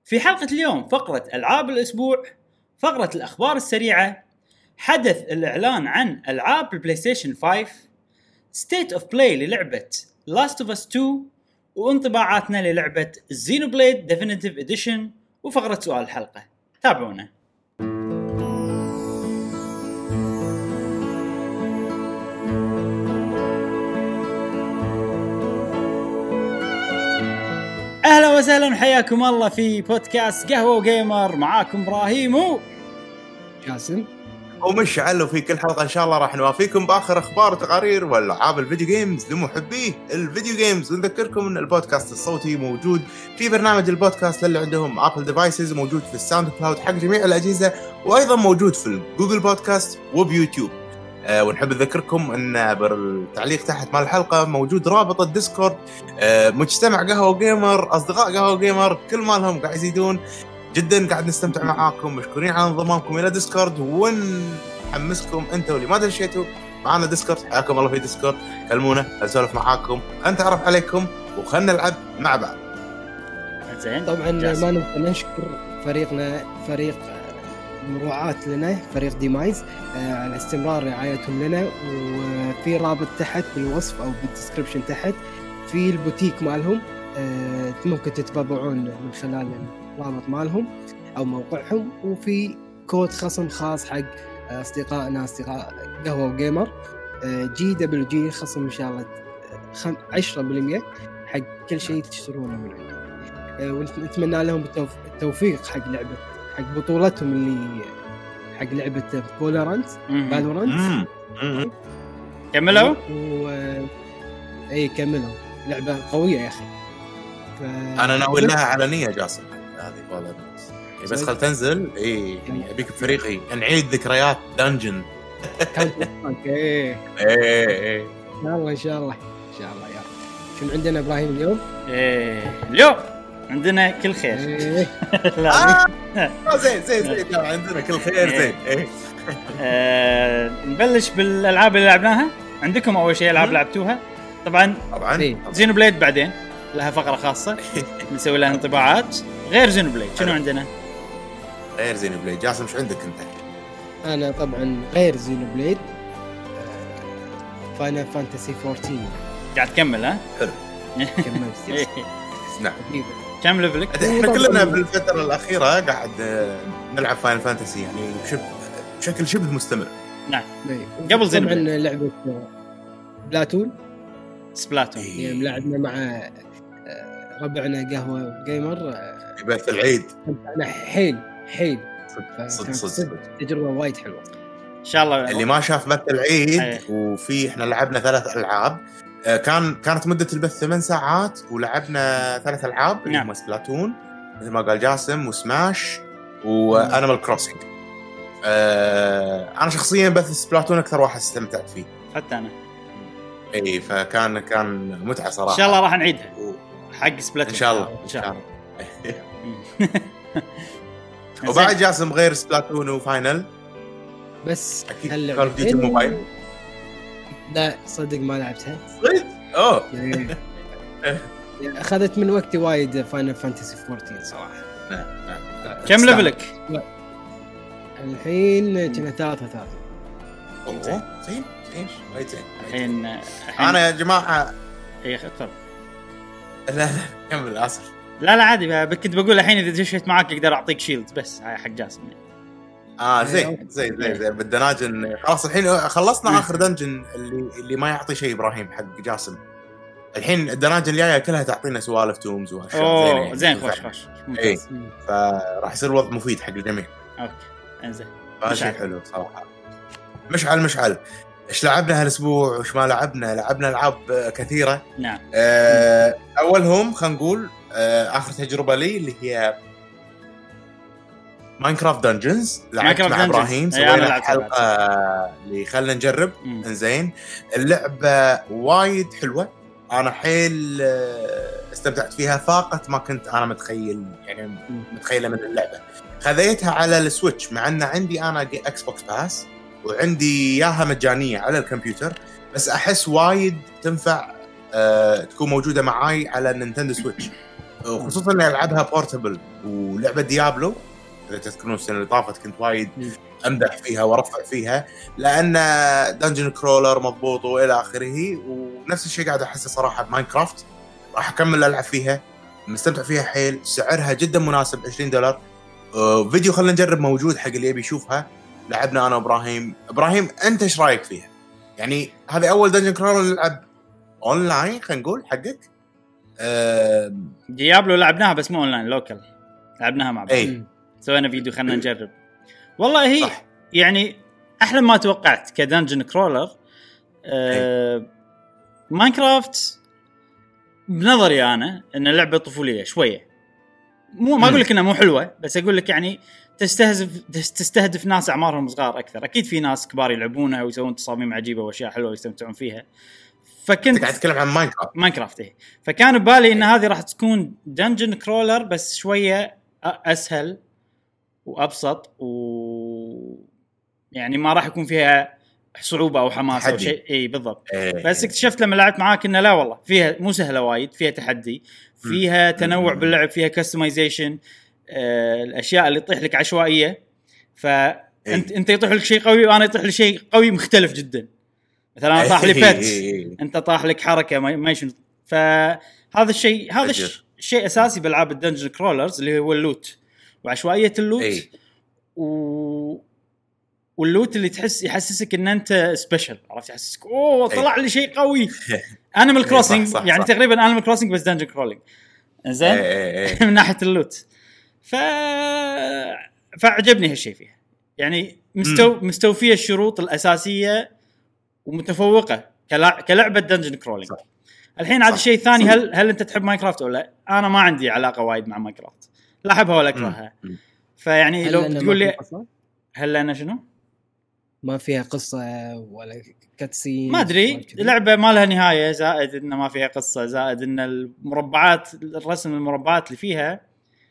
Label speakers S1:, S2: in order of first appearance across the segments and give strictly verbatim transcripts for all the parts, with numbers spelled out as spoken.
S1: في حلقة اليوم فقرة ألعاب الأسبوع، فقرة الأخبار السريعة، حدث الإعلان عن ألعاب البلاي ستيشن خمسة، ستيت اوف بلاي للعبة لاست اوف اس تو، وانطباعاتنا للعبة زينوبليد ديفينيتيف اديشن، وفقرة سؤال الحلقة. تابعونا. اهلا وسهلا وحياكم الله في بودكاست قهوة وجيمر. معاكم ابراهيم و
S2: جاسم
S3: ومشعل، وفي كل حلقة إن شاء الله راح نوافيكم بآخر أخبار وتقارير والألعاب الفيديو جيمز لمحبيه الفيديو جيمز. ونذكركم أن البودكاست الصوتي موجود في برنامج البودكاست للي عندهم أبل ديفايسز، موجود في الساوند كلاود حق جميع الأجهزة، وأيضا موجود في الجوجل بودكاست وبيوتيوب. أه ونحب نذكركم أن بالتعليق تحت مال الحلقة موجود رابط الديسكورد. أه مجتمع قهوة جيمر، أصدقاء قهوة جيمر كل مالهم قاعد يزيدون جدا، قاعد نستمتع معاكم. مشكورين على انضمامكم الى ديسكورد، ونحمسكم انتوا اللي ما دشيتوا معنا ديسكورد، حياكم الله في ديسكورد. كلمونا نسولف معاكم، نتعرف عليكم، وخلنا نلعب مع بعض.
S1: زين.
S2: طبعا ما ننسى نشكر فريقنا، فريق مروعات لنا، فريق ديمايز، على استمرار رعايتهم لنا. وفي رابط تحت بالوصف او بالديسكربشن تحت في البوتيك مالهم، ممكن تتبرعون من خلال الرابط مالهم او موقعهم، وفي كود خصم خاص حق اصدقائنا اصدقاء قهوة وجيمر، جي دبليو جي، خصم ان شاء الله عشرة بالمئة حق كل شيء تشترونه من عندهم. ونتمنى لهم التوفيق حق لعبة حق بطولتهم اللي حق لعبة فالورانت فالورانت
S1: كملوا
S2: و... اي كملوا، لعبة قوية يا اخي.
S3: ف... انا ناوي لها علنية جاسم هذه فالورانت، بس خل تنزل. اي يعني ابيك بفريقي نعيد ذكريات دنجن.
S2: اوكي
S3: ايه
S2: ان شاء الله ان شاء الله ان شاء الله. يا شنو عندنا ابراهيم اليوم؟
S1: ايه اليوم عندنا كل خير.
S2: إيه.
S1: لا
S3: آه زين زين زين عندنا كل خير. زين ايه
S1: آه، نبلش بالالعاب اللي لعبناها. عندكم اول شيء العاب لعبتوها؟ طبعا
S3: طبعا
S1: زينوبليد بعدين لها فقره خاصه نسوي لها انطباعات. غير زينوبليد شنو عندنا؟
S3: غير زينوبليد جاسم شو عندك انت؟
S2: انا طبعا غير زينوبليد فاينل فانتسي أربعة عشر
S1: قاعد تكمل. ها
S3: حلو
S2: كملت.
S3: نعم.
S1: كم ليفلك؟
S3: احنا كلنا بالفتره الاخيره قاعد نلعب فاينل فانتسي يعني بشكل بشكل شبه مستمر.
S1: نعم. قبل زين
S2: طبعا لعبه بلاتون
S1: سبلاتون
S2: يعني لعبنا مع ربعنا قهوه جيمر
S3: يبث العيد.
S2: انا حيل حيل
S3: صدق صدق
S2: تجربه وايد حلوه
S1: ان شاء الله.
S3: اللي ما شاف بث العيد
S1: أيه.
S3: وفي احنا لعبنا ثلاث العاب. كان كانت مده البث ثمان ساعات ولعبنا ثلاث العاب.
S1: نعم.
S3: اللي هم سبلاتون مثل ما قال جاسم، وسماش، وانيمال كروسنج. أه انا شخصيا بث سبلاتون اكثر واحد استمتعت فيه
S1: حتى انا.
S3: اي فكان كان متعه صراحه.
S1: ان شاء الله راح نعيدها
S3: و...
S1: حق سبلاتون
S3: ان شاء الله
S1: ان شاء الله.
S3: وبعد جاسم غير سبلاتون وفاينل
S2: بس
S3: اكيد كول اوف ديوتي موبايل.
S2: لا صدق ما لعبتها.
S3: صدق؟ اوه
S2: اخذت من وقتي وايد فاينل فانتسي أربعة عشر صراحه.
S3: نعم نعم.
S1: كم ليفلك
S2: الحين؟ كنا ثلاثة ثلاثة.
S3: اوه زين زين وايد زين.
S1: الحين
S3: انا يا جماعه
S1: اي تفضل.
S3: لا لا كمل اسف.
S1: لا لا عادي، كنت بقول الحين اذا دشيت معاك اقدر اعطيك شيلد بس هاي حق جاسم.
S3: اه زين زين زين زين بالدناجن خلاص. الحين خلصنا اخر دنجن اللي اللي ما يعطي شيء ابراهيم حق جاسم. الحين الدناجن الجايه كلها تعطينا سوالف تومز واشياء زينه يعني.
S1: زين خوش خوش
S3: ممتاز. فراح يصير وضع مفيد حق الجميع.
S1: اوكي انزين
S3: ماشي حلو صراحه. مشعل مشعل ايش لعبنا هالاسبوع وش ما لعبنا؟ لعبنا العاب كثيره.
S1: نعم.
S3: أه اولهم خلينا نقول أه اخر تجربه لي اللي هي ماينكرافت دنجنز. لعبت مع ابراهيم، سوينا حلقه اللي خلنا نجرب. انزين اللعبه وايد حلوه، انا حيل استمتعت فيها، فاقت ما كنت انا متخيل يعني متخيله من اللعبه. خذيتها على السويتش مع ان عندي انا اكس بوكس باس وعندي اياها مجانيه على الكمبيوتر، بس احس وايد تنفع أه تكون موجوده معاي على النينتندو سويتش. وخصوصا اني العبها بورتبل. ولعبه ديابلو اذا تذكرون السنه اللي طافت كنت وايد امدح فيها وارفع فيها لان دنجن كرولر مضبوط والى اخره. ونفس الشيء قاعد احسه صراحه بماينكرافت، راح اكمل العب فيها، مستمتع فيها حيل، سعرها جدا مناسب عشرين دولار. أه فيديو خلينا نجرب موجود حق اللي يبي يشوفها. لعبنا انا وابراهيم. ابراهيم انت ايش رايك فيها؟ يعني هذه اول دنجن كرولر نلعب اونلاين خلينا نقول حقك. أه
S1: ديابلو لعبناها بس مو اونلاين، لوكال لعبناها مع بعض.
S3: أي.
S1: سوينا فيديو خلنا نجرب. والله هي
S3: صح.
S1: يعني احلى ما توقعت كدنجن كرولر. أه ماينكرافت بنظري انا ان لعبه طفوليه شويه، مو ما اقول لك انها مو حلوه بس اقول لك يعني تستهدف تستهدف ناس اعمارهم صغار اكثر. اكيد في ناس كبار يلعبونها ويسوون تصاميم عجيبه واشياء حلوه ويستمتعون فيها. فكنت
S3: قاعد اتكلم عن ماينكرافت.
S1: ماينكرافت إيه. فكان ببالي ان هذه راح تكون دنجن كرولر بس شويه اسهل وابسط، و يعني ما راح يكون فيها صعوبه او حماس او شيء. اي بالضبط.
S3: إيه.
S1: بس اكتشفت لما لعبت معاك انه لا والله فيها مو سهله وايد، فيها تحدي، فيها تنوع باللعب، فيها كستمايزيشن. آه الاشياء اللي تطيح لك عشوائيه، فانت انت يطيح لك شيء قوي وانا يطيح لي شيء قوي مختلف جدا. مثلا انا طاح لي بيت، انت طاح لك حركه ما يشن. فهذا الشيء هذا الشيء اساسي بالعاب الدنجن كرولرز اللي هو اللوت وعشوائيه اللوت.
S3: أي.
S1: و واللوت اللي تحس يحسسك ان انت سبيشل، عرفت؟ يحسسك اوه طلع لي شيء قوي. انيمال كروسنج يعني صح. تقريبا انيمال كروسنج بس دنجن كرولينج زين من ناحيه اللوت. ف فعجبني هالشيء فيها، يعني مستو... مستوفيه الشروط الاساسيه ومتفوقه كلع... كلعبه دنجن كرولينج. الحين عاد الشيء الثاني، هل هل انت تحب ماينكرافت ولا لا؟ انا ما عندي علاقه وايد مع ماينكرافت، لا احبها ولا اكرهها. فيعني لو تقول لي هل انا شنو
S2: ما فيها قصه ولا كاتسين
S1: ما ادري، لعبه ما لها نهايه، زائد انه ما فيها قصه، زائد ان المربعات الرسم المربعات اللي فيها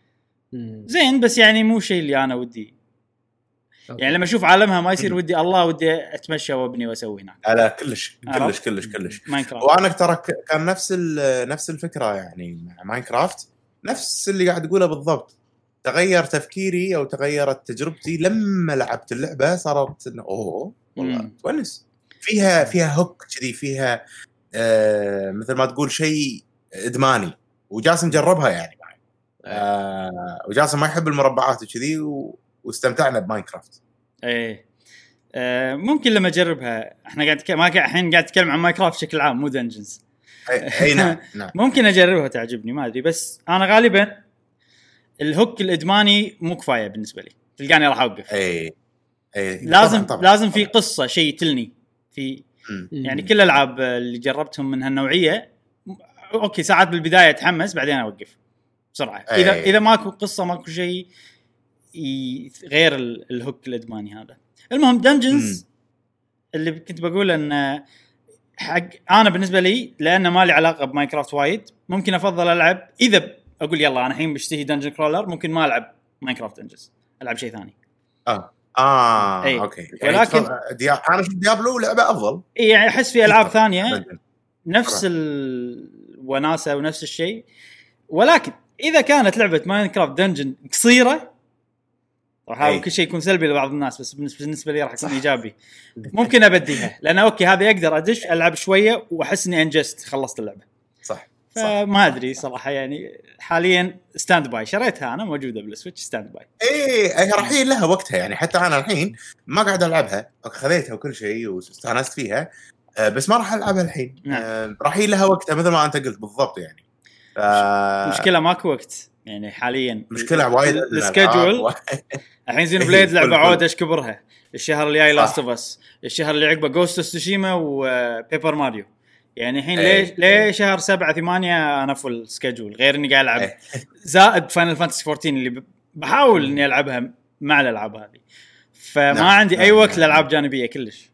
S1: زين بس يعني مو شيء اللي انا ودي. أوكي. يعني لما اشوف عالمها ما يصير ودي الله ودي اتمشى وابني واسوي هناك.
S3: لا كلش كلش كلش كلش وانا ترى كان نفس نفس الفكره يعني مع ماينكرافت، نفس اللي قاعد اقوله بالضبط. تغير تفكيري او تغيرت تجربتي لما لعبت اللعبه، صارت انه اوه والله تونس فيها فيها هوك كذي، فيها آه مثل ما تقول شيء ادماني. وجاسم جربها يعني معي آه وجاسم ما يحب المربعات وكذي و... واستمتعنا بماينكرافت.
S1: ايه آه ممكن لما اجربها. احنا قاعد ما الحين قاعد نتكلم عن ماينكرافت بشكل عام مو دنجنز.
S3: اي نعم نعم
S1: ممكن اجربها تعجبني ما ادري، بس انا غالبا الهوك الادماني مو كفايه بالنسبه لي، تلقاني راح اوقف.
S3: اي اي
S1: لازم طبعًا طبعًا. لازم في قصه شيء تلني في م. يعني كل الالعاب اللي جربتهم من هالنوعيه اوكي ساعات بالبدايه اتحمس بعدين اوقف بسرعه. أي. اذا اذا ماكو قصه ماكو شيء غير الهوك الادماني هذا. المهم دنجنز اللي كنت بقول ان حق انا بالنسبه لي لانه ما لي علاقه بماينكرافت وايد، ممكن افضل العب اذا اقول يلا انا الحين بشتهي دنجن كرولر ممكن ما العب ماينكرافت دنجنز، العب شيء ثاني.
S3: اه اه
S1: أي.
S3: اوكي
S1: يعني ولكن
S3: ديا... انا اشوف ديابلو لعبه افضل.
S1: اي يعني احس في العاب ثانيه نفس الوناسه ونفس الشيء، ولكن اذا كانت لعبه ماينكرافت دنجن قصيره راح ممكن شيء يكون سلبي لبعض الناس، بس بالنسبه لي راح يكون ايجابي. ممكن ابديها لان اوكي هذه اقدر ادش العب شويه واحس اني انجزت خلصت اللعبه.
S3: صح
S1: فما ادري صراحه يعني حاليا ستاند باي، شريتها انا موجوده بالسويتش ستاند باي.
S3: ايه هي راح لها وقتها يعني، حتى انا الحين ما قاعد العبها، خذيتها وكل شيء واستانست فيها بس ما راح العبها الحين. نعم. راح لها وقتها مثل ما انت قلت بالضبط يعني.
S1: ف... مشكله ماكو وقت يعني حاليا،
S3: مشكله وايد
S1: السكيدول. الحين زين بليد لعبه عوده ايش كبرها الشهر الجاي، لاست اوف اس الشهر اللي عقبه جوست تسوشيما وبيبر ماريو. يعني الحين ليه ليه شهر سبعة ثمانية انا فول سكيدول، غير اني قاعد العب زائد فاينل فانتسي فورتين اللي بحاول اني العبها مع الالعاب هذه. فما نعم. عندي نعم. اي وقت نعم. لالعاب جانبيه كلش.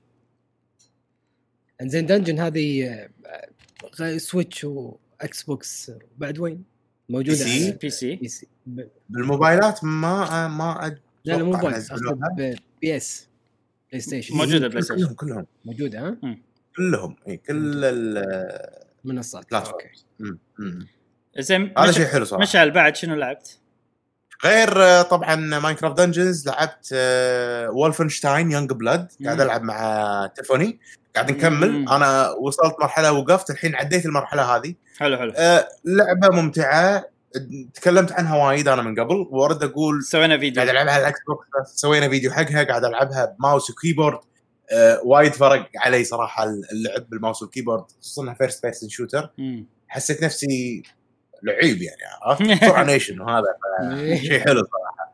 S2: انزين دنجن هذه سويتش واكس بوكس بعد وين موجوده؟
S1: بي سي بي سي,
S2: بي سي.
S3: بالموبايلات ما ما
S2: لا موبايل بي اس بلاي ستيشن
S1: موجوده بلاي ستيشن
S3: كلهم كلهم
S2: موجوده ها
S3: كلهم اي كل
S2: المنصات.
S1: اوكي زين
S3: هذا شيء حلو صراحه.
S1: مشعل بعد شنو لعبت
S3: غير طبعا ماينكرافت دنجنز لعبت وولفنشتاين يونج بلاد قاعد العب مع تيفوني قاعد نكمل.
S1: مم.
S3: انا وصلت مرحله وقفت الحين عديت المرحله هذه.
S1: حلو حلو
S3: أه لعبه ممتعه تكلمت عنها وايد انا من قبل وارد اقول
S1: سوينا فيديو
S3: قاعد العبها على الاكس بوكس سوينا فيديو حقها قاعد العبها بماوس وكيبورد. أه وايد فرق علي صراحه اللعب بالماوس والكيبورد خصوصا فيرست بيرسون شوتر. حسيت نفسي لعيب يعني عرفت فورنيشن وهذا شيء حلو صراحه.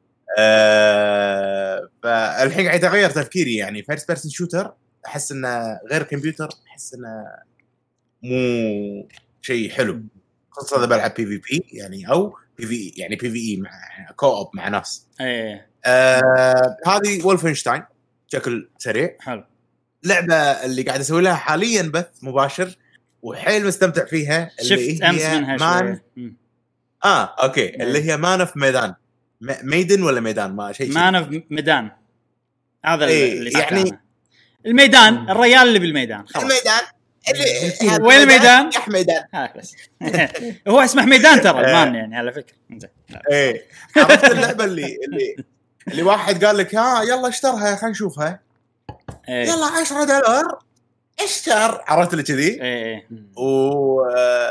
S3: أه فالحين قاعد يتغير تفكيري يعني فيرست بيرسون شوتر احس انه غير كمبيوتر احس انه مو شيء حلو خاصه اذا بلعب بي في بي يعني او بي في يعني بي في اي مع كوب مع ناس.
S1: ايه
S3: آه هذه وولفنشتاين بشكل سريع.
S1: حلو.
S3: لعبه اللي قاعد اسوي لها حاليا بث مباشر وحيل مستمتع فيها اللي
S1: شفت امس منها
S3: مان...
S1: شويه.
S3: اه اوكي مم. اللي هي مان اوف ميدان م... ميدن ولا ميدان ما شيء
S1: مان اوف ميدان هذا
S3: ايه
S1: اللي
S3: يعني
S1: سكانه. الميدان مم. الرجال اللي بالميدان خلاص.
S3: الميدان اللي
S1: وين الميدان
S3: يا حميدان
S1: بس هو اسمه حميدان ترى المان يعني على فكره.
S3: ايه عرفت اللعبه اللي اللي اللي واحد قال لك ها يلا اشترها خلينا نشوفها ايه. يلا عشرة دولار اشتر عرفت اللي كذي
S1: ايه.
S3: و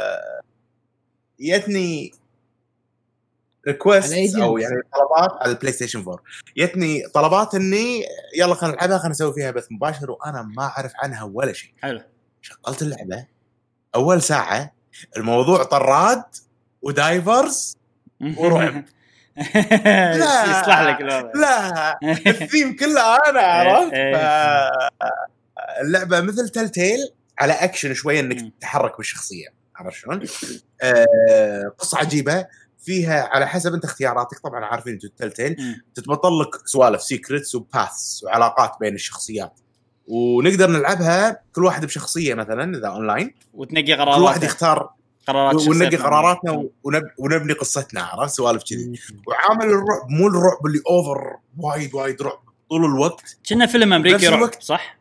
S3: يتني ريكوست او يعني طلبات على البلاي ستيشن فور يتني طلبات اني يلا خلينا نلعبها خلينا نسوي فيها بث مباشر وانا ما اعرف عنها ولا شيء.
S1: حلو.
S3: شغلت اللعبه اول ساعه الموضوع طراد ودايفرز ورعب.
S1: يصلح لك الوضع.
S3: لا الثيم كله انا عرفت. اللعبه مثل تلتيل على اكشن شويه انك تتحرك بالشخصيه عرفت شلون. آه قصه عجيبه فيها على حسب انت اختياراتك طبعا عارفين انتم تلتيل تتبطل لك سوالف سيكريتس وباثs وعلاقات بين الشخصيات ونقدر نلعبها كل واحد بشخصيه مثلا اذا اونلاين
S1: وتنقي قرارات
S3: كل واحد يختار
S1: قرارات
S3: وننقي قراراتنا ونب... ونبني قصتنا عرفت سوالف كذي. وعامل الرعب مو الرعب اللي اوفر وايد وايد رعب طول الوقت
S1: كنا فيلم امريكي رعب صح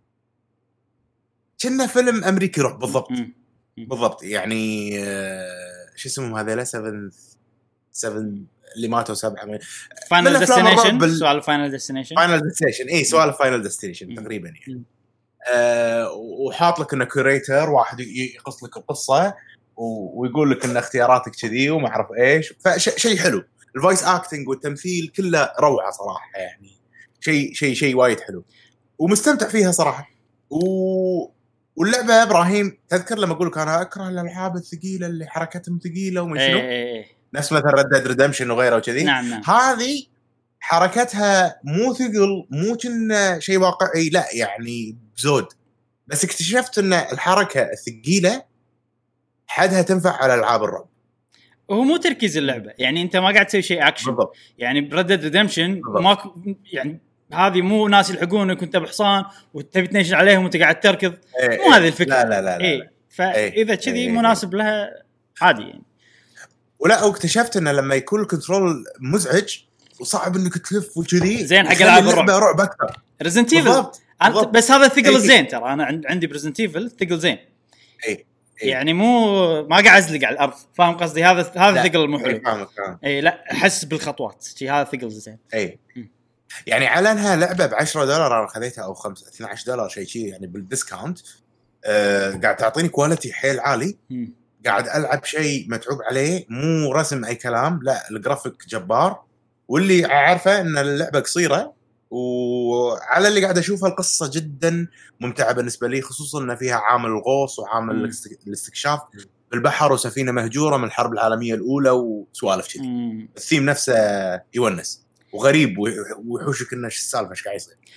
S3: كنا فيلم امريكي رعب بالضبط. مم. بالضبط يعني آه... شو اسمهم هذول سبعة سبعة اللي ماتوا سبعة
S1: فاينل ديستنيشن بال... سؤال فاينل ديستنيشن
S3: فاينل ديستنيشن اي سؤال فاينل ديستنيشن تقريبا يعني. آه... وحاط لك انه كوريتر واحد يقص لك القصه ويقول لك ان اختياراتك كذي وما اعرف ايش فشيء حلو. الفويس اكتنج والتمثيل كله روعه صراحه يعني شيء شيء شيء وايد حلو ومستمتع فيها صراحه. و... واللعبه ابراهيم تذكر لما اقول لك انا اكره الالعاب الثقيله اللي حركتهم ثقيله وما شنو
S1: ايه.
S3: نفس مثلا ريد ديد ريدمشن وغيره وكذي.
S1: نعم نعم.
S3: هذه حركتها مو ثقل مو كنا شيء واقعي لا يعني بزود بس اكتشفت ان الحركه الثقيله حدها تنفع على العاب الرعب.
S1: هو مو تركيز اللعبه يعني انت ما قاعد تسوي شيء اكشن بالضبط. يعني بريد ديد ريدمشن ما يعني هذه مو ناس يلحقونك وانت بحصان وتبي تنشن عليهم وانت قاعد تركض
S3: ايه
S1: مو هذه الفكره.
S3: لا لا لا, لا.
S1: ايه فاذا كذي ايه مناسب ايه لها عادي يعني.
S3: ولا واكتشفت انه لما يكون الكنترول مزعج وصعب انك تلف وكذي
S1: زين حق العاب الرعب
S3: رعب اكثر
S1: ريزنت ايفل بس هذا ثقل ايه الزين ترى انا عندي بريزنت ايفل ثقل زين
S3: اي
S1: إيه. يعني مو ما قاعد ازلق على الارض فاهم قصدي هذا هذا ثقل مو حلو. اي لا احس بالخطوات شيء هذا ثقل زين.
S3: اي يعني علنها لعبه ب عشرة دولار انا خذيتها او خمسة اثنا عشر دولار شيء شيء يعني بالديسكاونت. آه قاعد تعطيني كواليتي حيل عالي. م. قاعد العب شيء متعوب عليه مو رسم اي كلام لا الجرافيك جبار واللي عارفه ان اللعبه قصيره وعلى اللي قاعد اشوفها القصه جدا ممتعه بالنسبه لي خصوصا ان فيها عامل الغوص وعامل م. الاستكشاف بالبحر وسفينه مهجوره من الحرب العالميه الاولى وسوالف كذي. الثيم نفسه يونس وغريب ويحوشك انه ايش السالفه ايش قاعد يصير.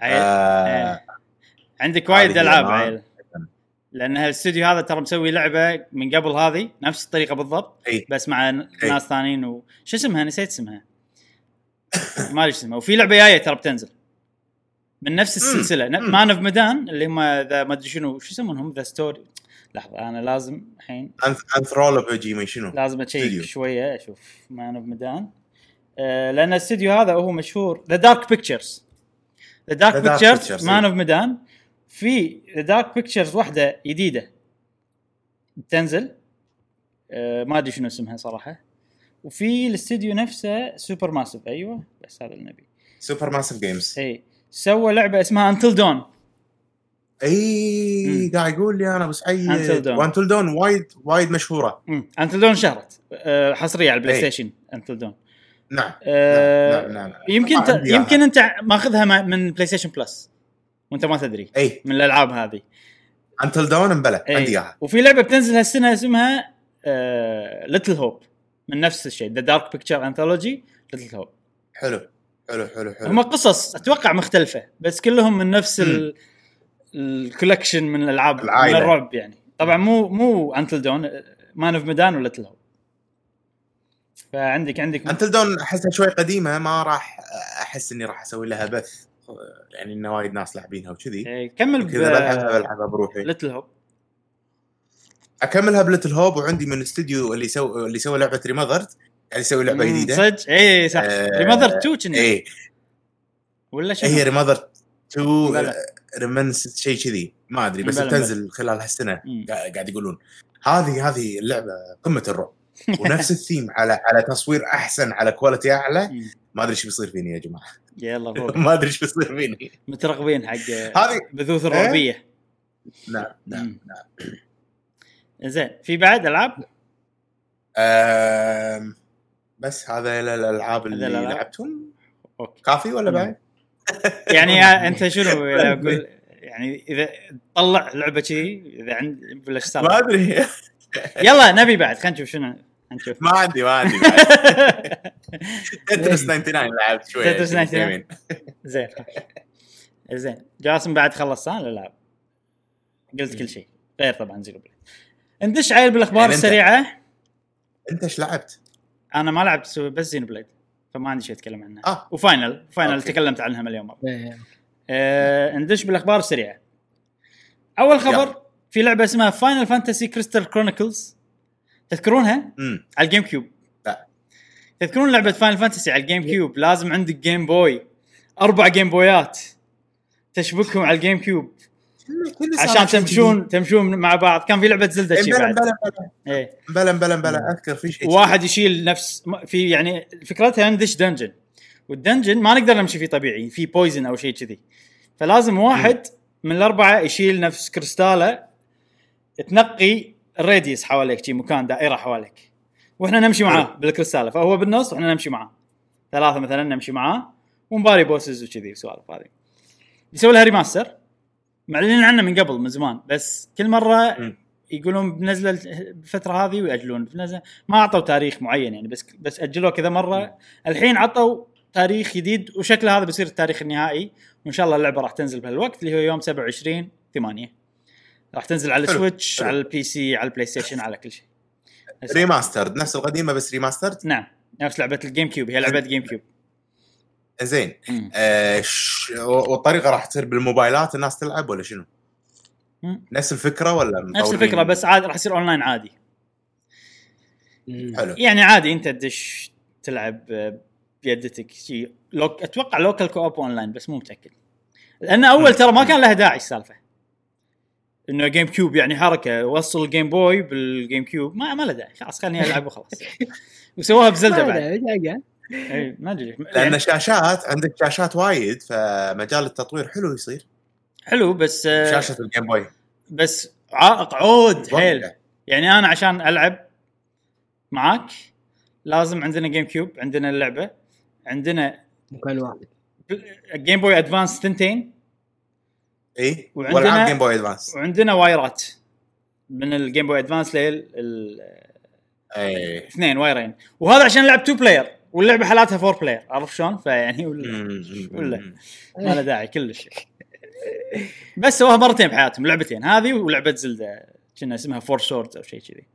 S1: آه عندك وايد العاب عيل لان هالاستوديو هذا ترى مسوي لعبه من قبل هذه نفس الطريقه بالضبط
S3: أي.
S1: بس مع أي. ناس ثانيين وش اسمها نسيت اسمها ما ادري اسمها وفي لعبه جايه ترى بتنزل من نفس السلسله مان اوف ميدان اللي هم ذا ما ادري شنو شو يسمونهم ذا ستوري. لحظه انا لازم الحين
S3: انثرولوجي ما شنو
S1: لازم اشيك شويه اشوف مان اوف ميدان آه لان الاستوديو هذا هو مشهور ذا دارك بيكتشرز ذا دارك بيكتشرز مان اوف ميدان. في ذا دارك بيكتشرز واحده جديده بتنزل أه ما ادري شنو اسمها صراحه. وفي الاستديو نفسه سوبر ماسيف، ايوه بس هذا النبي
S3: سوبر ماسيف جيمز.
S1: اي سوى لعبه اسمها انتل دون.
S3: اي قاعد يقول لي انا بس حي
S1: Until Dawn.
S3: وانتل دون وايد وايد مشهوره.
S1: انتل دون شهرت أه حصريه على البلاي ستيشن انتل دون.
S3: نعم.
S1: أه
S3: نعم, نعم, نعم.
S1: يمكن ت... يمكن انت ماخذها من بلاي ستيشن بلس وانت ما تدري.
S3: اي
S1: من الالعاب هذه
S3: انتل دون مبلى عندي اياها.
S1: وفي لعبه بتنزل هالسنه اسمها ليتل هوب من نفس الشيء، ذا دارك بيكتشر انثولوجي ليتل هوب.
S3: حلو حلو حلو حلو.
S1: هم قصص اتوقع مختلفه بس كلهم من نفس ال... الكولكشن من الالعاب من الرعب يعني. طبعا مو مو انتل دون، مان اوف ميدان ولا ليتل هوب. فعندك عندك
S3: انتل دون احسها شوي قديمه، ما راح احس اني راح اسوي لها بث يعني انه وايد ناس لاعبينها وكذي.
S1: إيه كمل
S3: كذا بلعبها بلعبها بروحي.
S1: ليتل هوب
S3: اكملها بليتل هوب. وعندي من استوديو اللي يسوي اللي يسوي لعبه ريماذرد، يعني يسوي لعبه جديده
S1: صدق. اي صح.
S3: آه
S1: ريماذرد تو كنا
S3: اي
S1: ولا شيء.
S3: هي ريماذرد تو ريمنس شيء كذي ما ادري، بس بتنزل خلال هالسنه. قاعد يقولون هذه هذه اللعبه قمه الرعب ونفس الثيم على على تصوير احسن على كواليتي اعلى. ما ادري ايش بيصير فيني يا جماعه.
S1: يلا فوق.
S3: ما ادري ايش بيصير فيني.
S1: مترقبين حق
S3: هذه
S1: بثوث الرعبيه.
S3: إيه؟ نعم نعم نعم.
S1: زين في بعد العاب؟
S3: أم... بس هذا الالعاب اللي لعبتهم.
S1: أوكي.
S3: كافي ولا بعد؟
S1: يعني انت شنو اقول يعني اذا طلع لعبه شيء اذا عند بلاش صار
S3: ما ادري.
S1: يلا نبي بعد خلينا نشوف شنو نشوف.
S3: ما عندي ما عندي تترس تسعة وتسعين لعبت شويه.
S1: تترس تسعة وتسعين زين زين. جاسم بعد خلص صار الالعاب قلت كل شيء غير طبعا زيرو بلاي. ندش عيل بالاخبار يعني السريعه.
S3: انت ايش لعبت؟
S1: انا ما لعبت بس زينو بلايد فما عندي شيء اتكلم عنها.
S3: آه.
S1: وفاينل فاينل
S3: أوكي.
S1: تكلمت عنها مليون مره. آه ندش بالاخبار السريعه. اول خبر يلا. في لعبه اسمها فاينل فانتسي كريستال كرونيكلز، تذكرونها؟
S3: مم.
S1: على الجيم كيوب.
S3: لا
S1: تذكرون لعبه فاينل فانتسي على الجيم كيوب؟ لازم عندك جيم بوي، اربع جيم بويات تشبكهم على الجيم كيوب عشان تمشون تمشون مع بعض. كان في لعبه زلدة شيء بعد.
S3: بلا بلا
S1: ايه
S3: بلا بلا بلا اذكر في شيء
S1: واحد يشيل نفس في يعني فكرتها ندش دنجن، والدنجن ما نقدر نمشي فيه طبيعي، في بويزن او شيء كذي، فلازم واحد م. من الاربعه يشيل نفس كريستاله تنقي الراديوس حواليك، شيء مكان دائره حواليك، واحنا نمشي معاه بالكريستاله، فهو بالنص واحنا نمشي معاه ثلاثه مثلا نمشي معاه ونباري بوسز وكذي وسوالف هذه. يسوي لها ريماستر معلنين عنه من قبل من زمان، بس كل مره م. يقولون بنزله الفتره هذه ويأجلون بنزله، ما اعطوا تاريخ معين يعني، بس بس اجلوه كذا مره. م. الحين عطوا تاريخ جديد وشكله هذا بيصير التاريخ النهائي، وان شاء الله اللعبه راح تنزل بهالوقت اللي هو يوم سبعة وعشرين ثمانية. راح تنزل على السويتش، على البي سي، على البلاي ستيشن، على كل شيء.
S3: ريماسترد نفس القديمه بس ريماسترد.
S1: نعم نفس لعبه الجيم كيوب، هي لعبه جيم كيوب.
S3: زين آه ش... والطريقه راح تصير بالموبايلات الناس تلعب ولا شنو؟ مم. نفس الفكره ولا
S1: نفس الفكره بس عادي راح يصير اونلاين عادي.
S3: حلو
S1: يعني عادي انت تدش تلعب بيدتك شيء لوك... اتوقع لوكال كوب اونلاين بس مو متاكد، لان اول ترى ما كان لها داعي السالفه انه جيم كيوب يعني حركه وصل الجيم بوي بالجيم كيوب، ما ما له داعي، خلاص خليني العب وخلاص. وسووها بزلدة بعد. اي ما ادري
S3: لان شاشات عندك شاشات وايد، فمجال التطوير حلو يصير
S1: حلو، بس
S3: شاشه الجيم بوي
S1: بس عائق عود حيل. يعني انا عشان العب معاك لازم عندنا جيم كيوب، عندنا اللعبه، عندنا
S2: مكان واحد
S1: الجيم بوي ادفانس ثنتين
S3: اي وعندنا جيم بوي ادفانس،
S1: وعندنا وايرات من الجيم بوي ادفانس لل ال...
S3: اي
S1: اثنين وايرين، وهذا عشان نلعب تو بلاير واللعبه حالاتها فور بلاير، عرف شلون؟ فيعني ولا ولا ما له داعي كلش. بس سواها مرتين بحياتهم، لعبتين، هذه ولعبه زلدة كنا اسمها فور سوردز او شيء كذي.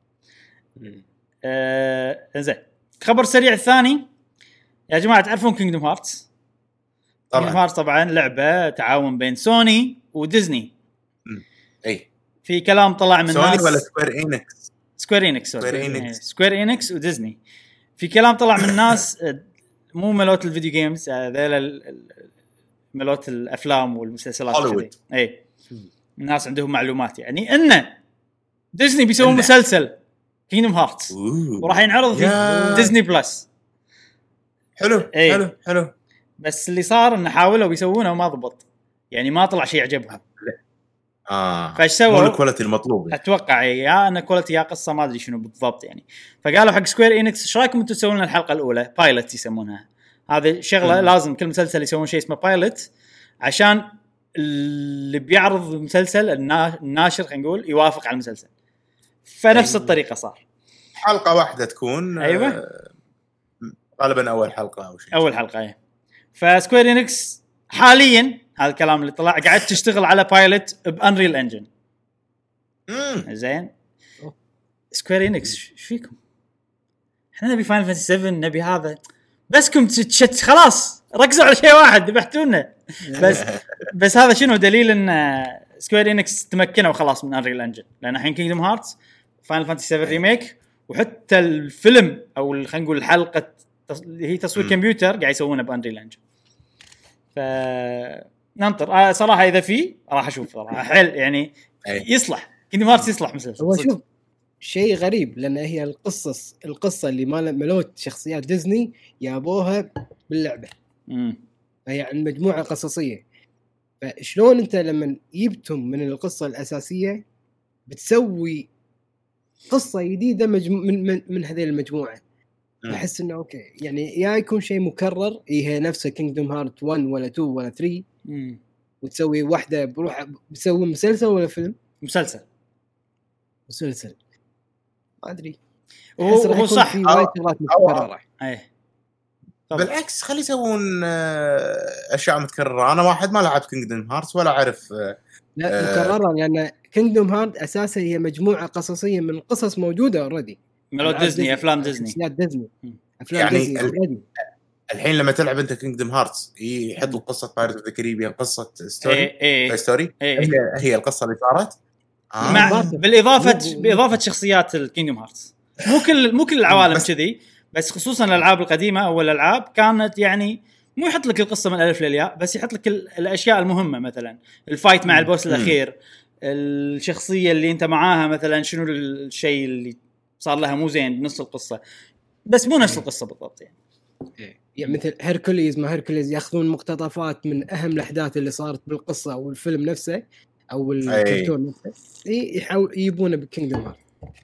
S1: آه زين. خبر سريع الثاني يا جماعه، تعرفون كينغدوم هارتس؟ كينغدوم هارتس طبعا لعبه تعاون بين سوني وديزني.
S3: اي
S1: في كلام طلع من
S3: سوني
S1: ناس
S3: ولا سكوير إينكس؟
S1: سكوير إينكس
S3: سكوير إينكس
S1: سكوير إينكس وديزني. في كلام طلع من ناس مو ملوت الفيديو جيمز، هذول ملوت الافلام والمسلسلات كذي. اي الناس عندهم معلومات يعني ان ديزني بيسوون مسلسل كينجدم هارتس وراح ينعرض في
S3: يا.
S1: ديزني بلس.
S3: حلو
S1: إيه.
S3: حلو حلو.
S1: بس اللي صار انه حاولوا بيسوونه وما ضبط، يعني ما طلع شيء يعجبهم.
S3: اه
S1: فايش سووا؟
S3: مو الكواليتي المطلوب.
S1: اتوقع يا انا كواليتي يا قصه، ما ادري شنو بالضبط يعني. فقالوا حق سكوير انكس ايش رايكم انتم تسوون لنا الحلقه الاولى بايلوت يسمونها. هذه شغله
S3: مم.
S1: لازم كل مسلسل يسوون شيء اسمه بايلوت عشان اللي بيعرض المسلسل النا- الناشر خلينا نقول يوافق على المسلسل. فنفس الطريقه صار.
S3: حلقه واحده تكون
S1: أيوة.
S3: آه، غالبا اول حلقه او شيء.
S1: اول حلقه ايه. فسكوير انكس حاليا هذا الكلام اللي طلع قاعد تشتغل على بايلوت بانريل انجن.
S3: امم
S1: زين. سكوير انكس ايش فيكم؟ احنا نبي فاينل فانتسي سبعة، نبي هذا، بسكم تشت خلاص ركزوا على شيء واحد ذبحتونا. بس بس هذا شنو دليل ان سكوير انكس تمكنوا خلاص من انريل انجن، لان الحين كينجدم هارتس فاينل فانتسي سبعة ريميك، وحتى الفيلم او خلينا نقول الحلقه اللي هي تصوير
S3: م.
S1: كمبيوتر قاعد يسوونه بانريل انجن. ف ننطر آه صراحه اذا في راح اشوف صراحه حل يعني
S3: أي.
S1: يصلح كينجدم هارتس يصلح مسلسل.
S2: هو شوف شيء غريب لان هي القصص القصه اللي مال ملوت شخصيات ديزني يابوها باللعبه،
S1: امم
S2: فهي عن مجموعه قصصيه. فشلون انت لما جبتم من القصه الاساسيه بتسوي قصه جديده مجمو... من من, من هذه المجموعه؟ احس انه اوكي يعني يا يكون شيء مكرر هي نفسه كينجدم هارت واحد ولا اثنين ولا ثلاثة،
S1: امم
S2: وتسوي واحده بروح بتسوي مسلسل ولا فيلم.
S1: مسلسل
S2: مسلسل ما ادري.
S1: هو
S2: أحس راح
S1: هو
S2: يكون
S1: صح.
S2: في وايد شغلات متكرره.
S1: ايه طبعا.
S3: بالعكس خلي يسوون آه، اشياء متكرره. انا واحد ما لعب كينجدم هارتس ولا اعرف آه،
S2: لا
S3: آه.
S2: مكرره لان كينجدم هارت اساسا هي مجموعه قصصيه من قصص موجوده اوريدي.
S1: ملوت ديزني افلام ديزني
S2: شخصيات ديزني
S1: مم.
S2: افلام
S3: يعني
S2: ديزني
S3: ال-
S2: already.
S3: الحين لما تلعب انت كينجدم هارتس يحط لك قصه بايرت اوف ذا كاريبيان، قصه ستوري
S1: ايه ايه
S3: ستوري
S1: إيه.
S3: هي, هي القصه اللي صارت آه.
S1: مع
S2: مارتن.
S1: بالاضافه
S2: مو-
S1: باضافه شخصيات الكينجدم هارتس. مو كل مو كل العوالم
S3: بس-
S1: كذي، بس خصوصا الالعاب القديمه او الالعاب كانت يعني مو يحط لك القصه من الالف للياء، بس يحط لك ال- الاشياء المهمه، مثلا الفايت مع البوس الاخير، الشخصيه اللي انت معاها مثلا شنو الشيء اللي صار لها مو زين بنص القصه، بس مو نفس القصه بالضبط يعني.
S2: يعني مثل هيركوليز ما هيركوليز ياخذون مقتطفات من اهم الاحداث اللي صارت بالقصه او الفيلم نفسه او الكرتون نفسه يحاول يجيبونه بالكينجدم هارت.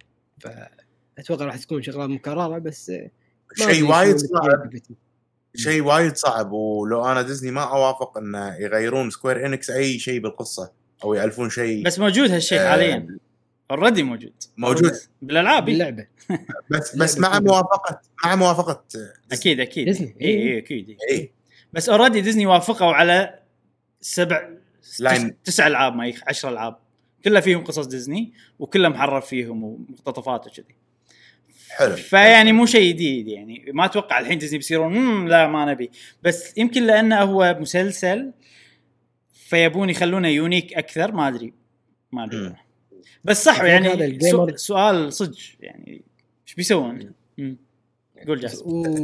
S2: فاتوقع راح تكون شغلات مكرره بس ما
S3: شيء
S2: أدري
S3: وايد
S2: شلون
S3: صعب
S2: بتجي.
S3: شيء وايد صعب. ولو انا ديزني ما اوافق انه يغيرون سكوير انكس اي شيء بالقصه او يالفون شيء.
S1: بس موجود هالشيء
S3: آه،
S1: حاليا اوريدي موجود
S3: موجود
S1: بالالعاب.
S2: باللعبه
S3: بس بس
S2: لعبة
S3: مع
S2: كذا.
S3: موافقه مع موافقه ديزني.
S1: اكيد اكيد
S2: ديزني.
S1: اي اي اكيد
S3: اي
S1: بس اوريدي ديزني وافقوا على سبع
S3: لاين.
S1: تسع العاب ما يخ عشر العاب كلها فيهم قصص ديزني وكلها محرر فيهم ومقتطفات وكذي.
S3: حلو.
S1: فيعني مو شيء جديد يعني، ما اتوقع الحين ديزني بيصيرون مم لا ما نبي، بس يمكن لانه هو مسلسل فيبون يخلونه يونيك اكثر، ما ادري ما ادري
S3: مم.
S1: بس صح
S2: هذا
S1: يعني
S2: الجيمر-
S1: سو- سؤال صدق يعني ايش بيسوون؟ مم. قول جاسم.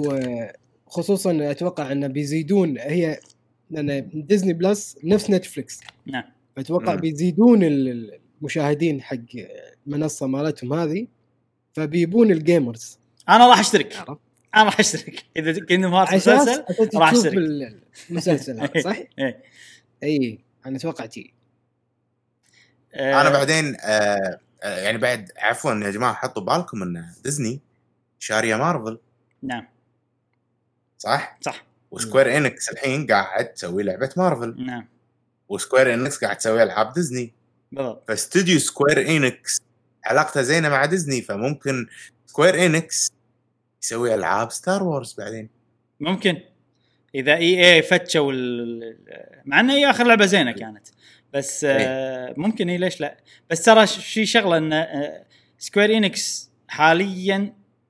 S2: وخصوصا اتوقع انه بيزيدون هي لان ديزني بلس نفس نتفليكس،
S1: نعم
S2: فاتوقع
S3: مم.
S2: بيزيدون ال- المشاهدين حق المنصه مالتهم هذه، فبيبون الجيمرز.
S1: انا راح اشترك
S2: عرفت
S1: انا راح اشترك اذا كيندم هارت
S2: عشان
S1: مسلسل راح
S2: تشوف
S1: اشترك.
S2: المسلسل هذا، صح؟
S1: إيه.
S2: اي انا اتوقع تي
S1: آه،
S3: انا بعدين آه آه، يعني بعد عفوا يا جماعه حطوا بالكم ان ديزني شاريه مارفل
S1: نعم
S3: صح؟
S1: صح
S3: وسكوير انكس الحين قاعد تسوي لعبه مارفل،
S1: نعم
S3: وسكوير انكس قاعد تسوي العاب ديزني.
S1: بالضبط.
S3: فاستوديو سكوير انكس علاقته زينه مع ديزني، فممكن سكوير انكس يسوي العاب ستار وورز بعدين.
S1: ممكن اذا اي اي فتشوا ال- مع انه هي اخر لعبه زينه كانت، بس آه ممكن هي ليش لا. بس ترى شيء شغله ان آه سكوير انكس حاليا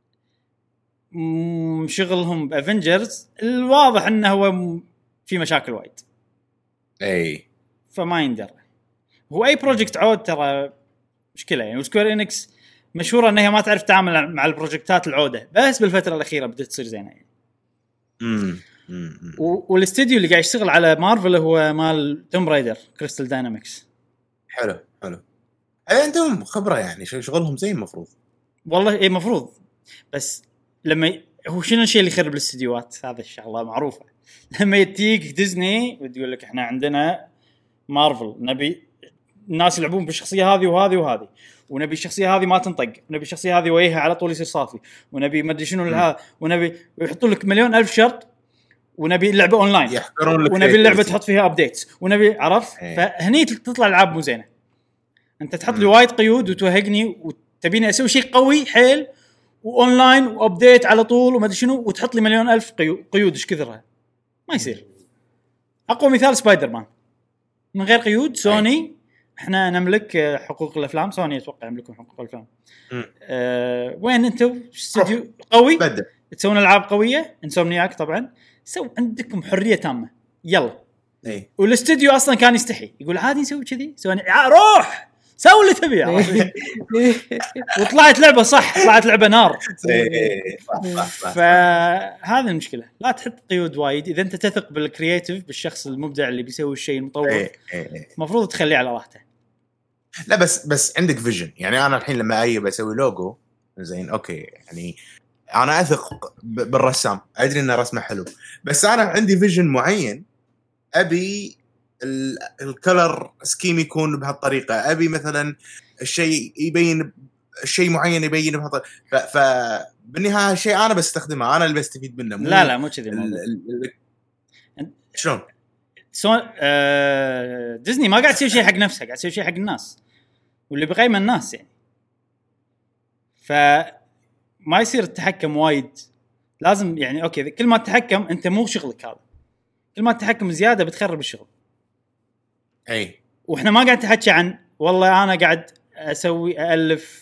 S1: مم، شغلهم بافنجرز الواضح انه هو م- في مشاكل وايد،
S3: اي
S1: فما يندر هو اي بروجكت عود ترى مشكله يعني. وسكوير انكس مشهوره انها ما تعرف تتعامل مع البروجكتات العوده، بس بالفتره الاخيره بدات تصير زينه يعني.
S3: امم
S1: و- والاستديو اللي قاعد يشتغل على مارفل هو مال توم رايدر كريستال داينامكس.
S3: حلو حلو. هل عندهم خبره يعني ش- شغلهم زين المفروض.
S1: والله ايه مفروض، بس لما ي... هو شنو الشيء اللي يخرب الاستديوهات؟ هذا الشغله معروفه. لما يتيك ديزني وتقول لك احنا عندنا مارفل، نبي الناس يلعبون بالشخصيه هذه وهذه وهذه، ونبي الشخصيه هذه ما تنطق، ونبي الشخصيه هذه وجهها على طول يصير صافي، ونبي ما ادري شنو هذا، ونبي يحطوا لك مليون الف شرط، ونبي اللعبه اونلاين، ونبي اللعبه تحط فيها ابديتس، ونبي عرف. فهني تطلع العاب مو زينه. انت تحط لي وايد قيود وتوهقني وتبيني اسوي شيء قوي حيل واونلاين وابديت على طول وما ادري شنو، وتحط لي مليون الف قيود. ايش كثرها؟ ما يصير. اقوى مثال سبايدر مان من غير قيود. سوني احنا نملك حقوق الافلام، سوني اتوقع يملكون حقوق الافلام. أه وين انتم استوديو قوي تسوون العاب قويه؟ انسومنياك طبعا سو عندكم حريه تامه، يلا.
S3: اي
S1: والاستوديو اصلا كان يستحي يقول عادي نسوي كذي، سوني روح سوي اللي تبيه. وطلعت لعبه صح، طلعت لعبه نار. فهذه المشكله، لا تحط قيود وايد. اذا انت تثق بالكرياتيف، بالشخص المبدع اللي بيسوي الشيء المطور، المفروض تخليه على راحته.
S3: لا بس بس عندك فيجن. يعني انا الحين لما اجي بسوي لوجو زين اوكي، يعني انا اثق بالرسام، ادري انه رسمه حلو، بس انا عندي فيجن معين. ابي الكلر سكيم يكون بهالطريقه، ابي مثلا الشيء يبين شيء معين يبين بهالطريقه. فبالنهايه شيء انا بستخدمه، انا اللي بستفيد منه.
S1: لا لا مو كذي
S3: شلون
S1: سون آه... ديزني ما قاعد تسوي شيء حق نفسها، قاعد تسوي شيء حق الناس واللي بقيمه الناس يعني. فما يصير التحكم وايد. لازم يعني اوكي كل ما تتحكم انت مو شغلك هذا، كل ما تتحكم زياده بتخرب الشغل.
S3: اي
S1: واحنا ما قاعد نحكي عن والله انا قاعد اسوي الف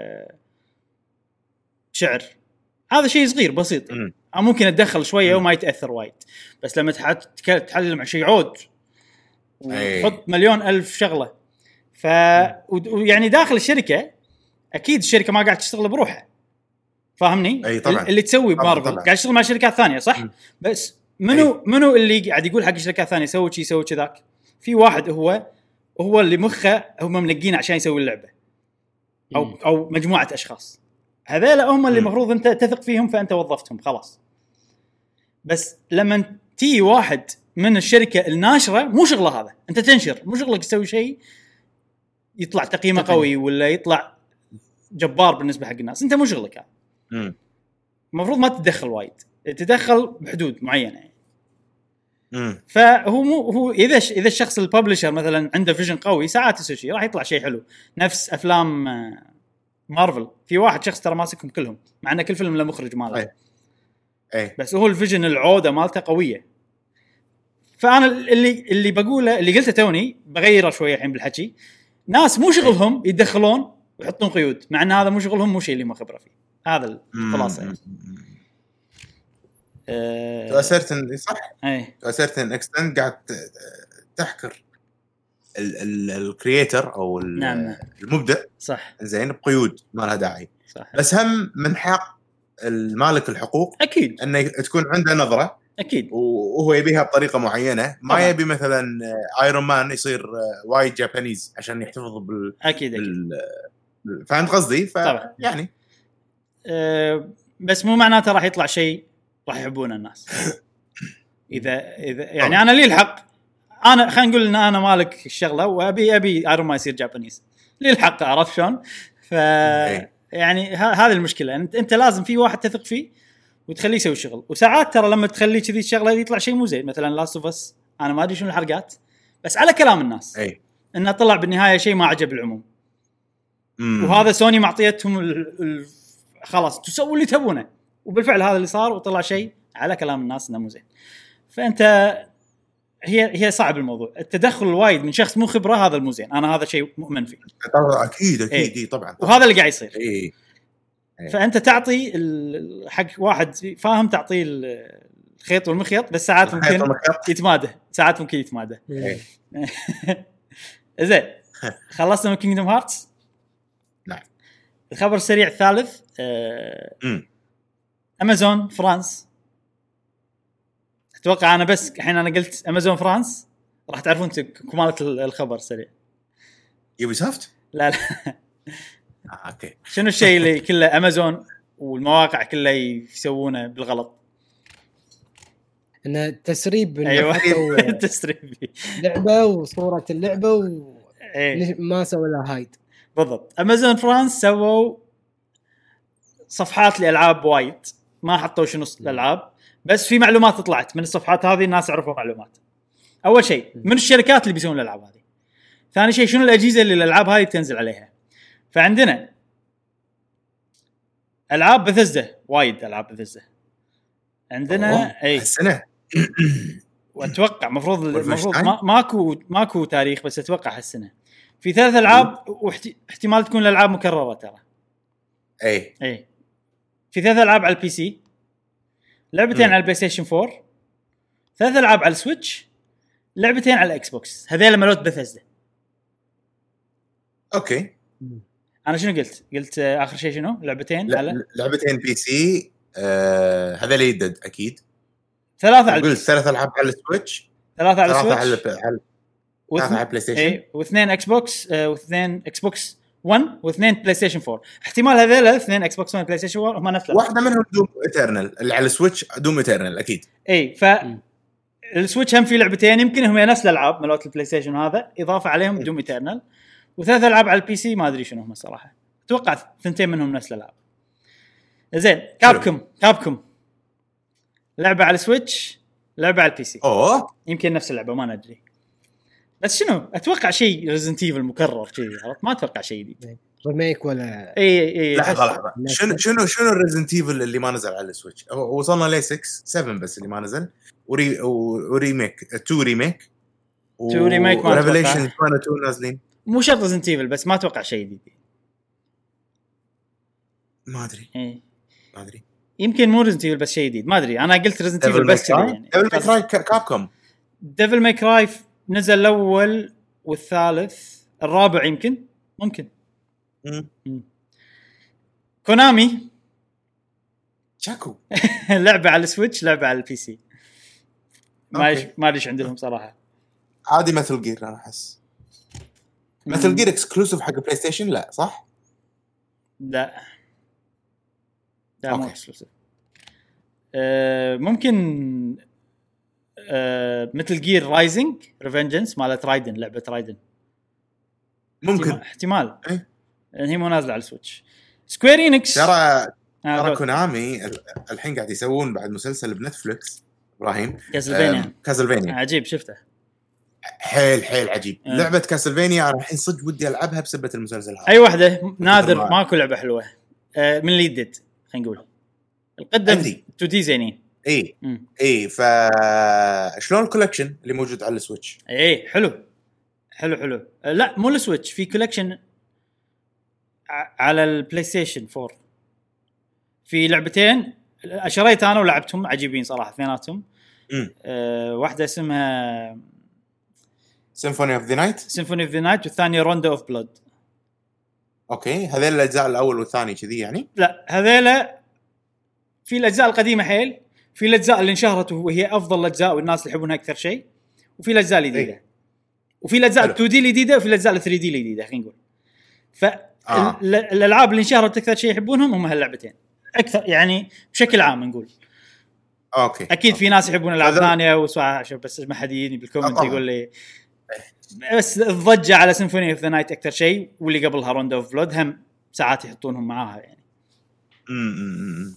S1: شعر، هذا شيء صغير بسيط م. ممكن اتدخل شويه وما يتاثر وايد. بس لما تتعلم عن شيء عود وتحط مليون الف شغله، ف يعني داخل الشركه اكيد الشركه ما قاعد تشتغل بروحها، فاهمني؟
S3: أي طبعًا.
S1: اللي تسوي مارفل قاعد يشتغل مع شركات ثانيه صح م. بس منو أي. منو اللي قاعد يقول حق الشركات ثانيه سوي شيء سوي كذاك؟ في واحد هو هو اللي مخه هم منقين عشان يسوي اللعبه، او م. او مجموعه اشخاص هذول هم اللي المفروض انت تثق فيهم، فانت وظفتهم خلاص. بس لما تي واحد من الشركه الناشره مو شغله هذا، انت تنشر مو شغلك تسوي شيء يطلع تقييمه قوي ولا يطلع جبار بالنسبه حق الناس، انت مو شغلك هذا. المفروض ما تتدخل وايد، تتدخل بحدود معينه يعني. امم فهو مو هو اذا اذا الشخص الببلشر مثلا عنده فيجن قوي ساعات يسوي شيء راح يطلع شيء حلو. نفس افلام مارفل، في واحد شخص ترى ماسكهم كلهم مع ان كل فيلم له مخرج ماله.
S3: أي. أي.
S1: بس هو الفيجن العوده مالته قويه. فانا اللي اللي بقوله اللي قلته توني بغيره شويه الحين بالحكي. ناس مو شغلهم يتدخلون ويحطون قيود، مع ان هذا مو شغلهم، مو شيء اللي ما خبره فيه. هذا الخلاصه يعني.
S3: تو سيرتن صح.
S1: اي
S3: تو سيرتن اكستند قاعد تحكر الكرييتر او
S1: نعم.
S3: المبدع
S1: صح
S3: زين بقيود ما لها داعي
S1: صح.
S3: بس هم من حق المالك الحقوق
S1: اكيد
S3: انه تكون عنده نظره
S1: اكيد،
S3: وهو يبيها بطريقه معينه. ما طبعا. يبي مثلا ايرون مان يصير وايد جابانيز عشان يحتفظ بال
S1: اكيد, أكيد.
S3: بال... فهمت قصدي؟ ف طبعا. يعني
S1: أه بس مو معناته راح يطلع شيء راح يحبونه الناس. اذا اذا يعني طبعا. انا لي الحق، انا خلينا نقول ان انا مالك الشغله وابي ابي ايرون مان يصير جابانيز، لي الحق، عرفت شلون؟ ف يعني هذه المشكله. انت انت لازم في واحد تثق فيه وتخليه يسوي الشغل. وساعات ترى لما تخليه كذي الشغله يطلع شيء مو زين. مثلا لاست اوف اس انا ما ادري شنو الحلقات، بس على كلام الناس
S3: أي.
S1: انه طلع بالنهايه شيء ما عجب العموم. مم. وهذا سوني معطيتهم ال... ال... خلاص تسووا اللي تبونه، وبالفعل هذا اللي صار وطلع شيء على كلام الناس انه مو زين. فانت هي هي صعب الموضوع، التدخل الوايد من شخص مو خبره هذا المو زين. انا هذا شيء مؤمن فيه
S3: طبعا. اكيد اكيد
S1: إيه.
S3: طبعا, طبعا
S1: وهذا اللي قاعد يصير.
S3: إيه. إيه.
S1: فانت تعطي حق واحد فاهم، تعطيه الخيط والمخيط، بس ساعات ممكن يتماده، ساعات ممكن يتماده.
S3: إيه.
S1: زين خلصنا من كينجدوم هارتس.
S3: نعم.
S1: الخبر السريع الثالث آه... امازون فرانس. اتوقع انا بس الحين انا قلت امازون فرانس راح تعرفون كمالة الخبر السريع.
S3: يوبي سوفت؟
S1: لا لا
S3: آه، اوكي
S1: شنو الشيء اللي كله امازون والمواقع كلها يسوونه بالغلط؟
S2: ان تسريب
S1: ايوه تسريب
S2: لعبه وصوره اللعبه وما
S1: ايه
S2: سوى لها هايد.
S1: بالضبط. امازون فرانس سووا صفحات لالعاب وايد ما حطوا شنو الالعاب، بس في معلومات طلعت من الصفحات هذه، الناس عرفوا معلومات. اول شيء من الشركات اللي بيسوون الالعاب هذه، ثاني شيء شنو الاجهزه اللي الالعاب هذه تنزل عليها. فعندنا العاب بثزة، وايد العاب بثزة عندنا. اي
S3: السنه
S1: واتوقع مفروض المفروض ما ماكو ماكو تاريخ، بس اتوقع هالسنه في ثلاث العاب، واحتمال تكون الالعاب مكرره ترى.
S3: اي
S1: اي في ثلاث العاب على البي سي، لعبتين م. على البلاي ستيشن فور، ثلاث العاب على السويتش، لعبتين على الاكس بوكس. هذول مالوت بثزة. اوكي انا شنو قلت قلت اخر شيء شنو لعبتين على
S3: لعبتين بي سي. آه هذا اللي يدد اكيد.
S1: ثلاثه على
S3: قلت ثلاث العاب على السويتش،
S1: ثلاثه على
S3: ثلاثه
S1: السويتش
S3: على على ثلاثه على بلاي ستيشن،
S1: اي واثنين اكس بوكس، آه واثنين اكس بوكس واحد واثنين بلاي ستيشن فور. احتمال هذول اثنين اكس بوكس واحد بلاي ستيشن فور هم نفس
S3: واحده منهم دوم ايترنال اللي على السويتش، دوم ايترنال اكيد.
S1: اي ف السويتش هم في لعبتين يمكن هم نفس الالعاب مالوت البلاي ستيشن هذا، اضافه عليهم دوم ايترنال، وثلاث العاب على البي سي ما ادري شنو هم الصراحه، اتوقع ثنتين منهم نفس الالعاب. زين كابكم كابكم لعبه على السويتش، لعبه على البي سي.
S3: اوه
S1: يمكن نفس اللعبه ما ندري، بس شنو اتوقع شيء ريزنت ايفل مكرر شيء، ما اتوقع شيء جديد
S2: ريميك ولا
S1: اي اي.
S3: لحظه لحظه شنو شنو شنو الريزنت ايفل اللي ما نزل على السويتش؟ وصلنا ل ستة سبعة بس اللي ما نزل، وري وريميك اتنين ريميك
S1: اتنين ريميك ما
S3: ريفيليشن كانوا اتنين نازلين.
S1: مو شرط ريزنت ايفل، بس ما اتوقع شيء جديد.
S3: ما ادري
S1: ايه
S3: ما ادري
S1: يمكن مو ريزنت ايفل بس شيء جديد، ما ادري. انا قلت ريزنت ايفل بس يعني
S3: ديفل ماي كراي كابكوم.
S1: ديفل ماي كراي نزل الاول والثالث، الرابع يمكن ممكن.
S3: امم
S1: كونامي
S3: شاكو
S1: لعبه على السويتش، لعبه على البي سي. ما ما ادري عندهم صراحه.
S3: عادي مثل جير انا احس مثل جير اكسكلوسيف حق بلاي ستيشن. لا صح
S1: لا لا مو اكسكلوسيف. أه ممكن أه مثل جير رايزنج ريفنجنس مالت رايدن، لعبه رايدن
S3: ممكن
S1: احتمال
S3: ايه
S1: هي مو نازله على السويتش. سكوير إنكس
S3: ترى ترى كونامي الحين قاعد يسوون بعد مسلسل بنتفليكس ابراهيم
S1: كاسلفينيا.
S3: كاسلفينيا
S1: عجيب شفته،
S3: حيل حيل عجيب.
S1: أه.
S3: لعبه كاسلفينيا انا الحين صدق ودي العبها بسبب المسلسل هذا.
S1: اي واحده نادر ماكو لعبه حلوه أه من اللي ديد خلينا نقول القدم اثنين دي زينين.
S3: اي اي ف شلون الكولكشن اللي موجود على السويتش؟
S1: اي حلو حلو حلو. أه لا مو السويتش، في كولكشن على البلاي ستيشن فور، في لعبتين شريت انا ولعبتهم عجيبين صراحه اثنيناتهم. أه واحده اسمها
S3: سيمفوني اوف ذا نايت
S1: سيمفوني اوف ذا نايت والثانيه روندا اوف بلود.
S3: اوكي هذول الاجزاء الاول والثاني كذي يعني؟
S1: لا هذول في الاجزاء القديمه حيل، في الاجزاء اللي انشهرت وهي افضل الاجزاء والناس اللي يحبونها اكثر شيء، وفي الاجزاء الجديده
S3: إيه؟
S1: وفي الاجزاء ال تو دي الجديده وفي الاجزاء ال ثري دي الجديده خلينا نقول. فالالعاب اللي انشهرت اكثر شيء يحبونهم هم هاللعبتين اكثر يعني بشكل عام نقول.
S3: اوكي
S1: اكيد
S3: أوكي.
S1: في ناس يحبون العاب ثانيه وسواء بس ما حد يجيني بالكومنت يقول لي، بس الضجه على سيمفوني اوف ذا نايت اكثر شيء، واللي قبلها روندا اوف بلود هم ساعات يحطونهم معاها يعني.
S3: امم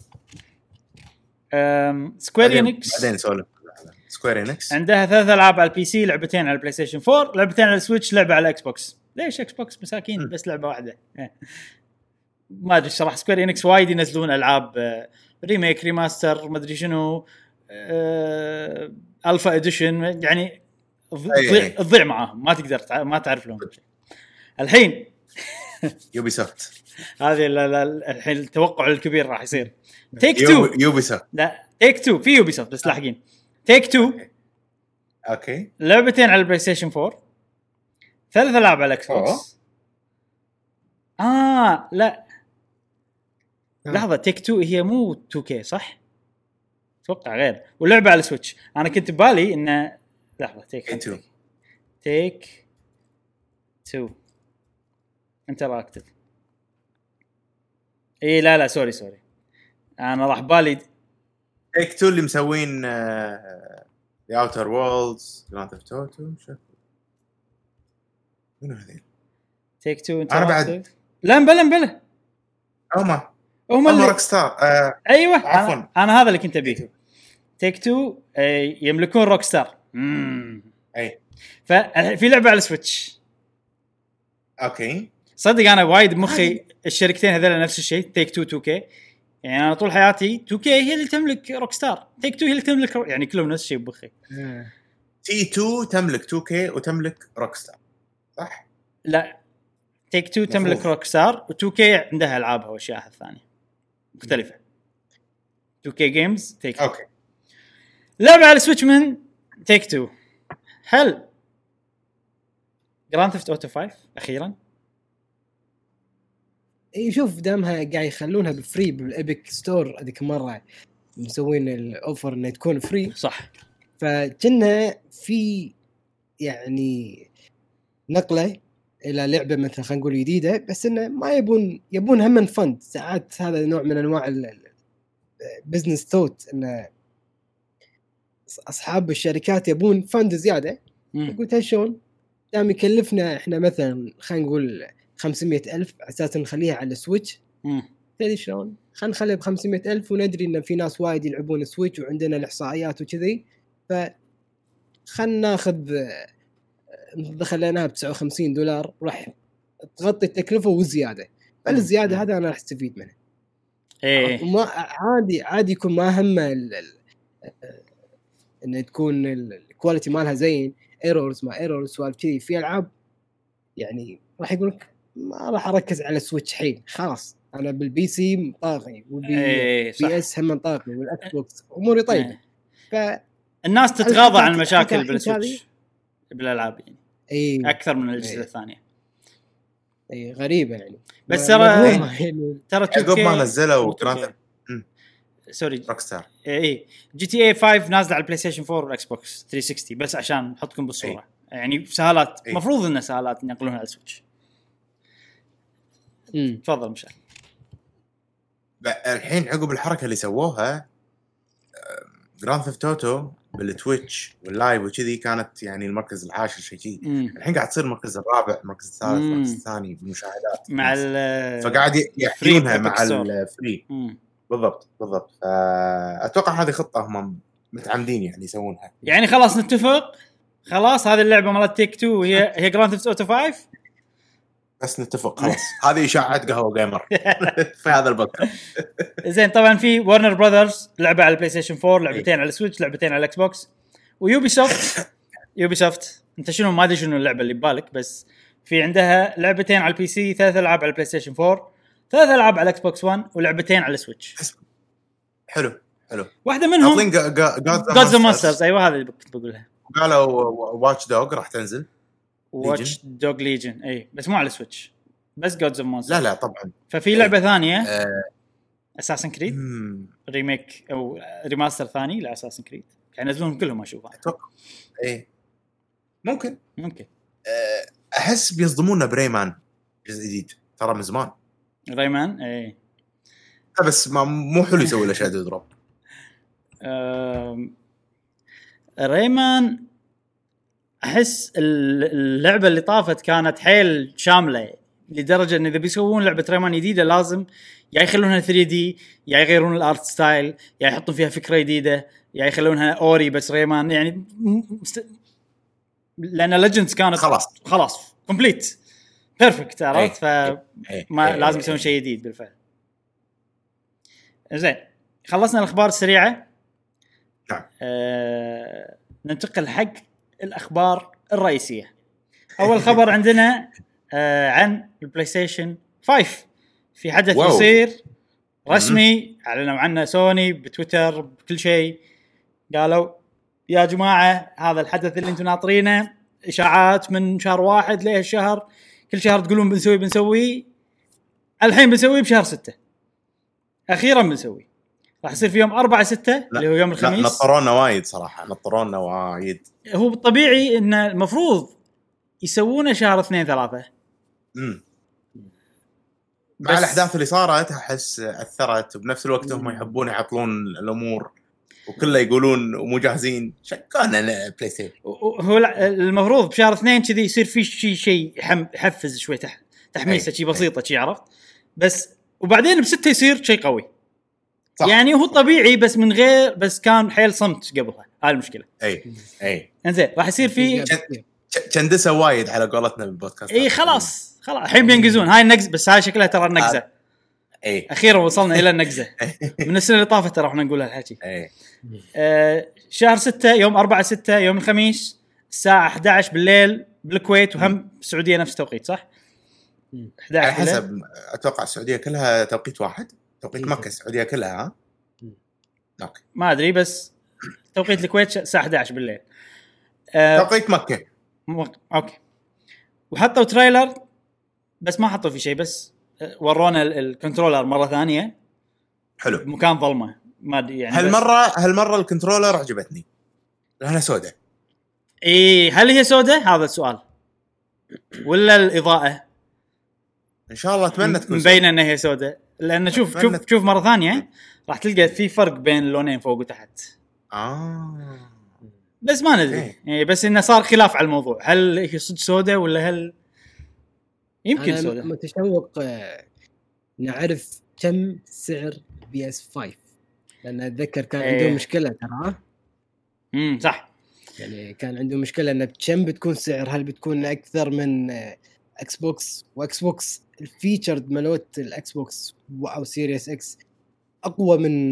S1: امم سكوير إنكس
S3: بعدين سولف. سكوير إنكس
S1: عندها ثلاث العاب على البي سي، لعبتين على البلاي ستيشن فور، لعبتين على السويتش، لعبه على الاكس بوكس. ليش اكس بوكس مساكين؟ م. بس لعبه واحده. ما ادري الصراحه سكوير إنكس وايد ينزلون العاب ريميك ريماستر ما ادري شنو أه... الفا اديشن يعني تضيع تضيع معاهم، ما تقدر ما تعرف لهم الحين.
S3: يوبي سوفت
S1: هذه الحين التوقع الكبير راح يصير تيك تو.
S3: يوبي سوفت
S1: لا تيك تو في يوبي سوفت بس لاحقين. تيك تو
S3: اوكي
S1: لعبتين على البلاي ستيشن فور، ثلاث العاب على الاكس بوكس. اه لا لحظه تيك تو هي مو تو كي صح؟ اتوقع غير، ولعبه على السويتش. انا كنت ببالي انه لحظه تيك تو تيك تو انتراكتيف اي لا لا سوري سوري انا راح بالي
S3: تيك تو اللي مسوين ذا اوتر وولدز جراند ثيفت اوتو منو هذول
S1: تيك تو
S3: انا بعد
S1: لا مبلا مبلا
S3: هما
S1: هم
S3: هما
S1: اللي...
S3: روك ستار آه.
S1: ايوه
S3: عفوا
S1: أنا... انا هذا اللي كنت ابيه تيك تو يملكون روك ستار امم
S3: اي
S1: ففي لعبه على السويتش
S3: اوكي
S1: صدق انا وايد بمخي الشركتين هذول نفس الشيء تيك تو تو كي يعني انا طول حياتي تو كي هي اللي تملك روك ستار تيك تو هي اللي تملك رو... يعني كلهم نفس الشيء بمخي
S3: تي تو تملك تو كي وتملك روك ستار صح
S1: لا تيك تو تملك روك ستار و2 كي عندها العابها واشياء ثانيه مختلفه تو كي جيمز تيك
S3: اوكي
S1: لعبه على سويتش من تيك تو هل جراند ثيفت اوتو خمسة اخيرا
S2: اي شوف دامها قاعد يخلونها بفري بالابيك ستور هذيك مره مسوين الاوفر انها تكون فري
S1: صح
S2: فكنا في يعني نقله الى لعبه مثلا خلينا نقول جديده بس انه ما يبون يبون هم فند ساعات هذا نوع من انواع البزنس توت ان اصحاب الشركات يبون فند زياده قلت شلون دام يكلفنا احنا مثلا خلينا نقول خمسمية ألف أساساً نخليها على السويتش تدري شلون خلينا نخليها بخمسمية ألف وندري إن في ناس وايد يلعبون السويتش وعندنا الإحصائيات وكذي فخلنا ناخذ دخلناها بتسعة وخمسين دولار راح تغطي التكلفة وزيادة فالزيادة هذا أنا راح استفيد منه
S1: إيه
S2: ما عادي عادي يكون ما هم إن تكون الكواليتي مالها زين ايرورز ما ايرورز سوالف كذي في ألعاب يعني راح يقولك ما راح اركز على السويتش حين خلاص انا بالبي سي طاغي والبي
S1: ايه
S2: بي اس هم طاغي والاكس بوكس اموري طيبه
S1: ايه. فالناس تتغاضى عن المشاكل بالسويتش بالالعاب يعني
S2: ايه.
S1: اكثر من الاجهزه ايه. الثانيه
S2: اي غريبه يعني
S1: بس ترى ايه.
S2: يعني
S1: ترى
S3: قبل ما نزلوا جراند
S1: سوري
S3: روك ستار
S1: اي جي تي اي خمسة نازله على البلاي ستيشن فور والاكس بوكس ثلاثمية وستين بس عشان نحطكم بالصوره ايه. يعني سهالات المفروض انها سهالات ينقلونها على السويتش امم تفضل مشعل
S3: الحين عقب الحركه اللي سووها جراند ثيفت اوتو بالتويتش واللايف وكذي كانت يعني المركز العاشر شيء كذي الحين قاعد تصير المركز الرابع المركز الثالث المركز الثاني بالمشاهدات
S1: مع ال
S3: فقاعد يحكيونها مع الفري بالضبط بالضبط فاتوقع هذه خطه هم متعمدين يعني يسوونها
S1: يعني خلاص نتفق خلاص هذه اللعبه مالت تيك تو هي هي جراند ثيفت اوتو خمسة
S3: بس نتفق خلاص هذه اشاعات قهوه جيمر في هذا البودكاست
S1: زين طبعا في وارنر براذرز لعبه على البلاي ستيشن فور لعبتين على السويتش لعبتين على الاكس بوكس ويوبي سوفت يوبي سوفت انت شنو ما ادري شنو اللعبه اللي ببالك بس في عندها لعبتين على البي سي ثلاث العاب على البلاي ستيشن فور ثلاث العاب على الاكس بوكس ون ولعبتين على السويتش
S3: حلو حلو
S1: واحده منهم جادز ماسترز ايوه هذا اللي كنت بقولها
S3: قالوا واتش دوغ راح تنزل
S1: واتش دوغ ليجن اي بس مو على السويتش بس جادز اوف مونسترز
S3: لا لا طبعا
S1: ففي لعبه أي. ثانيه
S3: أه.
S1: اساسن كريد ريميك او ريماستر ثاني لاساسن كريد يعني ينزلونهم كلهم اشوفها
S3: اتوقع اي ممكن
S1: ممكن
S3: أه. احس بيصدمونا بريمان جزء جديد ترى من زمان
S1: ريمان اي
S3: بس ما مو حلو يسوي له شادو دروب
S1: أه. ريمان احس اللعبه اللي طافت كانت حيل شامله لدرجه ان اذا بيسوون لعبه ريمان جديده لازم يا يخلونها ثري دي يا يغيرون الارت ستايل يا يحطون فيها فكره جديده يا يخلونها اوري بس ريمان يعني مست... لان ليجندز كانت
S3: خلاص
S1: خلاص كومبليت بيرفكت عرفت فما لازم يسوون شيء جديد بالفعل. زين خلصنا الاخبار السريعه.
S3: نعم.
S1: آه... ننتقل حق الاخبار الرئيسيه. اول خبر عندنا آه عن البلاي ستيشن خمسة في حدث واو. يصير رسمي اعلنوا عنه سوني بتويتر بكل شيء قالوا يا جماعه هذا الحدث اللي انتم ناطرينه اشاعات من شهر واحد له الشهر كل شهر تقولون بنسوي بنسوي الحين بنسوي بشهر ستة اخيرا بنسوي راح يصير في يوم أربعة ستة اللي هو يوم الخميس.
S3: نطرونا وايد صراحه نطرونا وايد.
S1: هو بالطبيعي ان المفروض يسوونه شهر اثنين ثلاثة.
S3: امم مع الاحداث اللي صارت احس اثرت، وبنفس الوقت هم يحبون يعطلون الامور وكله يقولون ومو جاهزين. شكانا بلاي ستيشن
S1: هو المفروض بشهر اثنين كذي يصير في شيء شيء يحفز شوي تح... تحميسه شيء بسيطه شيء عرفت، بس وبعدين بستة يصير شيء قوي صح. يعني هو طبيعي بس من غير، بس كان حيل صمت قبلها، هاي المشكله.
S3: اي اي
S1: انزين راح يصير في
S3: كندسه وايد على قولتنا بالبودكاست.
S1: اي خلاص خلاص الحين بينقزون هاي النقز، بس هاي شكلها ترى النقزه.
S3: اي
S1: اخيرا وصلنا الى النقزه. من السنه اللي طافت ترى احنا نقول هالحكي.
S3: اي
S1: آه شهر ستة يوم أربعة ستة يوم الخميس الساعه إحدى عشر بالليل بالكويت، وهم السعوديه نفس التوقيت صح؟
S3: إحدى عشر على حسب، اتوقع السعوديه كلها توقيت واحد، توقيت مكه السعوديه كلها. ها اوكي
S1: ما ادري، بس توقيت الكويت الساعه إحدى عشر بالليل. آه
S3: توقيت مكه
S1: م... اوكي. وحطوا تريلر بس ما حطوا في شيء، بس ورونا الكنترولر مره ثانيه
S3: حلو
S1: مكان ظلمه ما ادري يعني.
S3: هالمره هالمره الكنترولر عجبتني لانها سوداء.
S1: ايه هل هي سوداء؟ هذا السؤال. ولا الاضاءه
S3: ان شاء الله اتمنى تكون
S1: مبينه ان هي سوداء، لان شوف شوف شوف مره ثانيه راح تلقى في فرق بين اللونين فوق وتحت.
S3: اه
S1: بس ما ندري يعني، بس انه صار خلاف على الموضوع، هل هي صدق سوداء ولا هل يمكن سوداء.
S2: متشوق نعرف كم سعر بي اس خمسة، لان اتذكر كان
S1: ايه.
S2: عنده مشكله ترى.
S1: امم صح،
S2: يعني كان عنده مشكله ان كم بتكون سعر، هل بتكون اكثر من اكس بوكس، واكس بوكس الفيتشرد مالوت الاكس بوكس او سيريس اكس اقوى من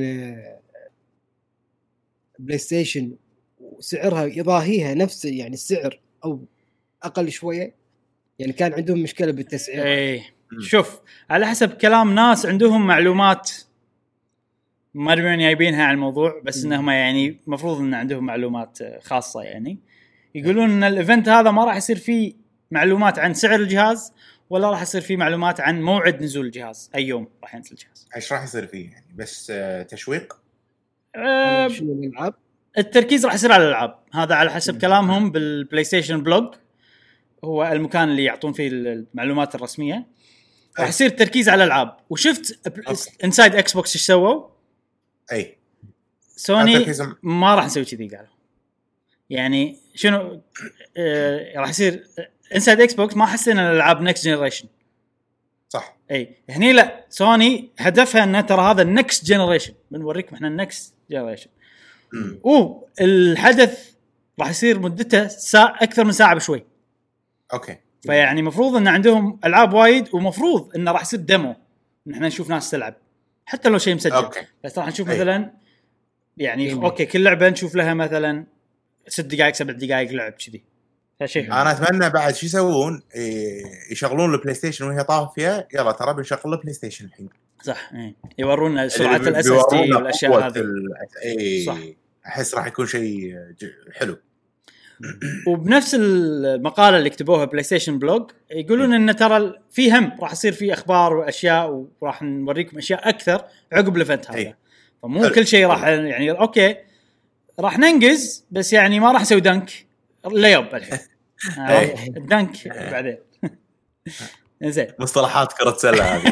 S2: بلاي ستيشن وسعرها يضاهيها نفس يعني السعر او اقل شويه. يعني كان عندهم مشكله بالتسعير.
S1: ايه شوف على حسب كلام ناس عندهم معلومات ما ادري وين جايبينها عن الموضوع، بس انهم يعني مفروض ان عندهم معلومات خاصه. يعني يقولون ان الايفنت هذا ما راح يصير فيه معلومات عن سعر الجهاز، ولا راح يصير فيه معلومات عن موعد نزول الجهاز، اي يوم راح ينزل الجهاز.
S3: ايش راح يصير فيه يعني؟ بس آه تشويق.
S1: أه
S2: شنو الالعاب؟
S1: التركيز راح يصير على الالعاب، هذا على حسب كلامهم بالبلاي ستيشن بلوج، هو المكان اللي يعطون فيه المعلومات الرسميه. راح يصير التركيز على الالعاب. وشفت انسايد اكس بوكس ايش سووا؟
S3: اي
S1: سوني ما راح نسوي كذي قالوا. يعني شنو آه راح يصير انسايد اكس بوكس ما حسنا الالعاب نكست جنريشن
S3: صح.
S1: اي هني لا، سوني هدفها ان ترى هذا النكست جنريشن، بنوريكم احنا النكست جنريشن. او الحدث راح يصير مدته ساعه اكثر من ساعه بشوي.
S3: اوكي.
S1: فيعني مفروض ان عندهم العاب وايد، ومفروض انه راح يصير ديمو ان احنا نشوف ناس تلعب حتى لو شيء مسجل.
S3: أوكي.
S1: بس راح نشوف مثلا يعني أيه. اوكي كل لعبه نشوف لها مثلا ست دقائق سبع دقائق لعب كذي. هالشيء
S3: انا اتمنى بعد شو يسوون، يشغلون البلاي ستيشن وهي طافيه، يلا ترى بنشغل البلاي ستيشن الحين.
S1: صح ايه. يورونا سرعه الاس اس دي والاشياء هذه.
S3: اي صح. احس راح يكون شيء حلو.
S1: وبنفس المقاله اللي كتبوها بلاي ستيشن بلوج يقولون ان ترى في هم راح يصير في اخبار واشياء، وراح نوريكم اشياء اكثر عقب الايفنت هذا. فمو حلو. كل شيء راح يعني اوكي راح ننجز، بس يعني ما راح نسوي دنك ليوب الحين. الدنك بعدين. زين
S3: مصطلحات كرة سلة هذه.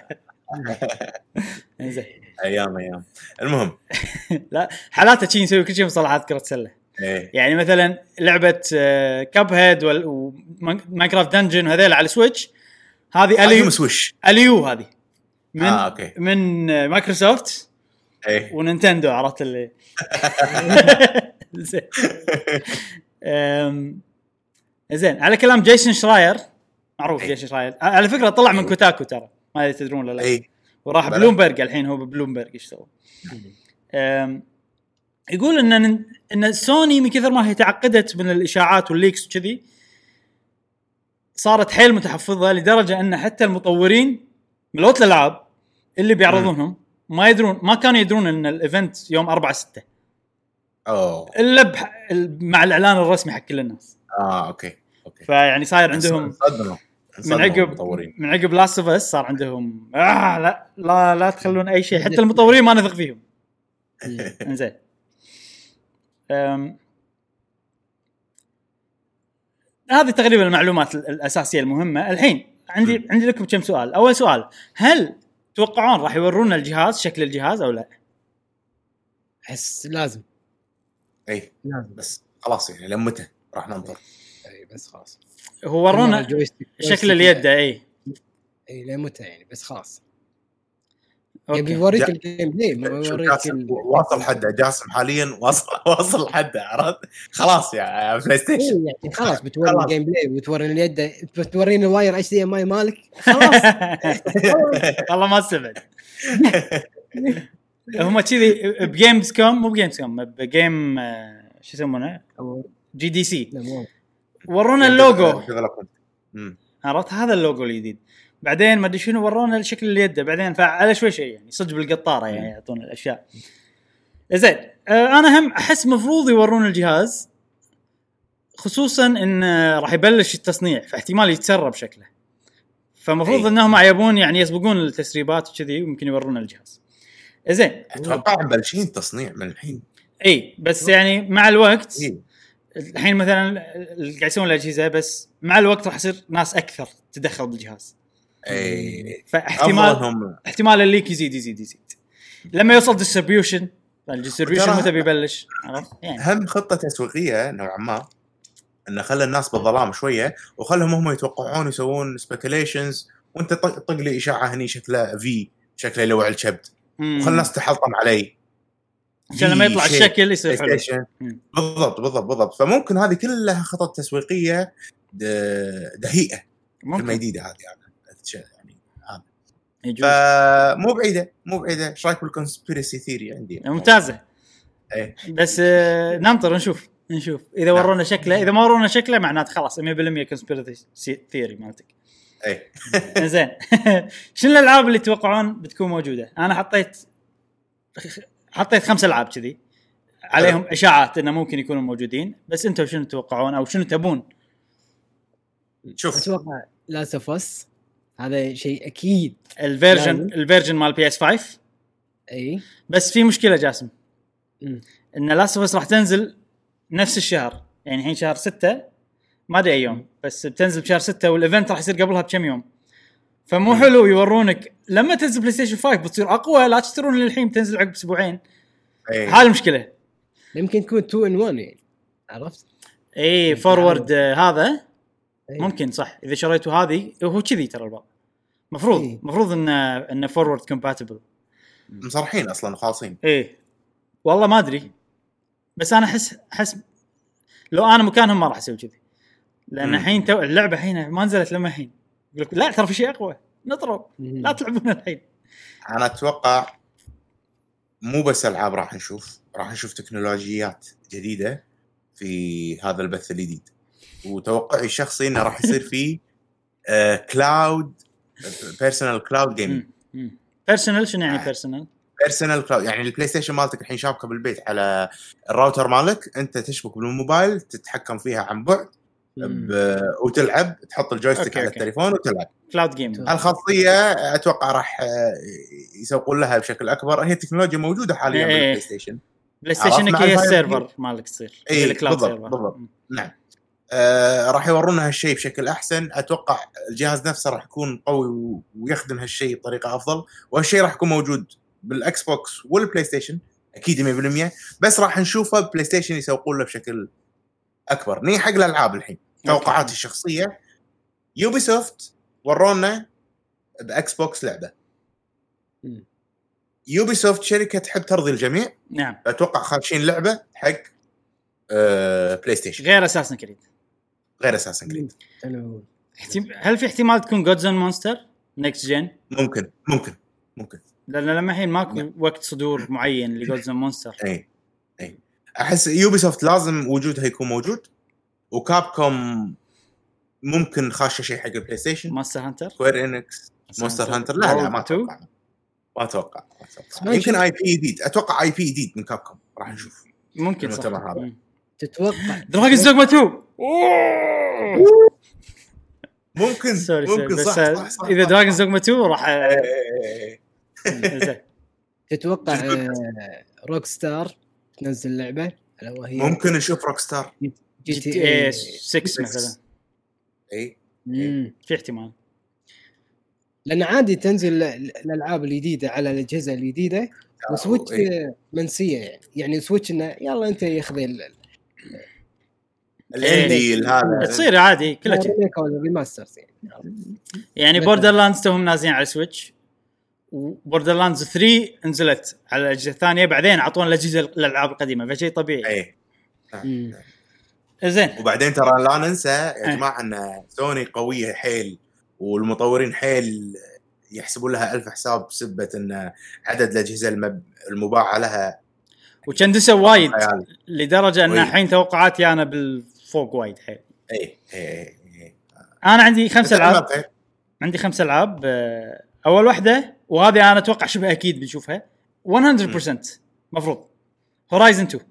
S1: زين
S3: ايام ايام. المهم
S1: لا حالاته شيء نسوي كل شيء مصطلحات كرة سلة.
S3: إيه.
S1: يعني مثلا لعبه كاب هيد وماينكرافت دنجن وهذيل على السويتش، هذه اليو
S3: سويتش
S1: اليو هذه من
S3: آه، أوكي.
S1: من مايكروسوفت
S3: إيه.
S1: ونينتندو، عرفت اللي زين. زين على كلام جيسون شراير معروف.
S3: إيه.
S1: جيسون شراير على فكره طلع من كوتاكو ترى، ما تدرون ولا لا.
S3: إيه.
S1: وراح بلومبرج الحين، هو ببلومبرج يشتغل. يقول ان ان سوني من كثر ما هي تعقدت من الاشاعات والليكس وكذي صارت حيل متحفظه، لدرجه ان حتى المطورين ملوت الالعاب اللي بيعرضونهم ما يدرون، ما كانوا يدرون ان الايفنت يوم أربعة ستة
S3: اوه
S1: الا بح... مع الاعلان الرسمي حق كل الناس.
S3: اه اوكي اوكي.
S1: فيعني صاير عندهم
S3: صدموا
S1: من عقب من عقب لاست اوف اس صار عندهم آه لا لا لا تخلون اي شيء، حتى المطورين ما نثق فيهم. انزين أم... هذه تقريبا المعلومات الأساسية المهمة. الحين عندي عندي لكم كم سؤال. اول سؤال، هل توقعون راح يورونا الجهاز شكل الجهاز او لا؟
S2: احس لازم
S3: اي
S2: لازم
S3: بس خلاص يعني لمتى راح ننطر.
S2: اي بس خلاص
S1: هو ورونا شكل اليد اي
S2: اي لمتى يعني بس خلاص
S1: أوكي.
S2: يبي يوريك الجيم بلاي ما يوريك ال...
S3: واصل حده جاسم حاليا واصل واصل حده عرفت خلاص يا بلاي ستيشن
S2: يعني خلاص بتوري الجيم بلاي وتوري اليد بتوريني الواير اتش دي ام اي مالك خلاص
S1: والله ما استبعد. هم كذي بجيمز كوم مو بجيمز كوم بجيم شو يسمونه جي دي سي ورونا اللوجو عرفت هذا اللوجو الجديد بعدين ما ادري شنو ورونا شكل اليد بعدين فعلى شوي شيء يعني صدق بالقطاره يعني يعطون الاشياء زين. آه انا هم احس مفروض يورون الجهاز خصوصا ان راح يبلش التصنيع فاحتمال يتسرب شكله فمفروض أي. انهم يبون يعني يسبقون التسريبات وكذي ويمكن يورونا الجهاز. زين
S3: اتوقع مبلشين تصنيع من الحين
S1: اي بس يعني مع الوقت إيه؟ الحين مثلا قاعد يسوون الاجهزه بس مع الوقت راح يصير ناس اكثر تدخل بالجهاز
S3: اي
S1: فاحتمال احتمال الليك يزيد يزيد يزيد لما يوصل ديستريبيوشن الديستريبيوشن متى بيبلش عرفت يعني
S3: هم خطه تسويقيه نوعا ما انه خلى الناس بالظلام شويه وخلهم هم يتوقعون يسوون سبيكيليشنز وانت طق طق لي اشاعه هني شكله في شكله لوع الكبد وخلى الناس تحلطم عليه
S1: عشان لما يطلع الشكل يصير حلو.
S3: بالضبط بالضبط بالضبط فممكن هذه كلها خطط تسويقيه دهيئه كلمه جديده هذه يعني هذا فمو بعيده مو بعيده. ايش رايك بالكونسبيرسي ثيوري عندي
S1: ممتازه
S3: ايه
S1: بس ننطر نشوف نشوف اذا نعم. ورونا شكله اذا ما ورونا شكله معناته خلاص مية بالمية كونسبيرسي ثيوري مالتك
S3: اي
S1: زين. شنو الالعاب اللي تتوقعون بتكون موجوده؟ انا حطيت حطيت خمس العاب كذي عليهم أه. اشاعات انه ممكن يكونوا موجودين بس انتم شنو تتوقعون او شنو تبون؟
S3: شوف
S2: اتوقع لا سفس هذا شيء اكيد
S1: الفيرجن الفيرجن مال بي اس خمسة
S2: اي
S1: بس في مشكله جاسم م. ان لا سفس راح تنزل نفس الشهر يعني الحين شهر ستة ما ادري ايام بس بتنزل بشهر ستة والايفنت راح يصير قبلها بكم يوم فمو م. حلو يورونك لما تنزل بلاي ستيشن خمسة بتصير اقوى لا تشترون للحين بتنزل عقب اسبوعين هاي المشكله
S2: يمكن تكون تو إن ون يعني عرفت
S1: اي فورورد آه هذا أيه. ممكن صح اذا شريتوا هذه هو كذي ترى البعض مفروض أيه. مفروض ان ان فورورد كومباتبل
S3: مصرحين اصلا خالصين
S1: ايه والله ما ادري بس انا احس احس لو انا مكانهم ما راح اسوي كذي لان الحين تو اللعبه الحين ما نزلت لما الحين يقول لك لا ترى في شيء اقوى نطروا لا تلعبون الحين.
S3: انا اتوقع مو بس العاب راح نشوف راح نشوف تكنولوجيات جديده في هذا البث الجديد وتوقعي الشخصي انه راح يصير فيه كلاود بيرسونال كلاود جيمنج.
S1: بيرسونال شنو يعني بيرسونال؟
S3: بيرسونال كلاود يعني البلاي ستيشن مالتك الحين شابكه بالبيت على الراوتر مالك انت تشبك بالموبايل تتحكم فيها عن بعد ب... وتلعب تحط الجويستيك على التليفون وتلعب
S1: كلاود جيمنج.
S3: الخاصيه اتوقع راح يسوقون لها بشكل اكبر هي التكنولوجيا موجوده حاليا
S1: إيه.
S3: بالبلاي ستيشن
S1: بلاي ستيشن هي السيرفر مالك تصير
S3: هي الكلاود سيرفر بالضبط. نعم آه راح يورونا هالشيء بشكل احسن اتوقع الجهاز نفسه راح يكون قوي ويخدم هالشيء بطريقه افضل وهالشيء راح يكون موجود بالاكس بوكس والبلاي ستيشن اكيد مية بالمية بس راح نشوفه بلاي ستيشن يسوقون له بشكل اكبر. ني حق الالعاب الحين توقعاتي الشخصيه يوبي سوفت ورونا باكس بوكس لعبه م. يوبي سوفت شركه تحب ترضي الجميع
S1: نعم
S3: اتوقع خاشين لعبه حق آه بلاي ستيشن
S1: غير اساسن كريد
S3: غير اساسن كريد
S1: هل في احتمال تكون جودز اند مونستر نيكست جن؟
S3: ممكن ممكن ممكن
S1: لان لما الحين ماكو وقت صدور معين لجودز اند مونستر.
S3: اي اي احس يوبي سوفت لازم وجودها يكون موجود وكابكوم ممكن خاشه شيء حق البلاي ستيشن
S1: ماستر هانتر
S3: سكوير انكس ماستر هانتر لا لا ما اتوقع ما اتوقع يمكن اي بي جديد اتوقع اي بي جديد من كابكوم راح نشوف
S1: ممكن صح
S2: هذا تتوقع
S1: دراجون دوغما تو
S3: ممكن
S1: سوري
S3: ممكن
S1: سوري
S3: صح, صح, صح
S1: اذا دراجون دوغما تو راح
S2: تتوقع روك ستار تنزل لعبه
S3: وهي ممكن نشوف روك ستار
S1: جي تي اي ستة مثلا
S3: اي
S1: في احتمال
S2: لان عادي تنزل الالعاب الجديده على الاجهزه الجديده وسويتش
S3: إيه.
S2: منسيه يعني يعني سويتش انه يلا انت ياخذ
S3: الاندي هذا
S1: تصير عادي كلها شيء
S2: الريميك او الريماسترز يعني
S1: يعني بوردر لاندز توهم نازلين على سويتش وبوردر لاندز ثري نزلت على الاجهزه الثانيه بعدين عطونا الاجهزه الالعاب القديمه فشيء طبيعي
S3: ايه
S1: زين.
S3: وبعدين ترى لا ننسى يا جماعه ان سوني قويه حيل والمطورين حيل يحسبون لها ألف حساب بسبه ان عدد الاجهزه المب... المباعه لها
S1: وكندسوا وايد لدرجه ان الحين توقعاتي انا بالفوق وايد حيل.
S3: اي اي اي
S1: انا عندي خمس العاب عندي خمس العاب اول واحده وهذه انا اتوقع شبه اكيد بنشوفها مية بالمية مفروض هورايزن تو.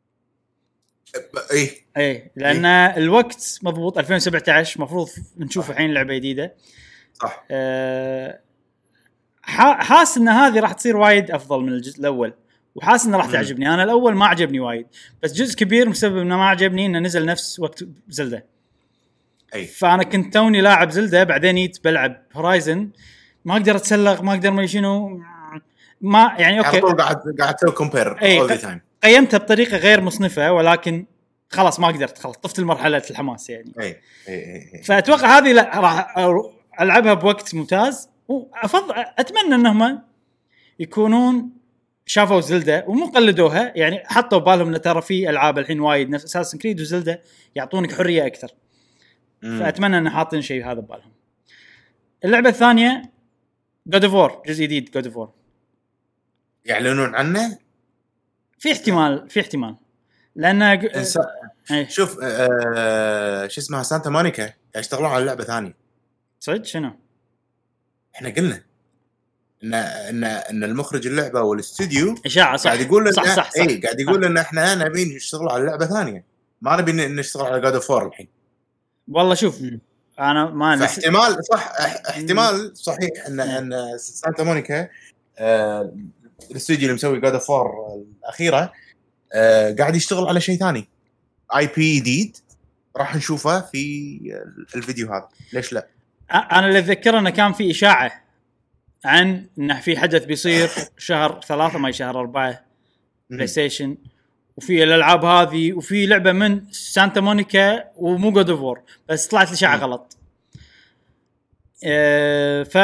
S3: اي
S1: اي لان إيه؟ الوقت مضبوط ألفين وسبعة عشر مفروض نشوف الحين لعبه جديده
S3: صح.
S1: أه حاس ان هذه راح تصير وايد افضل من الجزء الاول وحاس انه راح تعجبني. انا الاول ما عجبني وايد بس جزء كبير بسبب انه ما عجبني انه نزل نفس وقت زلدة.
S3: اي
S1: فانا كنت توني لاعب زلدة بعدين جيت بلعب هورايزن ما اقدر اتسلق ما اقدر ما شنو ما يعني اوكي
S3: قاعد قاعد تسوي كومبير اول ذا تايم
S1: قيمتها بطريقه غير مصنفه ولكن خلاص ما قدرت خلاص طفت المرحله الحماس يعني.
S3: اي اي اي
S1: فاتوقع هذه لا راح العبها بوقت ممتاز وافضل اتمنى انهم يكونون شافوا زلدة ومو قلدوها يعني حطوا بالهم ان ترى في العاب الحين وايد نفس اساسن كريد وزلدة يعطونك حريه اكثر. مم. فاتمنى ان حاطين شيء هذا ببالهم. اللعبه الثانيه God of War جزء جديد God of War
S3: يعلنون عنه
S1: في احتمال في احتمال لان
S3: إنس... ايه. شوف آه... شو اسمها سانتا مونيكا يشتغلون على لعبه ثانيه
S1: صدق شنو
S3: احنا قلنا ان ان ان المخرج اللعبه والاستوديو
S1: اشاعه صح
S3: قاعد يقول
S1: صح صح, صح.
S3: اي قاعد يقول ان احنا نبي نشتغل على لعبه ثانيه ما نبي نشتغل على God of War الحين.
S1: والله شوف م. انا ما
S3: احتمال صح احتمال صحيح ان ان سانتا مونيكا آه الاستوديو اللي مسوي God of War الاخيره آه قاعد يشتغل على شيء ثاني اي بي جديد راح نشوفه في الفيديو هذا. ليش لا؟
S1: انا اللي اتذكر انه كان في اشاعه عن انه في حدث بيصير شهر ثلاثة ما شهر أربعة بلاي ستيشن وفي الالعاب هذه وفي لعبه من سانتا مونيكا ومو God of War بس طلعت الاشاعه غلط. أه ف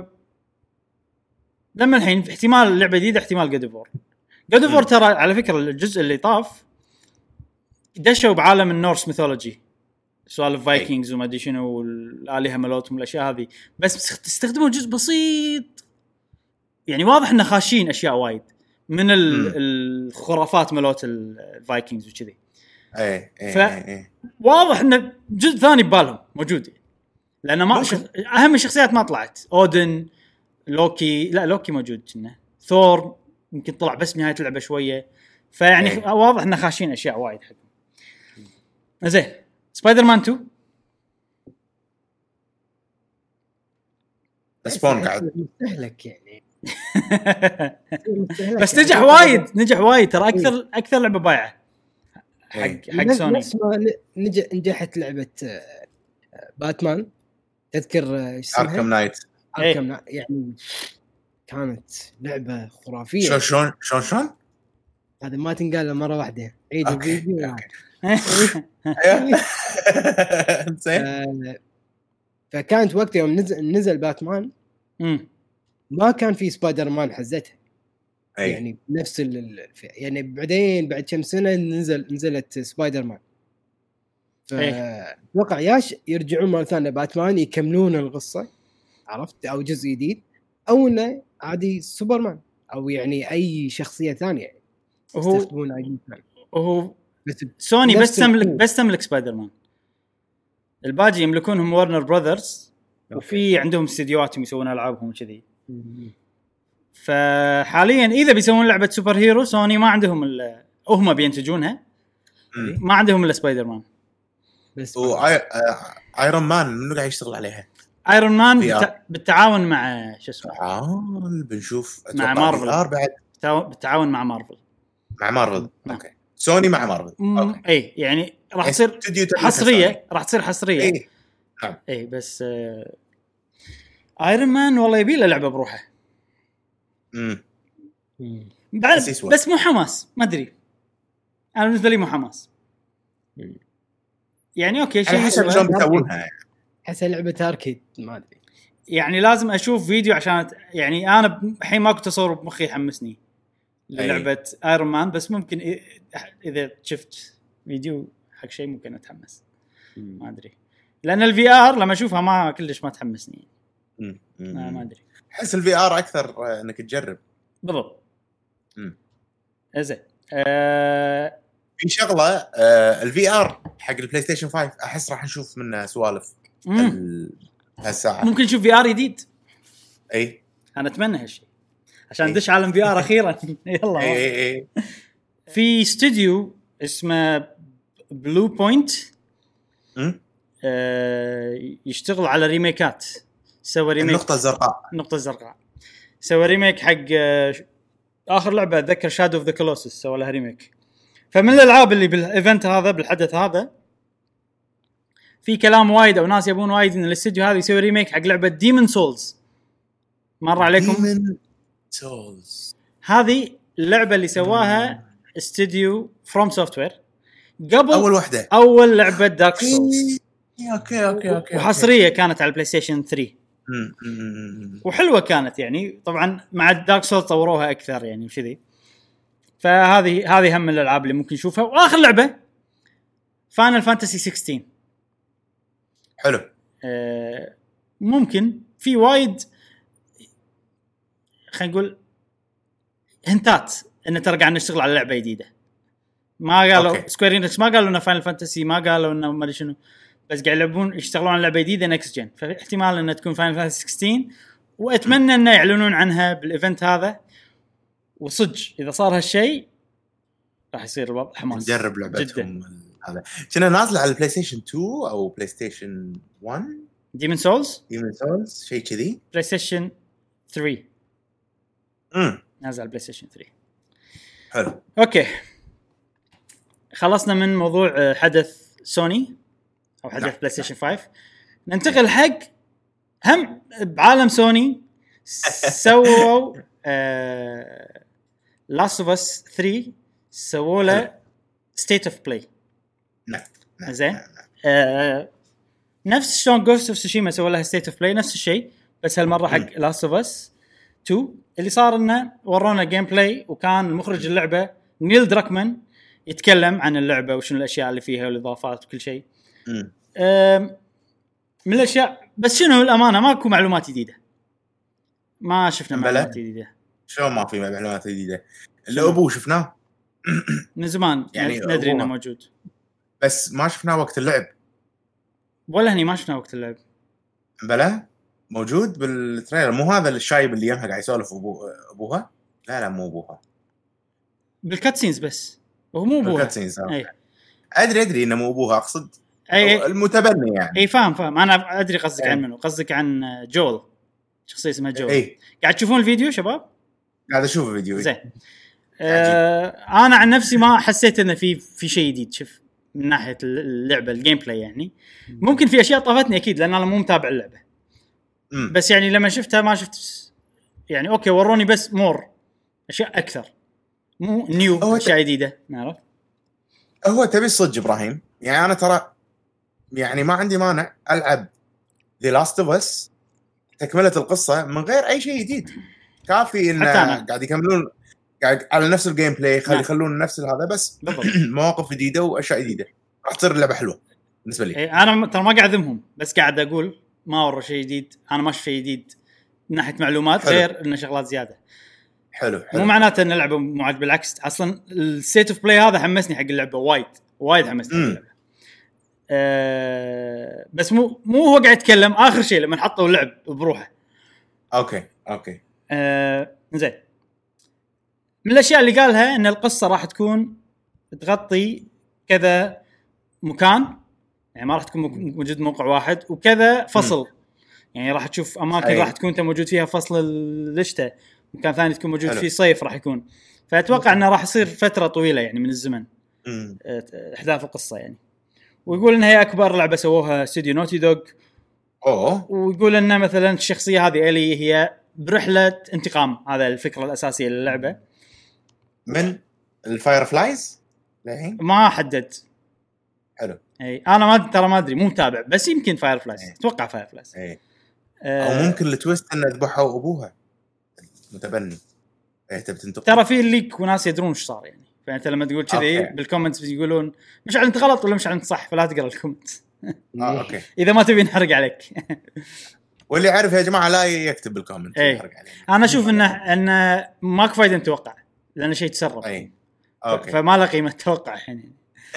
S1: لما الحين في احتمال لعبه جديده احتمال God of War. God of War ترى على فكره الجزء اللي طاف دشوا بعالم النورس ميثولوجي سوالف فايكنجز وما ادري شنو والالهه ملوتهم الاشياء هذه بس تستخدموا جزء بسيط يعني واضح انه خاشين اشياء وايد من الخرافات ملوت الفايكنجز وكذي.
S3: اي
S1: اي واضح انه جزء ثاني ببالهم موجود لانه ما شخ... اهم الشخصيات ما طلعت. اودن لوكي لا لوكي موجود كنا ثور يمكن طلع بس نهايه اللعبه شويه فيعني أي. واضح انه خاشين اشياء وايد حق. زين سبايدر مان تو
S3: سبون قاعد
S2: مستهلك يعني
S1: بس نجح وايد نجح وايد ترى اكثر اكثر لعبه بايعه حق حق سوني.
S2: نفس ما نجحت لعبه باتمان تذكر ايش اسمها
S3: اركم نايت
S2: اركم يعني كانت لعبه خرافيه.
S3: شلون شلون شلون شلون
S2: هذا ما تنقال مره واحده عيد الفيديو فكانت وقت يوم نزل, نزل باتمان
S1: مم.
S2: ما كان في سبايدر مان حزتها أي. يعني نفس ال يعني بعدين بعد كم سنة نزل نزلت سبايدر مان فاتوقع ياش يرجعون مرة ثانية باتمان يكملون القصة عرفت او جزء جديد او انه عادي سوبرمان او يعني اي شخصية ثانية يستخدمون اي ثاني.
S1: وهو سوني بس تملك بس تملك سبايدر مان الباقي يملكونهم وارنر براذرز وفي عندهم استديوهاتهم يسوون العابهم وكذي. فحاليا اذا بيسوون لعبه سوبر هيرو سوني ما عندهم الا هم بينتجونها ما عندهم الا سبايدر مان
S3: بس. وايرون مان منو قاعد يشتغل عليها؟
S1: ايرون مان بالتع... بالتعاون مع شو اسمه
S3: تعاون بنشوف
S1: مع مارفل
S3: بعد
S1: بالتعاون مع مارفل
S3: مع مارفل اوكي سوني مع مارفل
S1: اوكي اي يعني راح تصير حصريه راح تصير حصريه
S3: اي
S1: نعم اي بس آه ايرون مان والله يبي له لعبه بروحه
S3: امم
S1: بعد بس مو حماس ما ادري انا بالنسبه لي مو حماس يعني اوكي شيء
S3: حسب شلون بيسوونها
S2: حسب لعبه اركيد ما ادري
S1: يعني لازم اشوف فيديو عشان يعني انا الحين ماكو تصور بمخي يحمسني للعبه ايرون مان بس ممكن اذا شفت فيديو حق شيء ممكن اتحمس ما ادري لان الفي ار لما اشوفها ما كلش ما تحمسني
S3: امم
S1: ما ادري
S3: احس الفي ار اكثر انك تجرب
S1: بالضبط
S3: امم
S1: زين أه...
S3: في شغله أه الفي ار حق البلاي ستيشن خمسة احس راح نشوف منه سوالف هالساعه
S1: ممكن نشوف في ار جديد
S3: اي
S1: انا اتمنى هالشيء عشان ندش عالم في ار اخيرا يلا
S3: اي اي اي
S1: في استوديو اسمه بلو بوينت
S3: امم
S1: أه... يشتغل على ريميكات سوى ريميك
S3: النقطه الزرقاء
S1: النقطه الزرقاء سوى ريميك حق اخر لعبه اتذكر شادو اوف ذا كولوسس سوى لها ريميك فمن الالعاب اللي بالايفنت هذا بالحدث هذا في كلام وايد او ناس يبون وايد ان الاستوديو هذا يسوي ريميك حق لعبه ديمون سولز مر عليكم
S3: ديمون سولز
S1: هذه اللعبه اللي سواها استوديو فروم سوفت وير قبل
S3: اول واحده
S1: اول لعبه دارك سولز
S3: اوكي اوكي اوكي
S1: وحصريه كانت على البلاي ستيشن ثري وحلوه كانت يعني طبعا مع الدارك سولز طوروها اكثر يعني وشذي فهذه هذه هم من الالعاب اللي ممكن نشوفها واخر لعبه فاينل فانتسي ستة عشر
S3: حلو
S1: آه ممكن في وايد خلينا نقول هنتات ان ترى قاعد نشتغل على لعبه جديده ما قالوا سكوير إنكس ما قالوا لنا فاينل فانتسي ما قالوا انه ما ادري شنو بس قاعد يلعبون يشتغلون على لعبه جديده نكست جن فاحتمال انها تكون فاينل فانتسي ستة عشر واتمنى انه يعلنون عنها بالايفنت هذا وصدق اذا صار هالشيء راح يصير الوضع حماس
S3: نجرب لعبتهم هذا كنا نازله على البلاي ستيشن تو او بلاي ستيشن واحد
S1: ديمون سولز
S3: ديمون سولز شيء كذي
S1: بلاي ستيشن ثري
S3: امم
S1: نازل على بلاي ستيشن ثري
S3: حلو
S1: اوكي خلصنا من موضوع حدث سوني او حدث نعم. بلاي ستيشن خمسة ننتقل حق هم بعالم سوني سووا لاست اوف اس ثري سووا له ستيت اوف بلاي
S3: نعم
S1: زين آه نفس شلون جوست اوف تسوشيما سووا لها ستيت اوف بلاي نفس الشيء بس هالمره حق لاست اوف اس تو اللي صار انه ورونا جيم بلاي وكان مخرج اللعبه نيل دراكمان يتكلم عن اللعبه وشنو الاشياء اللي فيها والاضافات وكل شيء من الاشياء بس شنو الامانه ماكو معلومات جديده ما شفنا معلومات جديده
S3: شلون ما في معلومات جديده اللي ابوه شفناه
S1: من زمان يعني ندري انه موجود
S3: بس ما شفناه وقت اللعب
S1: ولا هني ما شفناه وقت اللعب
S3: بلا موجود بالتريلر مو هذا الشايب اللي يمها قاعد يسولف ابوه ابوها لا لا مو ابوها
S1: بالكاتسينز بس هو مو ابوها
S3: بالكاتسينز اي ادري ادري انه مو ابوها اقصد
S1: أي
S3: المتبني يعني
S1: اي فاهم فاهم انا ادري قصدك عن منو قصدك عن جول شخصيه اسمها جول
S3: أي.
S1: قاعد تشوفون الفيديو شباب
S3: قاعد اشوف الفيديو
S1: زين آه انا عن نفسي ما حسيت انه في في شيء جديد شوف من ناحيه اللعبه الجيم بلاي يعني ممكن في اشياء طافتني اكيد لان انا مو متابع اللعبه
S3: م.
S1: بس يعني لما شفتها ما شفت يعني اوكي وروني بس مور اشياء اكثر مو نيو اشياء جديده نعرف
S3: هو تبي الصدق ابراهيم يعني انا ترى يعني ما عندي مانع العب The Last of Us تكمله القصه من غير اي شيء جديد كافي ان قاعد يكملون قاعد على نفس الجيم بلاي خلي يخلون نفس هذا بس مواقف جديده واشياء جديده راح تصير اللعبه حلوه بالنسبه لي
S1: إيه انا ترى ما قاعد اذمهم بس قاعد اقول ما ورا شيء جديد انا ما شفت شيء جديد من ناحيه معلومات حلو. غير انه شغلات زياده
S3: حلو, حلو.
S1: مو معناته ان اللعبه معد بالعكس اصلا السيت اوف بلاي هذا حمسني حق اللعبه وايد وايد حمسني حق اللعبه أه بس مو مو هو قاعد يتكلم اخر شيء لما حطوا اللعب بروحه
S3: اوكي اوكي
S1: أه زين من الاشياء اللي قالها ان القصه راح تكون تغطي كذا مكان يعني ما راح تكون موجود موقع واحد وكذا فصل م. يعني راح تشوف اماكن راح تكون انت موجود فيها فصل الشتاء مكان ثاني تكون موجود فيه صيف راح يكون فاتوقع انه راح يصير فتره طويله يعني من الزمن احداث القصه يعني ويقول انها هي اكبر لعبه سووها استوديو نوتي دوغ
S3: اوه
S1: ويقول ان مثلا الشخصيه هذه الي هي برحله انتقام. هذا الفكره الاساسيه للعبه
S3: من الفاير فلايز الحين
S1: ما حدد.
S3: حلو.
S1: اي انا ما ترى ما ادري مو متابع بس يمكن فاير فلايز. اتوقع فاير فلايز.
S3: اي
S1: أه
S3: او ممكن التويست ان ذبحوا ابوها متبني. ايه تبي تنتقم.
S1: ترى في الليك وناس يدرون ايش صار يعني. فانت لما تقول كذي بالكومنتس بيقولون مشعل انت غلط ولا مشعل انت صح فلا تقرا الكومنت.
S3: اه اوكي
S1: اذا ما تبي نحرق عليك.
S3: واللي يعرف يا جماعه لا يكتب بالكومنت
S1: ايه.
S3: يحرق عليه.
S1: انا اشوف انه انه ماكو فايده نتوقع لانه شيء تسرب.
S3: اي اوكي
S1: فما له قيمه التوقع الحين.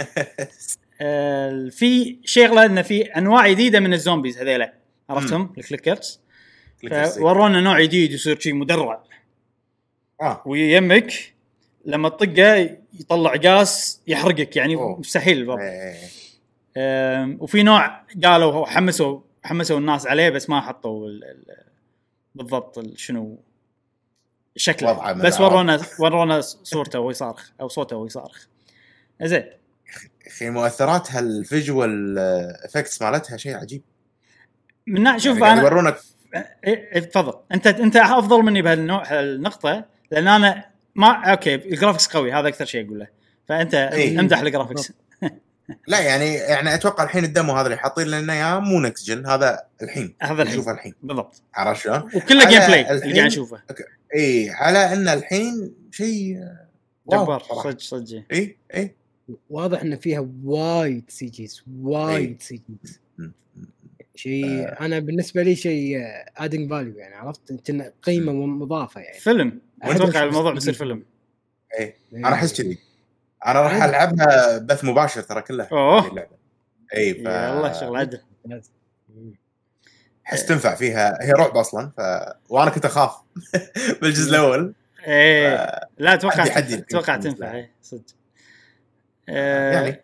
S1: آه في شغله انه في انواع جديده من الزومبيز هذيلا عرفتهم الكليكرز. ورونا نوع جديد يصير شيء مدرع
S3: اه
S1: ويمك لما تطقه يطلع غاز يحرقك يعني أوه. مستحيل الوضع. آه وفي نوع قالوا حمسوا حمسوا الناس عليه بس ما حطوا ال ال بالضبط شنو شكله بس ورونا ورونا صورته وهو يصارخ او صوته وهو يصارخ. زين
S3: في مؤثراتها الفيجوال افكتس مالتها شيء عجيب.
S1: من شوف
S3: يعني
S1: انا
S3: يورونك
S1: تفضل انت انت افضل مني بهالنوع النقطه لان انا ما اوكي الجرافيكس قوي هذا اكثر شيء اقول له فانت
S3: أيه.
S1: امدح الجرافيكس.
S3: لا يعني يعني اتوقع الحين الدمو هذا اللي حاطين لنا اياه مو نكست جن هذا الحين
S1: هذا الحين
S3: نشوفه الحين
S1: بالضبط
S3: عرفت شلون
S1: وكله جيم بلاي اللي قاعد نشوفه.
S3: اي على ان الحين شيء
S1: جبار صدق صدق.
S3: اي اي
S2: واضح ان فيها وايد سي جيز وايد سي جيز شيء آه. انا بالنسبه لي شيء ادنج فاليو يعني عرفت انت قيمه مضافه يعني
S1: فيلم اتوقع الموضوع بيصير فيلم.
S3: اي انا احس كذي انا راح العبها بث مباشر ترى كلها
S1: اللعبه.
S3: اي ف
S1: يلا شغل عدل
S3: حس تنفع فيها هي رعب اصلا ف وانا كنت اخاف بالجزء الاول.
S1: ايه ف... لا اتوقع اتوقع تنفع اي صدق. آه... يعني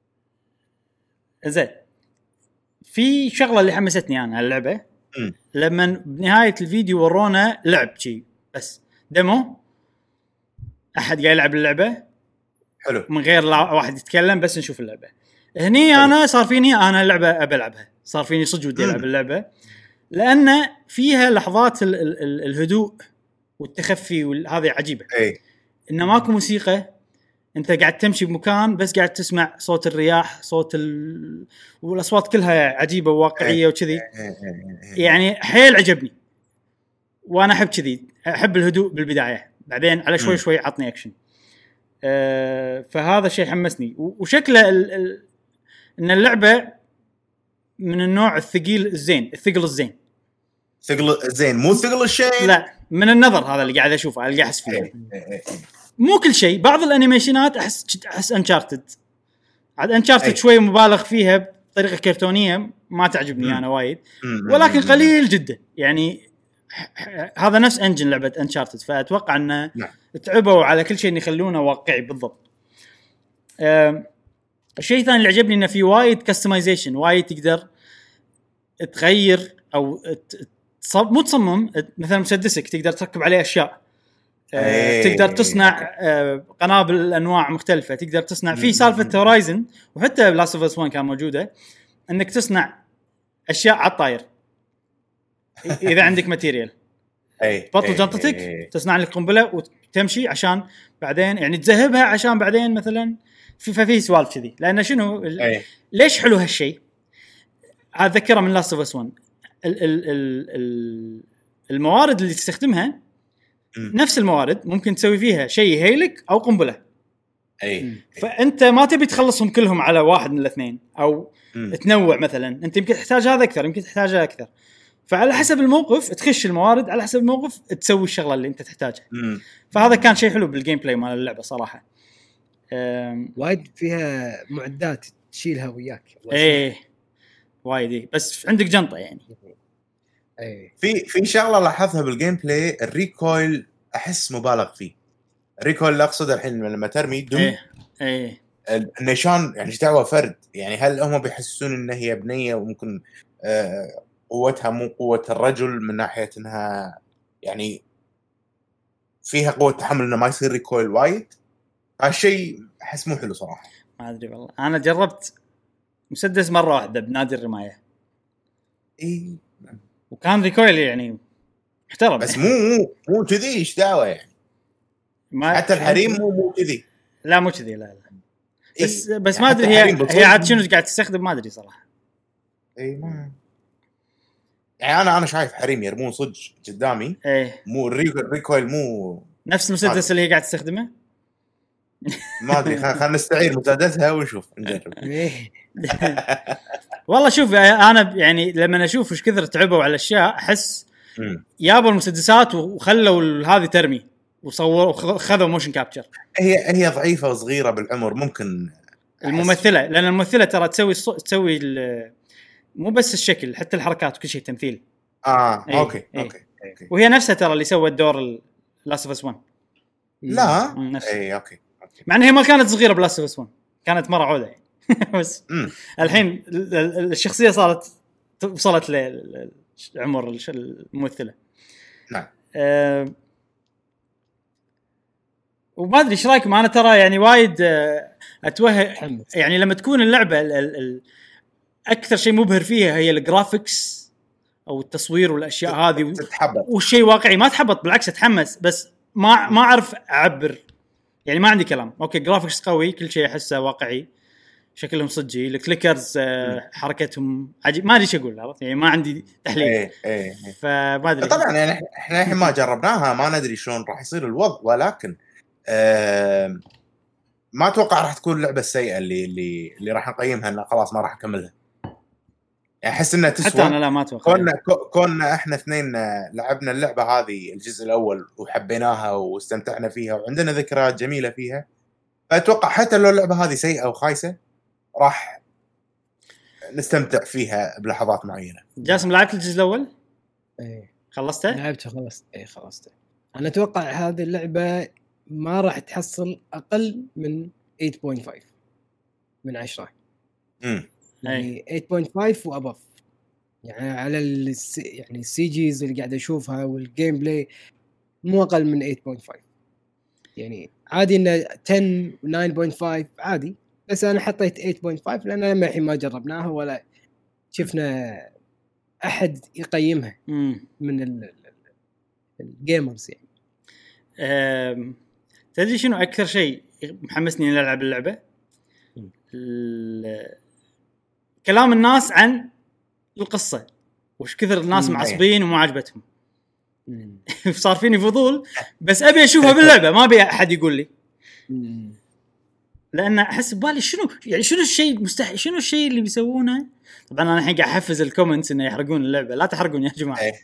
S1: زين في شغله اللي حمستني انا اللعبه م. لما بنهايه الفيديو ورونا لعب شيء بس ديمو احد قاعد يلعب اللعبه
S3: حلو
S1: من غير لا واحد يتكلم بس نشوف اللعبه هني حلو. انا صار فيني انا اللعبه ابي العبها صار فيني صدق ودي العب اللعبه لان فيها لحظات ال- ال- ال- الهدوء والتخفي وهذه عجيبه.
S3: اي
S1: انه ماكو موسيقى انت قاعد تمشي بمكان بس قاعد تسمع صوت الرياح صوت ال... والاصوات كلها عجيبه وواقعيه وكذي يعني حيل عجبني وانا احب كذي احب الهدوء بالبدايه بعدين على شوي شوي عطني اكشن. أه فهذا شيء حمسني وشكله ال... ال... ان اللعبه من النوع الثقيل الزين الثقل الزين
S3: ثقل الزين مو ثقل الشيء
S1: لا من النظر هذا اللي قاعد اشوفه اللي قاعد احس فيه مو كل شيء بعض الانيميشنات احس احس انشارتد عاد انشارتد شوي مبالغ فيها بطريقه كرتونيه ما تعجبني م. انا وايد ولكن قليل جدا يعني هذا نفس انجن لعبه انشارتد فاتوقع انه تعبوا على كل شيء يخلونه واقعي بالضبط. الشيء الثاني اللي عجبني انه في وايد كاستمايزيشن وايد تقدر تغير او تصمم مو تصمم مثلا مسدسك تقدر تركب عليه اشياء أه تقدر تصنع أه قنابل انواع مختلفه تقدر تصنع في سالفه هورايزن وحتى لاست اوف اس واحد كان موجوده انك تصنع اشياء على الطاير اذا عندك ماتيريال
S3: اي
S1: بطل جنطتك تصنع لك قنبله وتمشي عشان بعدين يعني تذهبها عشان بعدين مثلا في ففي سوالف كذي لان شنو ال... ليش حلو هالشيء اذكره من لاست اوف اس واحد ال ال ال الموارد اللي تستخدمها نفس الموارد ممكن تسوي فيها شيء يهيلك او قنبله
S3: اي
S1: فانت ما تبي تخلصهم كلهم على واحد من الاثنين او م. تنوع مثلا انت يمكن تحتاج هذا اكثر يمكن تحتاج هذا اكثر فعلى حسب الموقف تخش الموارد على حسب الموقف تسوي الشغله اللي انت تحتاجها م. فهذا كان شيء حلو بالجيم بلاي مال اللعبه صراحه.
S2: وايد فيها معدات تشيلها وياك
S1: ايه وايد إيه. بس عندك جنطه يعني
S2: ايه
S3: في في شغله لاحظها بالجيم بلاي الريكويل احس مبالغ فيه. الريكويل اللي اقصده الحين لما ترمي دم
S1: ايه ايه
S3: النيشان يعني دعوه فرد يعني هل هم بيحسسون ان هي بنيه وممكن آه قوتها مو قوه الرجل من ناحيه انها يعني فيها قوه تحمل انه ما يصير ريكويل وايد هالشيء احس مو حلو صراحه.
S1: ما ادري والله انا جربت مسدس مره واحده بنادي الرمايه
S3: اي
S1: وكان ريكويل يعني محترم
S3: بس مو مو مو كذي ايش دعوه يعني
S1: ما
S3: حتى الحريم مو مو كذي
S1: لا مو كذي لا لا
S3: إيه؟
S1: بس بس
S3: يعني
S1: ما
S3: حتى
S1: ادري هي
S3: الحريم
S1: هي عاد
S3: بتصير-
S1: شنو قاعد تستخدم ما ادري صراحه.
S3: اي ما يعني انا انا شايف حريم يرمون صدق قدامي
S1: ايه
S3: مو الريكويل الريكويل مو
S1: نفس المسدس اللي هي قاعد تستخدمه.
S3: ما ادري خلينا خل نستعير مسدسها ونشوف نجرب
S2: إيه.
S1: والله شوف انا يعني لما اشوف ايش كثر تعبوا على الاشياء احس
S3: مم.
S1: يابوا المسدسات وخلوا هذه ترمي وصوروا وخذوا موشن كابتشر.
S3: هي هي ضعيفه وصغيره بالعمر ممكن
S1: الممثله لان الممثله ترى تسوي الصو... تسوي ال... مو بس الشكل حتى الحركات وكل شيء تمثيل.
S3: اه
S1: إيه،
S3: اوكي
S1: إيه.
S3: اوكي اوكي
S1: وهي نفسها ترى اللي سوت دور لاست اوف اس واحد.
S3: لا
S1: مم، نفسها.
S3: اي اوكي اوكي
S1: مع ان هي ما كانت صغيره بلاست اوف اس واحد كانت مره عوده يعني. بس
S3: امم
S1: الحين ال- ال- الشخصيه صارت وصلت لعمر الش- الممثله.
S3: نعم
S1: أه وما ادري ايش رايكم انا ترى يعني وايد آه، اتوهق
S2: متحمس.
S1: يعني لما تكون اللعبه ال ال ال اكثر شيء مبهر فيها هي الجرافيكس او التصوير والاشياء هذه و-
S3: تتحبط
S1: والشيء واقعي ما تحبط بالعكس اتحمس بس ما ما اعرف اعبر يعني ما عندي كلام. اوكي جرافيكس قوي كل شيء احسه واقعي شكلهم صجي الكليكرز آه، حركتهم عجيب ما ادري ايش اقول عرفت يعني ما عندي تحليل
S3: ايه ايه
S1: فما ادري.
S3: طبعا يعني إحنا- احنا الحين ما جربناها ما ندري شلون راح يصير الوضع ولكن آه ما اتوقع راح تكون اللعبه السيئه اللي اللي اللي راح نقيمها انه خلاص ما راح اكملها يعني احس انها تسوى
S1: حتى انا لا ما اتوقع
S3: كنا كو- كنا احنا اثنين آه، لعبنا اللعبه هذه الجزء الاول وحبيناها واستمتعنا فيها وعندنا ذكريات جميله فيها فاتوقع حتى لو اللعبه هذه سيئه وخايسه راح نستمتع فيها بلحظات معينه.
S1: جاسم لعبت الجزء الاول
S2: إيه.
S1: خلصته؟
S2: لعبته خلصت اي خلصته. انا اتوقع هذه اللعبه ما راح تحصل اقل من ثمانية فاصلة خمسة من عشرة
S3: امم
S2: يعني ثمانية فاصلة خمسة وابف يعني على الس... يعني السي جيز اللي قاعد اشوفها والجيم بلاي مو اقل من ثمانية فاصلة خمسة يعني عادي انه عشرة و9 فاصلة خمسة عادي بس انا حطيت ثمانية فاصلة خمسة لان لما الحين ما جربناها ولا شفنا احد يقيمها
S1: امم
S2: من ال... ال- الجيمرز يعني.
S1: أم، تدري شنو اكثر شيء محمسني اني العب اللعبه؟
S2: مم.
S1: ال- كلام الناس عن القصه وش كثر الناس
S2: مم.
S1: معصبين وما عجبتهم.
S2: مم.
S1: صار فيني فضول بس ابي اشوفها باللعبه ما ابي احد يقول لي
S2: مم.
S1: لان احس ببالي شنو يعني شنو الشيء مستحيل شنو الشيء اللي بيسوونه. طبعا انا الحين قاعد احفز الكومنتس انه يحرقون اللعبه لا تحرقون يا جماعه.
S3: إيه.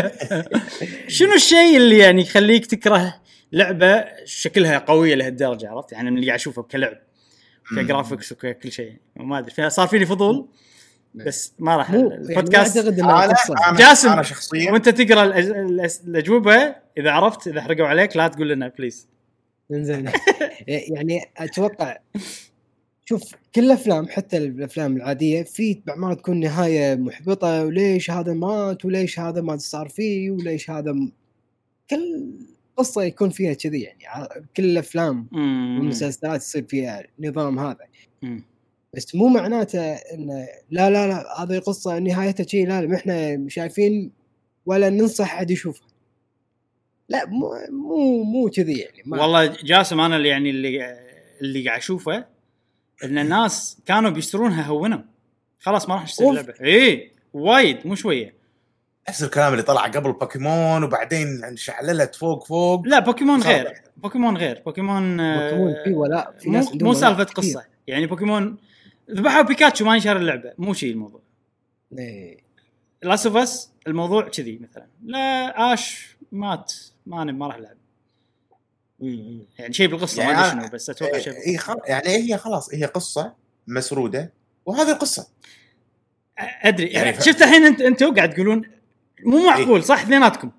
S1: شنو الشيء اللي يعني يخليك تكره لعبه شكلها قويه لهالدرجه عرفت يعني من اللي قاعد اشوفه كلعب كجرافيكس وكل شيء وما ادري فيها صار فيني فضول بس ما راح
S2: مو يعني
S1: البودكاست
S2: اعتقد ان
S3: انا
S2: القصه
S3: انا
S1: جاسم
S3: انا شخصيا
S1: وانت تقرا الأج- الأس- الاجوبه اذا عرفت اذا حرقوا عليك لا تقول لنا بليز.
S2: زين يعني اتوقع شوف كل الافلام حتى الافلام العاديه في بعض ما تكون نهايه محبطه وليش هذا مات وليش هذا ما صار فيه وليش هذا م... كل قصه يكون فيها كذي يعني ع- كل الافلام والمسلسلات يصير فيها نظام هذا
S1: مم.
S2: بس مو معناته ان لا لا لا هذه قصه نهايتها شيء لا لا احنا شايفين ولا ننصح احد يشوفها لا مو مو مو كذي يعني ما
S1: والله جاسم انا اللي يعني اللي اللي قاعد اشوفه ان الناس كانوا بيشترونها هونوا خلاص ما راح نشتري
S2: أوف.
S1: اللعبه اي وايد مو شويه.
S3: نفس الكلام اللي طلع قبل بوكيمون وبعدين شعللت فوق فوق
S1: لا بوكيمون
S3: صار-
S1: غير بوكيمون غير بوكيمون آه،
S2: بوكيمون في ولا في
S1: مو,
S2: ناس عندهم
S1: مو
S2: ولاء
S1: سالفه
S2: كثير.
S1: قصه يعني بوكيمون ذبحوا بيكاتشو ما ينشر اللعبه مو شيء الموضوع.
S2: إيه.
S1: لاست اوف اس الموضوع كذي مثلا لا اش مات ما انا ما راح العب
S2: مم.
S1: يعني شيء بالقصه
S3: يعني
S1: ما ادري
S3: أنا-
S1: شنو بس اتوقع شيء
S3: اي خل... يعني هي خلاص هي قصه مسروده وهذه القصه
S1: ادري
S3: يعني
S1: يعني
S3: ف-
S1: شفت الحين انت انتوا قاعد تقولون مو معقول صح اثنيناتكم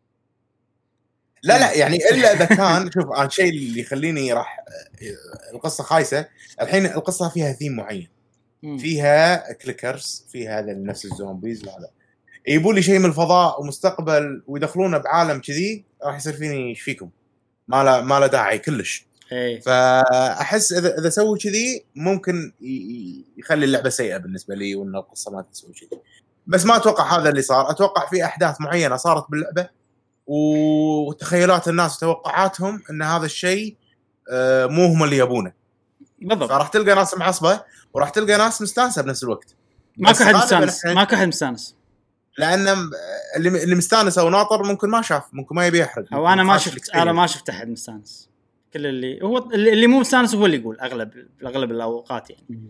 S3: لا لا يعني الا اذا كان شوف انا الشيء اللي يخليني راح القصه خايسه الحين القصه فيها ثيم معين
S1: مم.
S3: فيها كليكرز فيها هذا نفس الزومبيز وهذا يجيبوا لي شيء من الفضاء ومستقبل ويدخلونه بعالم كذي راح يصير فيني ايش فيكم ما له ما له داعي كلش.
S1: ايه
S3: فاحس اذا اذا سووا كذي ممكن ي- ي- يخلي اللعبه سيئه بالنسبه لي وان القصه ما تسوي شيء بس ما اتوقع هذا اللي صار. اتوقع في احداث معينه صارت باللعبه وتخيلات الناس وتوقعاتهم ان هذا الشيء مو هم اللي يبونه
S1: بالضبط.
S3: فراح تلقى ناس معصبه وراح تلقى ناس مستانسه بنفس الوقت.
S1: ماكو حد مستانس ماكو حد مستانس
S3: لان اللي اللي مستانس او ناطر ممكن ما شاف ممكن ما يبي يحرق.
S1: او انا ما شفت انا ما شفت احد مستانس. كل اللي هو اللي مو مستانس هو اللي يقول اغلب اغلب الاوقات يعني.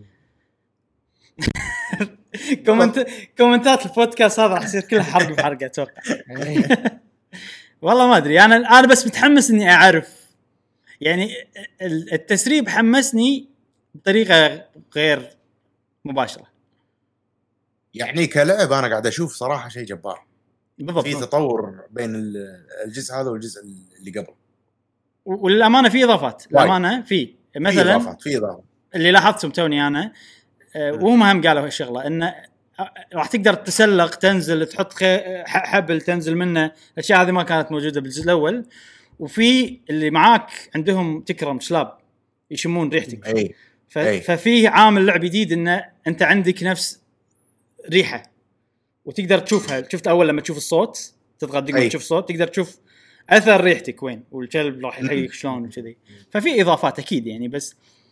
S1: كومنت كومنتات البودكاست هذا راح يصير كلها حرق بحرقه اتوقع. والله ما ادري انا انا بس متحمس اني اعرف يعني التسريب حمسني بطريقه غير مباشره
S3: يعني كلعب انا قاعد اشوف صراحه شيء جبار
S1: بالضبط.
S3: في تطور بين الجزء هذا والجزء اللي قبل
S1: والامانه في اضافات الامانه في مثلا
S3: في اضافات في اضافات
S1: اللي لاحظتهم توني انا وهم هم قالوا هالشغله انه راح تقدر تسلق تنزل تحط حبل تنزل منه. الاشياء هذه ما كانت موجوده بالجزء الاول. وفي اللي معاك عندهم تكرم شلاب يشمون ريحتك.
S3: أي.
S1: ف...
S3: أي.
S1: ففيه عامل لعب جديد انه انت عندك نفس ريحه وتقدر تشوفها. شفت اول لما تشوف الصوت تضغط دقيقه تشوف صوت تقدر تشوف اثر ريحتك وين والكلب راح يحييك شلون وكذي. ففي اضافات اكيد يعني بس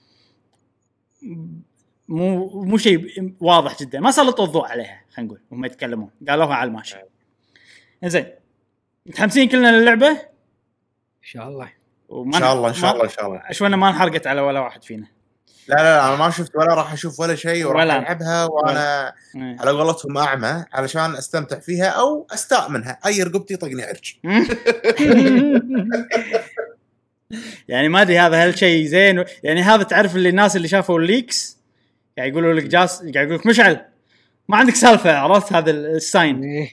S1: مو مو شيء واضح جدا ما سلطوا الضوء عليها. خلينا نقول هم يتكلمون قالوها على الماشي. زين متحمسين كلنا للعبه ان
S2: شاء الله
S3: ان شاء الله ان شاء الله ان شاء الله.
S1: اشونا ما انحرقت على ولا واحد فينا.
S3: لا لا انا ما شفت ولا راح اشوف ولا شيء وراح العبها وانا ولا. على قولتهم اعمى علشان استمتع فيها او استاء منها. اي رقبتي طقني عرج.
S1: يعني ما ادري هذا هالشيء زين يعني. هذا تعرف اللي الناس اللي شافوا الليكس يعني يقولوا لك جاس قاعد يقول لك مشعل ما عندك سالفه عرفت هذا الساين.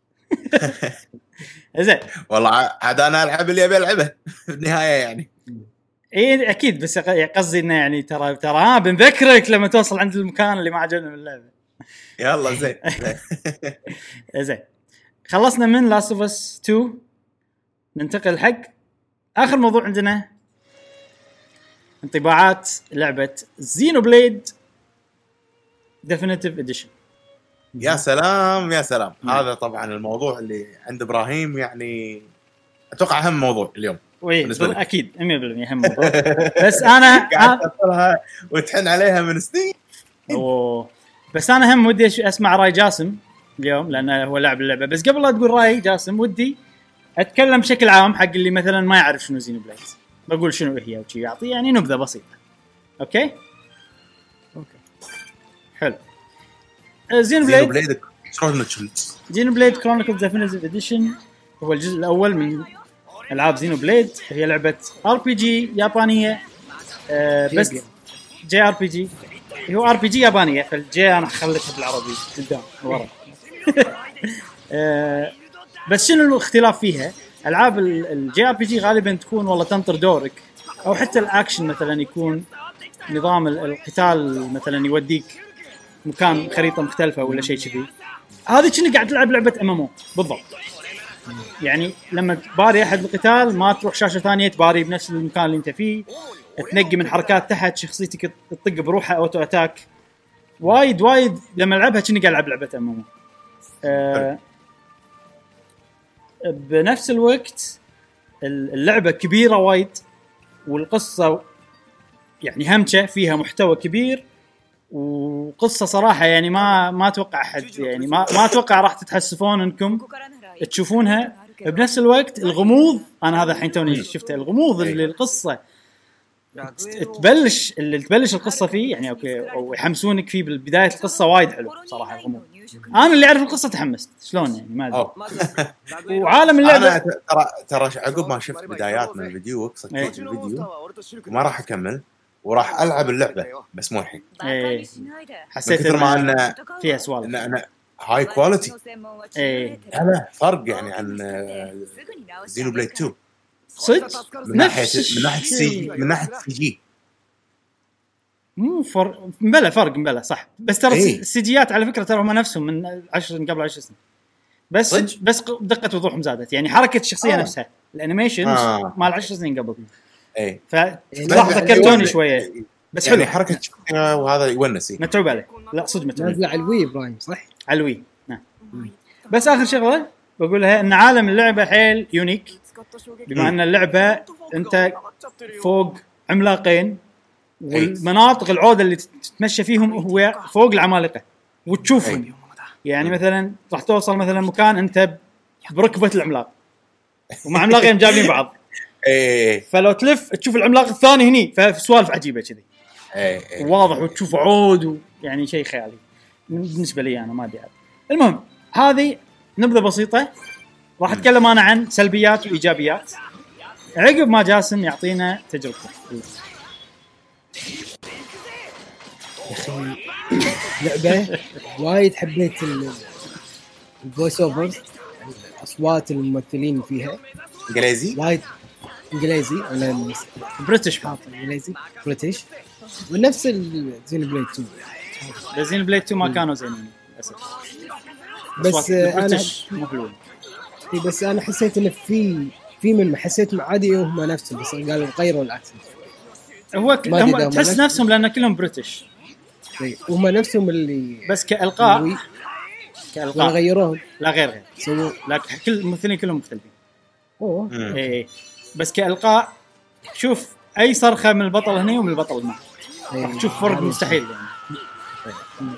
S1: زين
S3: والله عاد انا العب اللي ابي العبه بالنهايه يعني.
S1: ايه اكيد بس قصدي انه يعني ترى ترى ها بنذكرك لما توصل عند المكان اللي ما عجبنا من اللعبه.
S3: يلا زين.
S1: زين خلصنا من لاست اوف اس تو. ننتقل حق اخر موضوع عندنا انطباعات لعبه زينو بليد ديفينيتيف اديشن.
S3: يا سلام يا سلام. م. هذا طبعا الموضوع اللي عند ابراهيم يعني اتوقع اهم موضوع اليوم.
S1: اكيد مية بالمية اهم موضوع. بس انا
S3: قاعد اطلها وتحن عليها من سنين.
S1: اوه بس انا هم ودي اسمع راي جاسم اليوم لانه هو لاعب اللعبه. بس قبل لا تقول راي جاسم ودي اتكلم بشكل عام حق اللي مثلا ما يعرف شنو زينو بليد. بقول شنو هي وشي يعطي يعني نبذه بسيطه. اوكي اوكي حلو. زينو بليد
S3: بليد كرونيكلز
S1: زينو بليد كرونيكلز ديفينيتيف اديشن هو الجزء الاول من العاب زينو بليد. هي لعبه ار بي جي يابانيه آه بس جي ار بي جي. هو ار بي جي يابانيه فالجي انا خليتها بالعربي قدام ورا. آه بس شنو الاختلاف فيها؟ العاب الجي ار بي جي غالبا تكون والله تنطر دورك او حتى الاكشن مثلا يكون نظام القتال مثلا يوديك مكان خريطه مختلفه ولا شيء كذي. هذه كأنك قاعد تلعب لعبه ام ام او بالضبط. يعني لما تباري احد القتال ما تروح شاشه ثانيه تباري بنفس المكان اللي انت فيه. تنقي من حركات تحت شخصيتك تطق بروحها اوتو اتاك. وايد وايد لما العبها كأني قاعد العب لعبه ام ام او. أه بنفس الوقت اللعبه كبيره وايد والقصه يعني همشه فيها محتوى كبير وقصه صراحه يعني ما ما اتوقع احد يعني ما ما اتوقع راح تتحسفون انكم تشوفونها. بنفس الوقت الغموض انا هذا الحين توني شفته الغموض اللي القصه تبلش اللي تبلش القصه فيه يعني اوكي او يحمسونك فيه بالبدايه القصه وايد حلو صراحه. الغموض انا اللي اعرف القصه تحمست شلون يعني ما ادري. وعالم اللعبه
S3: ترى ترى عقب ما شفت بدايات من الفيديو وقصيت الفيديو وما راح اكمل وراح العب اللعبه بس مو الحين.
S1: ايه حسيت
S3: كثر ما ان
S1: فيها سوالف
S3: ان انا هاي كواليتي.
S1: ايه
S3: هذا فرق يعني عن زينو بليد تو
S1: صدق
S3: من ناحيه من ناحيه سي من ناحيه سي جي
S1: مو فرق مبلا فرق مبلا صح. بس ترى إيه؟ السيجيات على فكره ترى هم نفسهم من عشر قبل عشر سنين بس صدق؟ بس دقه وضوحهم زادت يعني حركه الشخصيه آه. نفسها الانيميشن آه. مال عشر سنين قبل.
S3: ايه
S1: فلحظه كرتوني شويه بس
S3: يعني
S1: حلو
S3: حركه وهذا يونسي
S1: متعوب عليه. لا صدق متعوب
S2: نازله على الوي برايم صح
S1: على الوي. نعم بس اخر شغله بقولها ان عالم اللعبه حيل يونيك، بما ان اللعبه انت فوق عملاقين والمناطق العوده اللي تتمشى فيهم هو فوق العمالقه وتشوفهم. يعني مثلا راح توصل مثلا مكان انت بركبه العملاق ومع عملاقين جايبين بعض،
S3: ايه
S1: فلو تلف تشوف العملاق الثاني هني، ففي سوالف عجيبه كذي
S3: ايه
S1: واضح وتشوف عود يعني شيء خيالي بالنسبه لي انا ما ادري. المهم هذه نبذه بسيطه، راح اتكلم انا عن سلبيات وايجابيات عقب ما جاسم يعطينا تجربته.
S2: يا اخي لعبه وايد حبيت الفويس اوفرز، اصوات الممثلين فيها
S3: انجليزي
S2: وايد انجليزي ولا
S1: بريتش
S2: حاط انجليزي بريتش، ونفس الزين بليد تو.
S1: زين بليد تو ما كانوا زينين للاسف،
S2: بس انا
S1: مو حلوين.
S2: بس انا حسيت ان في في من حسيت عادي هم نفسهم، بس قالوا غيروا الاكسنت.
S1: هو ك... هم تحس نفسهم, نفسهم لان كلهم بريتش
S2: هم نفسهم اللي
S1: بس كالقاء
S2: اللي
S1: كالقاء
S2: غيروهم.
S1: لا غير غير
S2: سووا
S1: لكن كل الممثلين كلهم مختلفين.
S2: اوه
S1: ايه بس كالقاء شوف اي صرخه من البطل هنا ومن البطل هنا راح تشوف فرق مستحيل يعني.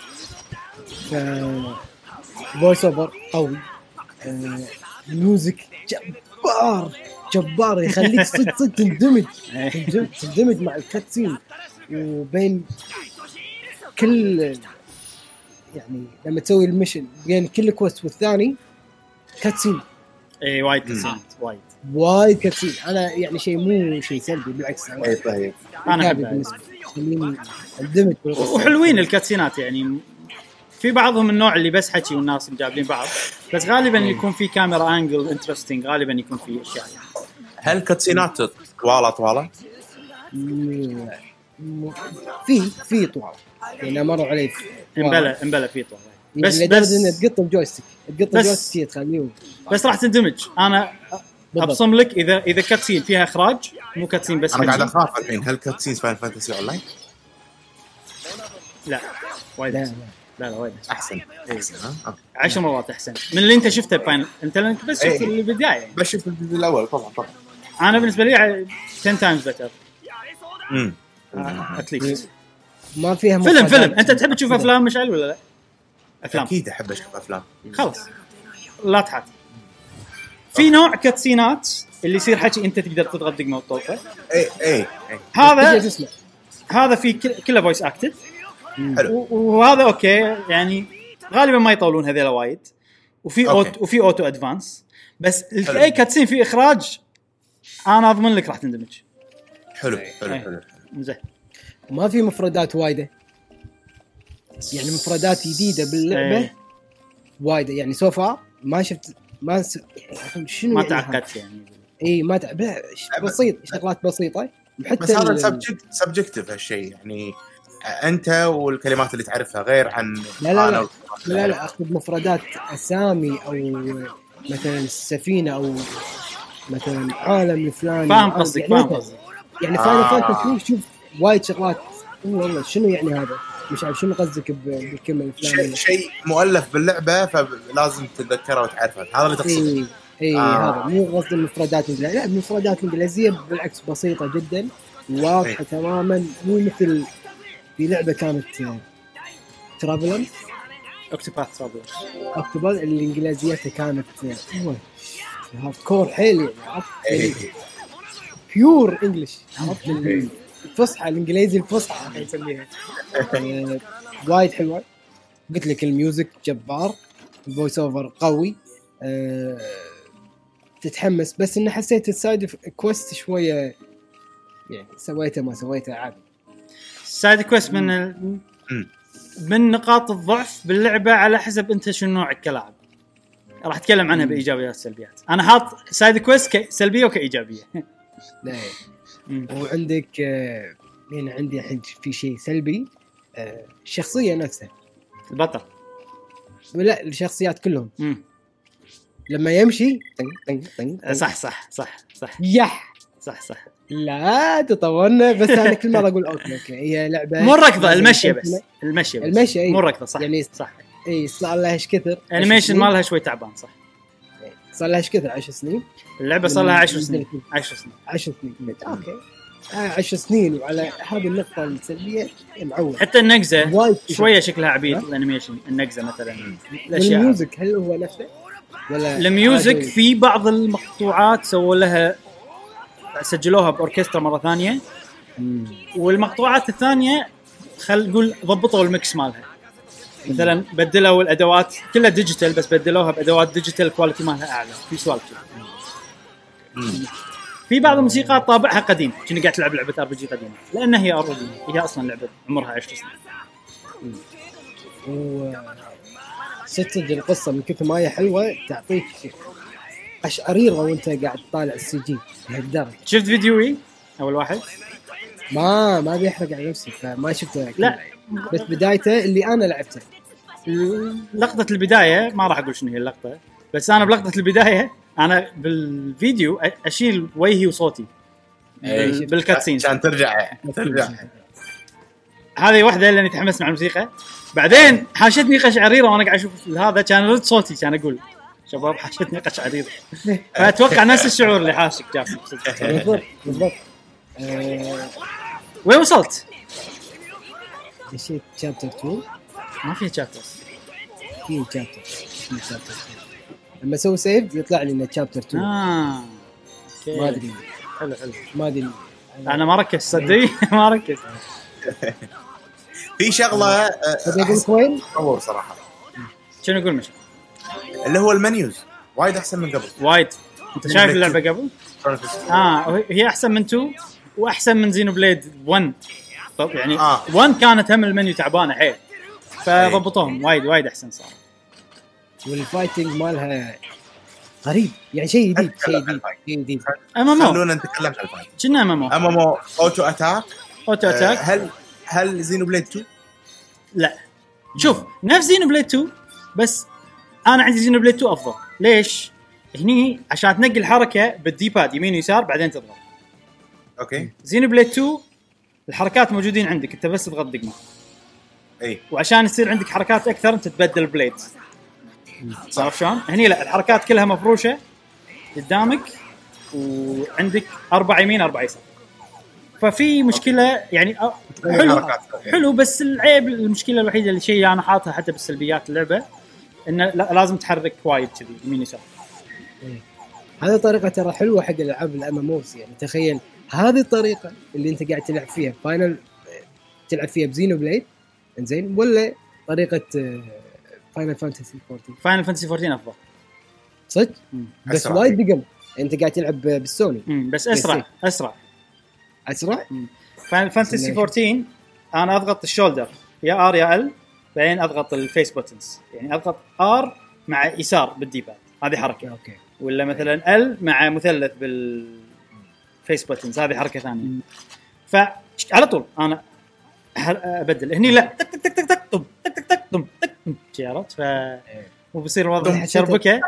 S2: ف فويس اوفر قوي، آه... ميوزك جبار جبار يخليك صدق صدق تندمج تندمج مع الكاتسين، وبين كل يعني لما تسوي الميشن بين كل كويست والثاني كاتسين.
S1: اي وايد كاتسين وايد
S2: وايد كاتسين. انا يعني شيء مو شيء سلبي بالعكس،
S3: اي طيب
S1: انا
S2: بالنسبه لي اندمج
S1: وحلوين الكاتسينات يعني. في بعضهم النوع اللي بس حكي والناس مجابلين بعض، بس غالبا يكون في كاميرا انجل انترستينج، غالبا يكون في اشياء.
S3: هل كاتسينات طواله طواله
S2: في في طوال يعني مروا علي
S1: امبلا امبلا في طوال،
S2: بس بس ان تقط الجويستيك تقط الجويستيك تخليه
S1: بس راح تندمج. انا ابصم لك اذا اذا كاتسين فيها اخراج مو كاتسين بس.
S3: انا قاعد اخاف الحين، هل كاتسين فاينل فانتسي اونلاين؟
S1: لا وايد لا لا وايد
S3: احسن احسن ها
S1: عشر مرات احسن من اللي انت شفته فاينل. انت لانك بس شفت اللي بالبدايه،
S3: بس شفت الجزء الاول طبعا طبعا.
S1: انا بالنسبه لي عشرة تايمز بيتر.
S3: امم
S1: اتليست
S2: ما فيها
S1: فيلم فيلم انت تحب تشوف افلام مشعل ولا لا؟
S3: افلام اكيد احب اشوف افلام.
S1: خلاص لا تحات. في نوع كاتسينات اللي يصير حكي انت تقدر تضغط دقمه وتطوفه.
S3: اي اي
S1: هذا هذا في كله فويس اكتف
S3: حلو،
S1: وهذا اوكي يعني غالبا ما يطولون هذول وايد. وفي أوت وفي اوتو ادفانس، بس اي كاتسين في اخراج انا اضمن لك راح تندمج.
S3: حلو حلو حلو
S1: زين.
S2: ما في مفردات وايده يعني مفردات جديده باللعبه ايه. وايده يعني سوفا ما شفت ما س... شنو
S1: ما
S2: يعني
S1: تعقدت يعني
S2: اي ما تعب بسيط شغلات بسيطه حتى
S3: بس هذا سبجكت سبجكتيف هالشيء يعني انت والكلمات اللي تعرفها غير عن
S2: لا لا لا, لا, لا اخذ مفردات اسامي او مثلا السفينه او مثلا عالم الفلاني.
S1: فاهم قصدك
S2: يعني
S1: فاهم قصدك
S2: يعني فانا فانت شوف وايد شغلات والله شنو يعني هذا مش عارف شنو قصدك بالكلمه الفلانيه.
S3: شيء مؤلف باللعبه فلازم تتذكره وتعرفه، هذا اللي تقصده.
S2: اي اي آه. هذا مو قصد المفردات الانجليزيه، لا المفردات الانجليزيه بالعكس بسيطه جدا واضحه تماما، مو مثل في لعبه كانت ترافلر
S1: اوكتوباث ترافلر
S2: اوكتوباث اللي انجليزيتها كانت هو هارد كور حيل يعني بيور انجلش الفصحى الانجليزي الفصحى خلينا نسميها. وايد حلوه قلت لك الميوزك جبار، الفويس اوفر قوي، أه تتحمس. بس انه حسيت السايد كويست شويه يعني سويته ما سويته عادي.
S1: السايد كويست من ال... من نقاط الضعف باللعبه على حسب انت شنو نوعك كلاعب. راح اتكلم عنها بايجابيات وسلبيات. انا حاط سايد كويست كسلبيه وكايجابيه.
S2: لا وعندك آه هنا عندي الحين في شيء سلبي، آه الشخصيه نفسها
S1: البطل
S2: لا الشخصيات كلهم
S1: مم.
S2: لما يمشي طن طن طن طن.
S1: صح صح صح صح
S2: يح
S1: صح صح
S2: لا تطورنا. بس انا كل مره اقول اوكي اوكي هي لعبه
S1: مو ركضه المشيه بس المشيه بس
S2: المشيه
S1: مو ركضه صح
S2: يعني
S1: صح
S2: اي صار لها ايش كثر
S1: انيميشن مالها شوي تعبان صح.
S2: صار لها ايش كثر عشر سنين
S1: اللعبه صار لها عشر سنين عشر سنين
S2: عشر سنين اوكي آه عشر سنين. وعلى هذه النقطه السلبيه معود.
S1: حتى النقزه شويه شكلها عبيد الانيميشن النقزه مثلا. الاشياء
S2: الميوزك هل هو نفسه ولا
S1: الميوزك في بعض المقطوعات سووا لها سجلوها باوركسترا مره ثانيه والمقطوعات الثانيه خل نقول ضبطوا الميكس مالها مثلا بدلوا الادوات كلها ديجيتال بس بدلوها بادوات ديجيتال كواليتي مالها اعلى في سوالف في بعض الموسيقات طابعها قديم كأنك قاعد تلعب لعبه ار بي جي قديمه لان هي ار هي اصلا لعبه عمرها عشر سنين.
S2: و صدق القصه من كثر ما هي حلوه تعطيك اشعريره وانت قاعد تطالع السي جي لهالدرجه.
S1: شفت فيديوي اول واحد
S2: ما ما بيحرق على نفسي فما شفته
S1: لا
S2: بس بدايته اللي انا لعبته
S1: لقطه البدايه ما راح اقول شنو هي اللقطه بس انا بلقطه البدايه انا بالفيديو اشيل وجهي وصوتي بالكاتسين
S3: عشان ترجع ترجع.
S1: هذه واحده اللي تحمست مع الموسيقى. بعدين حاشتني قشعريره وانا قاعد اشوف هذا كان رد صوتي كان اقول شباب حاشتني قشعريره. فاتوقع نفس الشعور اللي حاشك جاسم.
S2: بالضبط بالضبط. أه...
S1: وين وصلت؟
S2: دشيت شابتر اثنين.
S1: ما في شابتر
S2: في شابتر في شابتر لما اسوي سيف يطلع لي انه شابتر اثنين.
S1: اه
S2: اوكي ما ادري
S1: حلو حلو
S2: ما ادري
S1: انا ما ركز صدق ما ركز.
S3: في شغله
S2: وين
S3: تصور صراحه
S1: شنو اقول مش
S3: اللي هو المنيوز وايد احسن من قبل
S1: وايد. انت شايف اللعبه قبل اه هي احسن من اثنين واحسن من زينو بليد واحد. طب يعني
S3: آه.
S1: واحد كانت هم المنيو تعبانه حيل فضبطوهم وايد وايد احسن صار.
S2: والفايتنج مالها غريب يعني شيء جديد شيء جديد شيء جديد.
S1: امامو
S3: خلونا نتكلم عن الفايتنج.
S1: كنا امامو
S3: امامو اوتو اتاك
S1: اوتو اتاك.
S3: هل هل زينو بليد اثنين؟
S1: لا شوف نفس زينو بليد اثنين بس انا عندي زينو بليد اثنين افضل. ليش؟ هني عشان تنقل الحركه بالدي باد يمين ويسار بعدين تضغط.
S3: اوكي
S1: زينو بليد اثنين الحركات موجودين عندك انت بس تضغط دقمه
S3: اي
S1: وعشان يصير عندك حركات اكثر انت تبدل البليد. صار شلون؟ هني لا الحركات كلها مفروشه قدامك وعندك اربع يمين اربع يسار. ففي مشكله يعني حلو حلو بس العيب المشكله الوحيده اللي شيء انا حاطها حتى بالسلبيات اللعبه انه لازم تحرك وايد كذي يمين يسار.
S2: هذه طريقه ترى حلوه حق الالعاب الاماموس. يعني تخيل هذه الطريقه اللي انت قاعد تلعب فيها فاينل تلعب فيها بزينو بليد انزين ولا طريقه فاينل فانتسي أربعتاشر؟
S1: فاينل فانتسي أربعتاشر افضل
S2: صدق بس وايد دقم. انت قاعد تلعب بالسوني
S1: بس اسرع اسرع
S2: اسرع.
S1: فاينل فانتسي أربعتاشر انا اضغط الشولدر يا ار يا ال بعدين اضغط الفيس بوتنز يعني اضغط ار مع يسار بالديباد هذه حركه
S2: اوكي
S1: ولا مثلا ال مع مثلث بالفيس بوتنز هذه حركه ثانيه. فعلى طول انا ابدل هني لا تك تك تك تك تك تك تك تك تك تك جيرت ف وبصير الوضع شربكه.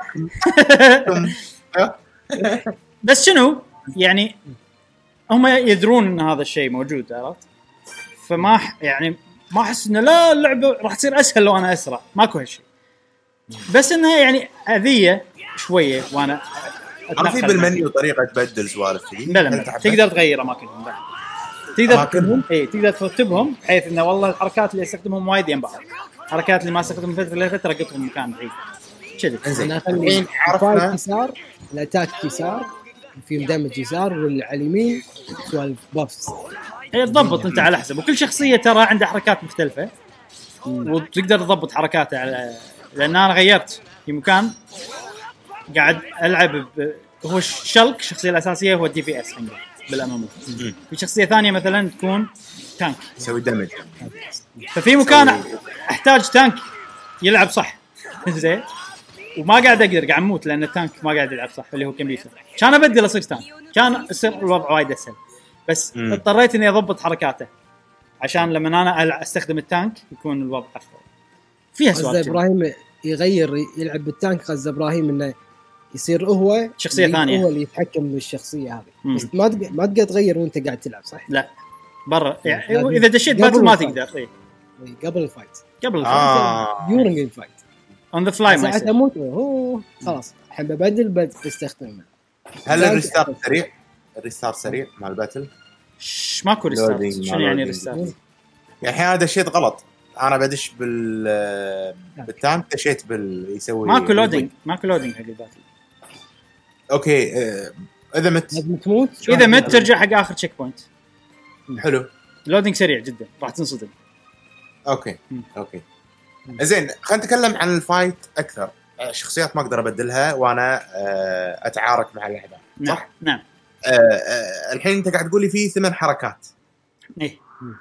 S1: بس شنو يعني هم يدرون ان هذا الشيء موجود عرفت فما يعني ما احس انه لا اللعبه راح تصير اسهل لو انا اسرع ماكو هالشيء بس انها يعني اذيه شويه وانا
S3: عارفين بالمنيو طريقه تبدل سوالف كذي
S1: تقدر تغير اماكنهم بعد تقدر تكتبهم اي تقدر ترتبهم بحيث انه والله الحركات اللي استخدمهم وايد يم بعض الحركات اللي ما استخدمهم فتره لفتره قطهم مكان بعيد كذا.
S2: انا اخلي عرفنا يسار الاتاك يسار في دامج يسار والعلى اليمين سوالف بافس
S1: تضبط انت على حسب وكل شخصيه ترى عندها حركات مختلفه وتقدر تضبط حركاته على لان انا غيرت في مكان قاعد العب ب... هو الشلك الشخصيه الاساسيه هو الدي في اس عنده بالامامو في شخصيه ثانيه مثلا تكون تانك
S3: يسوي دمج
S1: ففي مكان احتاج تانك يلعب صح زين وما قاعد اقدر قاعد اموت لان التانك ما قاعد يلعب صح اللي هو كمبيوتر كان ابدل اصير تانك كان يصير الوضع وايد اسهل بس م. اضطريت اني اضبط حركاته عشان لما انا استخدم التانك يكون الوضع افضل فيها سؤال.
S2: قصد ابراهيم يغير يلعب بالتانك قصد ابراهيم انه يصير هو
S1: شخصيه ثانيه
S2: هو اللي يتحكم بالشخصيه هذه بس ما تق... ما تقدر تغير وانت قاعد تلعب صح
S1: لا برا يعني اذا دشيت باتل ما تقدر اي
S2: قبل الفايت
S1: قبل
S3: آه.
S2: ديورنج الفايت
S1: اون ذا فلاي ما
S2: ساعات
S1: يصير.
S2: اموت هو خلاص الحين ببدل بستخدمه.
S3: هل الريستارت سريع؟ الريستارت سريع مع الباتل؟
S1: شش ماكو ريستارت.
S3: Loading،
S1: شنو يعني
S3: loading.
S1: ريستارت؟
S3: يعني الحين هذا شيء غلط. انا بدش بال بالتانك دشيت بال يسوي
S1: ماكو لودينج ماكو لودينج حق الباتل.
S3: اوكي آه، اذا مت
S2: لازم تموت
S1: اذا مت ترجع حق اخر تشيك بوينت.
S3: حلو.
S1: لودينج سريع جدا راح تنصدم.
S3: اوكي
S1: مم.
S3: اوكي زين خلينا نتكلم عن الفايت اكثر. شخصيات ما اقدر ابدلها وانا آه، اتعارك مع الاعداء
S1: نعم
S3: صح؟
S1: نعم
S3: آه، آه، الحين انت قاعد تقول لي في ثمان حركات.
S1: ايه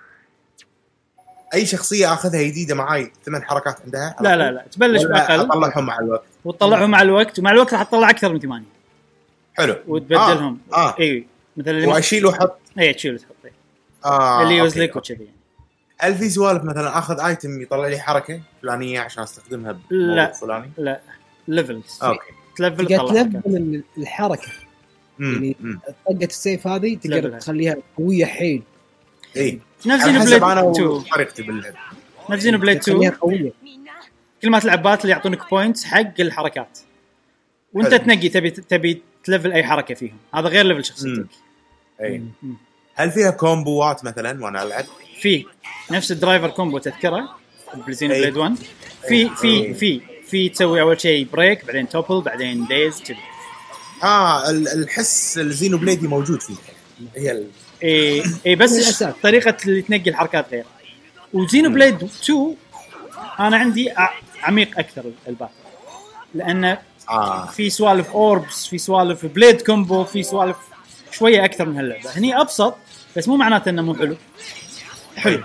S3: اي شخصيه اخذها جديده معاي ثمان حركات عندها؟
S1: لا لا لا تبلش
S3: ولا
S1: باقل
S3: اطلعهم مع الوقت؟
S1: وتطلعهم مع الوقت ومع الوقت راح تطلع اكثر من ثمانية
S3: حلو.
S1: وتبدلهم.
S3: اه, آه.
S1: اي مثلا اللي
S3: واشيل واحط
S1: اي تشيل وتحط إيه.
S3: آه.
S1: اللي
S3: أوكي.
S1: يوزلك وكذي يعني.
S3: هل في سوالف مثلا اخذ ايتم يطلع لي حركه فلانيه عشان استخدمها بموضوع
S1: لا.
S3: فلاني؟
S1: لا ليفلز
S3: اوكي.
S1: تلفل
S2: تقدر
S1: تطلع حركات.
S2: تلفل الحركه
S3: امم
S2: يعني
S3: أمم.
S2: طقه السيف هذه تقدر
S1: ليفلها.
S2: تخليها قويه حيل
S3: اي
S1: نفس
S3: على
S1: زينو
S3: حسب
S1: بليد
S3: انا
S1: تو
S3: وطريقتي باللعب.
S1: نفس زينو بليد
S2: تخليها
S1: تو
S2: قويه.
S1: كل ما تلعب باتل يعطونك بوينتس حق الحركات وانت
S3: حلو.
S1: تنقي تبي تبي تلفل اي حركه فيهم. هذا غير ليفل شخصيتك.
S3: اي
S1: مم.
S3: هل فيها كومبوات مثلا وانا العب؟
S1: في نفس الدرايفر كومبو تذكره بزينو
S3: أي.
S1: بليد واحد. في في
S3: أي.
S1: في في تسوي اول شيء بريك بعدين توبل بعدين دايز كذي.
S3: اه ال- الحس الزينو بليدي موجود فيه. هي ال...
S1: اي اي بس
S2: الأساس.
S1: طريقه اللي تنقي الحركات غير. وزينو بليد اثنين انا عندي ع- عميق اكثر الباتل لانه
S3: اه
S1: في سوالف اوربس في سوالف بليد كومبو في سوالف شويه اكثر من هاللعبه. هني ابسط بس مو معناته انه مو حلو. حلو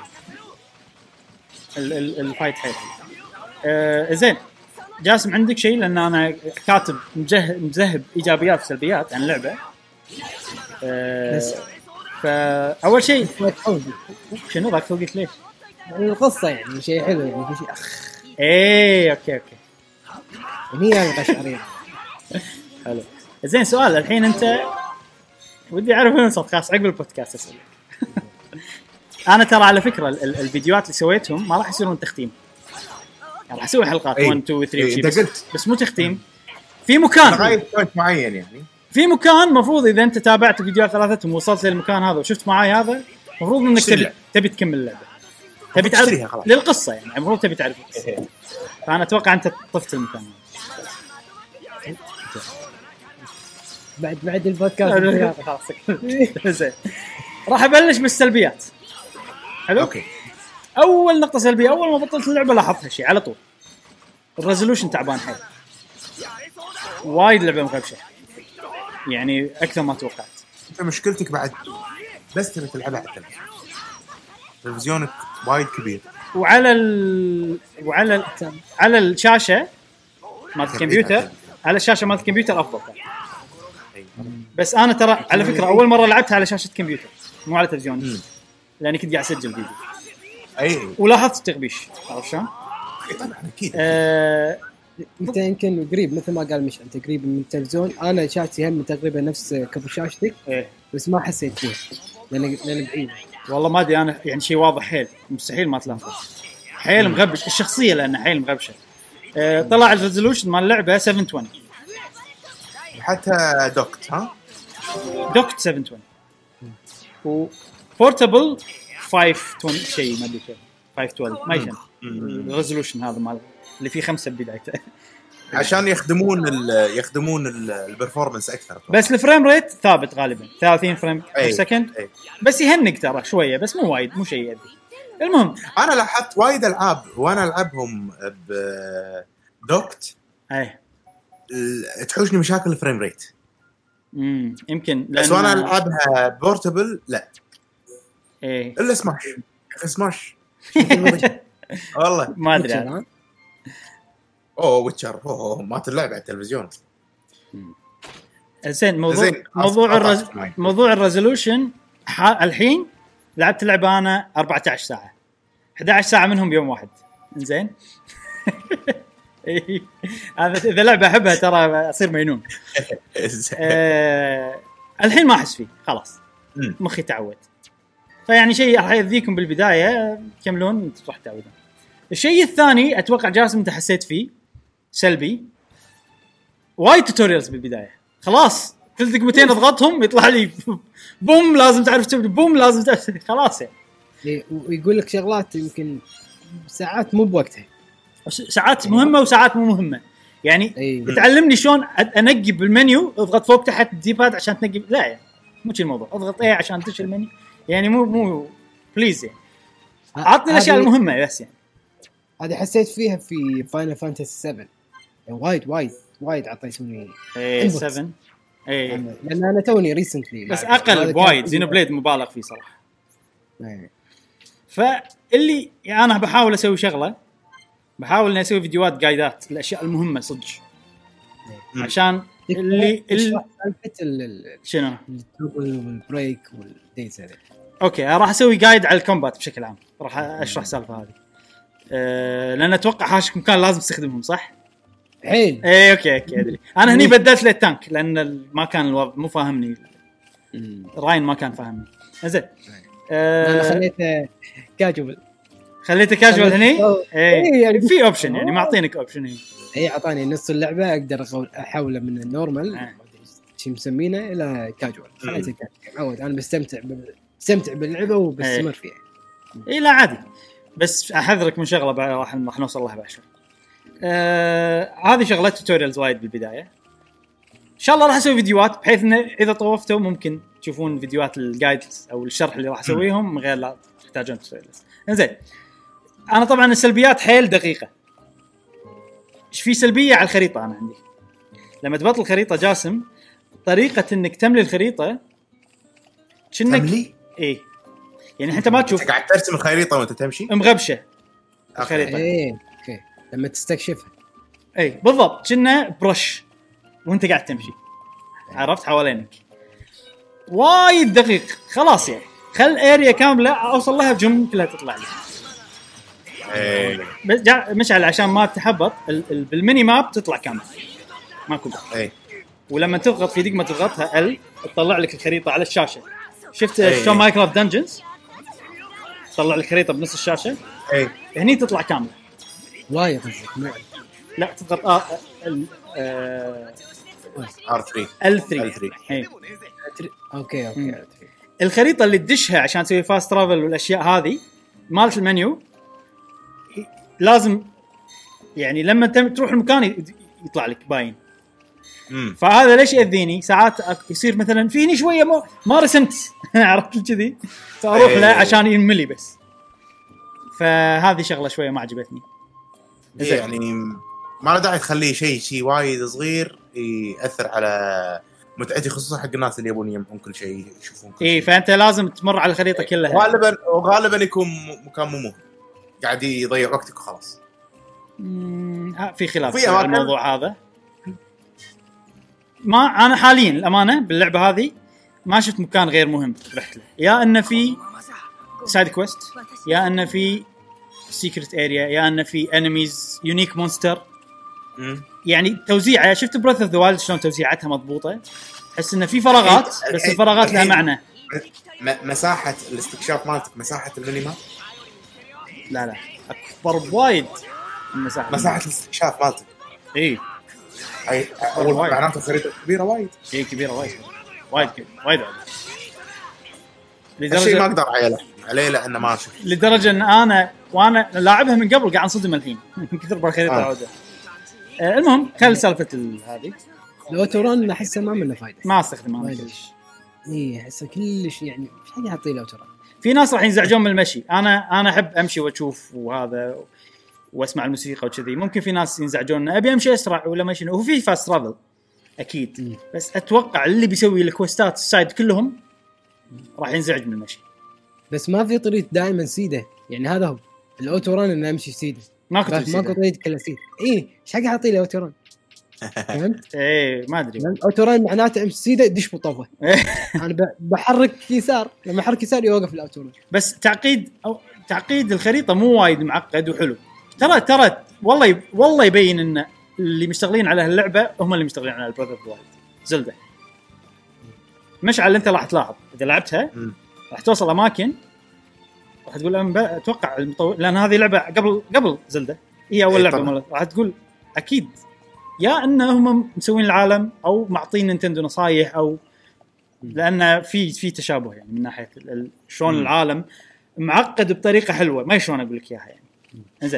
S1: ال- ال- الفايت حيل حلو. آه زين جاسم عندك شيء لان انا كاتب مجه- مذهب ايجابيات وسلبيات عن اللعبه. آه
S2: بس.
S1: فاول شيء
S2: تحوز.
S1: شنو ذاك فوقك ليش؟
S2: القصه يعني شيء حلو يعني في شيء اخ
S1: ايه اوكي اوكي
S2: هي القشعريره.
S1: حلو. زين سؤال الحين انت ودي اعرف وين صوت خاص عقب البودكاست اسال. انا ترى على فكره ال- ال- الفيديوهات اللي سويتهم ما راح يصيرون تختيم. يعني راح اسوي حلقات
S3: أي.
S1: واحد اثنين ثلاثة
S3: أي،
S1: وشي
S3: أنت
S1: بس,
S3: قلت.
S1: بس مو تختيم. في
S3: انا
S1: مكان
S3: غايب بوينت معين يعني.
S1: في مكان مفروض اذا انت تابعت الفيديوهات ثلاثتهم ووصلت للمكان هذا وشفت معاي هذا مفروض انك
S3: اشتري.
S1: تبي تبي تكمل اللعبه. تبي
S3: تشتريها
S1: تعرف
S3: خلاص.
S1: للقصه يعني المفروض تبي تعرف القصه. فانا اتوقع انت طفت المكان هذا.
S2: بعد بعد البودكاست
S1: خلاص زين راح ابلش بالسلبيات. حلو
S3: اوكي
S1: اول نقطه سلبيه اول ما بطلت اللعبه لاحظت هالشيء على طول. الريزولوشن تعبان حيل وايد لعبه مغبشه يعني اكثر ما توقعت.
S3: انت مشكلتك بعد بس تبي تلعبها على التلفزيون. تلفزيونك وايد كبير
S1: وعلى ال... وعلى ال... على الشاشه مالت الكمبيوتر على الشاشه مالت الكمبيوتر افضل كان. بس انا ترى على فكره اول مره لعبتها على شاشه كمبيوتر مو على تلفزيون
S3: مم.
S1: لاني كنت قاعد اسجل فيديو
S3: اي
S1: ولاحظت التغبيش عرفت شلون؟
S3: طبعا اكيد
S1: آه...
S2: انت يمكن قريب مثل ما قال مش انت قريب من التلفزيون. انا شاشتي هم تقريبا نفس كبر شاشتك
S1: إيه.
S2: بس ما حسيت فيه لان لان بعيد.
S1: والله ما ادري انا يعني شيء واضح حيل مستحيل ما تلاحظ حيل مغبش الشخصيه لانه حيل مغبشه. آه طلع الريزولوشن مال اللعبه سبعمية وعشرين
S3: حتى دوكت ها
S1: دوكت سبعمية وعشرين وبورتابل خمسمية وعشرين شيء ما ادري كيف خمسمية واثناشر ما يشن الريزولوشن هذا مال اللي فيه خمسة بدايته
S3: عشان يخدمون ال يخدمون البرفورمانس اكثر.
S1: بس الفريم ريت ثابت غالبا ثلاثين فريم
S3: أي.
S1: بير سكند
S3: أي.
S1: بس يهنق ترى شويه بس مو وايد مو شيء يبي. المهم
S3: انا لاحظت وايد العاب وانا العبهم بدوكت
S1: اي
S3: ال- تحوشني مشاكل الفريم ريت.
S1: امم يمكن
S3: بس وانا العبها بورتبل لا
S1: ايه
S3: الا سماش سماش والله
S1: ما ادري أنا.
S2: ها؟
S3: اوه ويتشر اوه ما تلعب على التلفزيون.
S1: زين موضوع
S3: زين،
S1: موضوع
S3: أصلاً
S1: الرز...
S3: أصلاً معي.
S1: موضوع الريزولوشن ح... الحين لعبت لعبه انا أربعة عشر ساعه إحدى عشرة ساعه منهم بيوم واحد. زين إيه. هذا اذا لعبه احبها ترى اصير مجنون. آه... الحين ما احس فيه خلاص
S3: مم.
S1: مخي تعود. فيعني شيء راح يذيكم بالبدايه كملون راح تعودون. الشيء الثاني اتوقع جاسم انت حسيت فيه سلبي، وايد توتوريالز بالبدايه. خلاص كل دقيقتين اضغطهم يطلع لي بوم لازم تعرف تسوي بوم لازم تعرف خلاص يعني.
S2: ويقول لك شغلات يمكن ساعات مو بوقتها،
S1: ساعات مهمه وساعات مو مهمه يعني.
S2: أيه.
S1: تعلمني شلون انقي بالمنيو، اضغط فوق تحت الديباد عشان تنقي، لا يعني مو شي الموضوع، اضغط ايه عشان تدش المنيو يعني، مو مو بليز يعني عطني الاشياء المهمه بس يعني.
S2: هذه حسيت فيها في فاينل فانتسي سبعة وايد وايد وايد عطيتوني
S1: ايه سبعة ايه،
S2: لان انا توني ريسنتلي
S1: بس اقل وايد. زينو بليد مبالغ فيه صراحه.
S2: ايه.
S1: فاللي يعني انا بحاول اسوي شغله، بحاول اني اسوي فيديوهات جايدات الاشياء المهمه صدق عشان اللي اللي شنو
S2: البريك والديز هذه.
S1: اوكي راح اسوي جايد على الكومبات بشكل عام، راح اشرح السالفه هذه أه لان اتوقع حاشكم كان لازم تستخدمهم صح
S2: حيل.
S1: ايه اوكي اوكي ادري. انا هني بدلت له التانك لان ما كان الوضع مو فاهمني، راين ما كان فاهمني. زين
S2: أه انا خليته كاجوال،
S1: خليته كاجوال هني.
S2: ايه يعني
S1: في اوبشن يعني معطينك اوبشن هنا.
S2: اي اعطاني نص اللعبه اقدر احوله من النورمال
S1: آه.
S2: شي مسمينه الى كاجوال. خليته كاجوال عود انا بستمتع بال... بستمتع باللعبه وبستمر فيها.
S1: اي لا عادي، بس احذرك من شغله راح راح نوصل لها بعد شوي. آه هذه شغلات توتوريالز وايد بالبدايه. ان شاء الله راح اسوي فيديوهات بحيث ان اذا طوفتوا ممكن تشوفون فيديوهات الجايد او الشرح اللي راح اسويهم من غير لا تحتاجون توتوريالز. انزين انا طبعا السلبيات حيل دقيقه. ايش في سلبيه على الخريطه انا عندي لما تبطل الخريطه جاسم؟ طريقه انك تملي الخريطه كأنك
S3: تملي
S1: ايه يعني انت ما تشوف،
S3: قاعد ترسم الخريطه وانت تمشي
S1: مغبشه الخريطه.
S2: ايه اوكي لما تستكشفها
S1: اي بالضبط كأنه برش وانت قاعد تمشي عرفت حوالينك. وايد دقيق. خلاص يعني خل اريا كامله اوصل لها بجم كلها تطلع لي.
S3: ايه
S1: بس مشعل عشان ما تحبط بالميني ماب تطلع كامل ماكو بقى.
S3: ايه
S1: ولما تضغط في دقمه تضغطها ال تطلع لك الخريطه على الشاشه. شفت
S3: أيه.
S1: شلون ماينكرافت دنجنز تطلع لك الخريطه بنص الشاشه؟
S3: ايه
S1: هني تطلع كامله.
S2: وايد قصدك مو
S1: لا تضغط اه ال آه
S3: ار ثري
S1: ال ثري.
S3: ال ثري
S1: اي
S2: اوكي اوكي.
S1: الخريطه اللي تدشها عشان تسوي فاست ترافل والاشياء هذه مالت المنيو لازم يعني لما تروح المكان يطلع لك باين.
S3: امم
S1: فهذا ليش يأذيني ساعات يصير مثلا فيني شويه ما, ما رسمت عرفت كذي فاروح له عشان ينملي بس. فهذه شغله شويه ما عجبتني.
S3: يعني ما له داعي تخليه شيء شيء وايد صغير ياثر على متعتي، خصوصا حق الناس اللي يبون يجمعون كل شيء يشوفون كل
S1: اي فانت لازم تمر على الخريطه كلها.
S3: غالبا وغالبا يكون مكان مو مهم قاعد يضيع وقتك وخلاص.
S1: امم في خلاف في الموضوع هذا. ما انا حاليا الامانه باللعبه هذه ما شفت مكان غير مهم رحت له، يا انه في سايد كويست يا انه في سيكريت اريا يا انه في انميز يونيك مونستر. يعني توزيعه شفت بروث اوف ذا وايلد شلون توزيعتها مضبوطه، احس انه في فراغات بس الفراغات لها معنى.
S3: مساحه الاستكشاف مالتك مساحه المينيماب
S1: لا لا اكبر وايد من مساحه
S3: مساحه الاستكشاف مالتك.
S1: اي
S3: اي اول معناته خريطه كبيره وايد.
S1: اي كبيره وايد وايد وايد
S3: لدرجه ما اقدر عليه عليه لانه ما اشوف
S1: لدرجه ان انا وانا لاعبها من قبل قاعد انصدم الحين من كثر بالخريطه
S3: آه.
S1: عوده. آه المهم خل سالفه هذه
S2: الاوتوران احسه ما منه فايده
S1: ما استخدمه انا كلش.
S2: اي احسه كلش يعني في حاجه اعطيه الاوتوران.
S1: في ناس راح ينزعجون من المشي، انا انا احب امشي واشوف وهذا واسمع الموسيقى وكذي. ممكن في ناس ينزعجون ابي امشي اسرع ولا ماشي، وهو في فاست ترافل اكيد م. بس اتوقع اللي بيسوي الكويستات السايد كلهم راح ينزعج من المشي.
S2: بس ما في طريق دائما سيده يعني، هذا هو الاوتوران انه امشي سيده ماكو ماكو طريق كله سيده. اي ايش حق اعطيه الاوتوران فهمت؟
S1: ايه ما ادري
S2: الاوتوران معناته امشي سيده دش مطوه. انا بحرك يسار لما احرك يسار يوقف الاوتوران.
S1: بس تعقيد أو تعقيد الخريطه مو وايد معقد وحلو ترى ترى والله ي... والله يبين ان اللي مشتغلين على هاللعبه هم اللي مشتغلين على البروث اوف وايلد زلدة. مشعل انت راح تلاحظ اذا لعبتها راح توصل اماكن راح تقول انا اتوقع المطور لان هذه لعبه قبل قبل زلدة هي اول
S3: إيه
S1: لعبه
S3: طبعاً.
S1: مالت راح تقول اكيد يا انهم مسوين العالم او معطين نينتندو نصايح او لان في في تشابه يعني من ناحيه ال- شلون
S3: مم.
S1: العالم معقد بطريقه حلوه ما شلون اقول لك اياها يعني. زين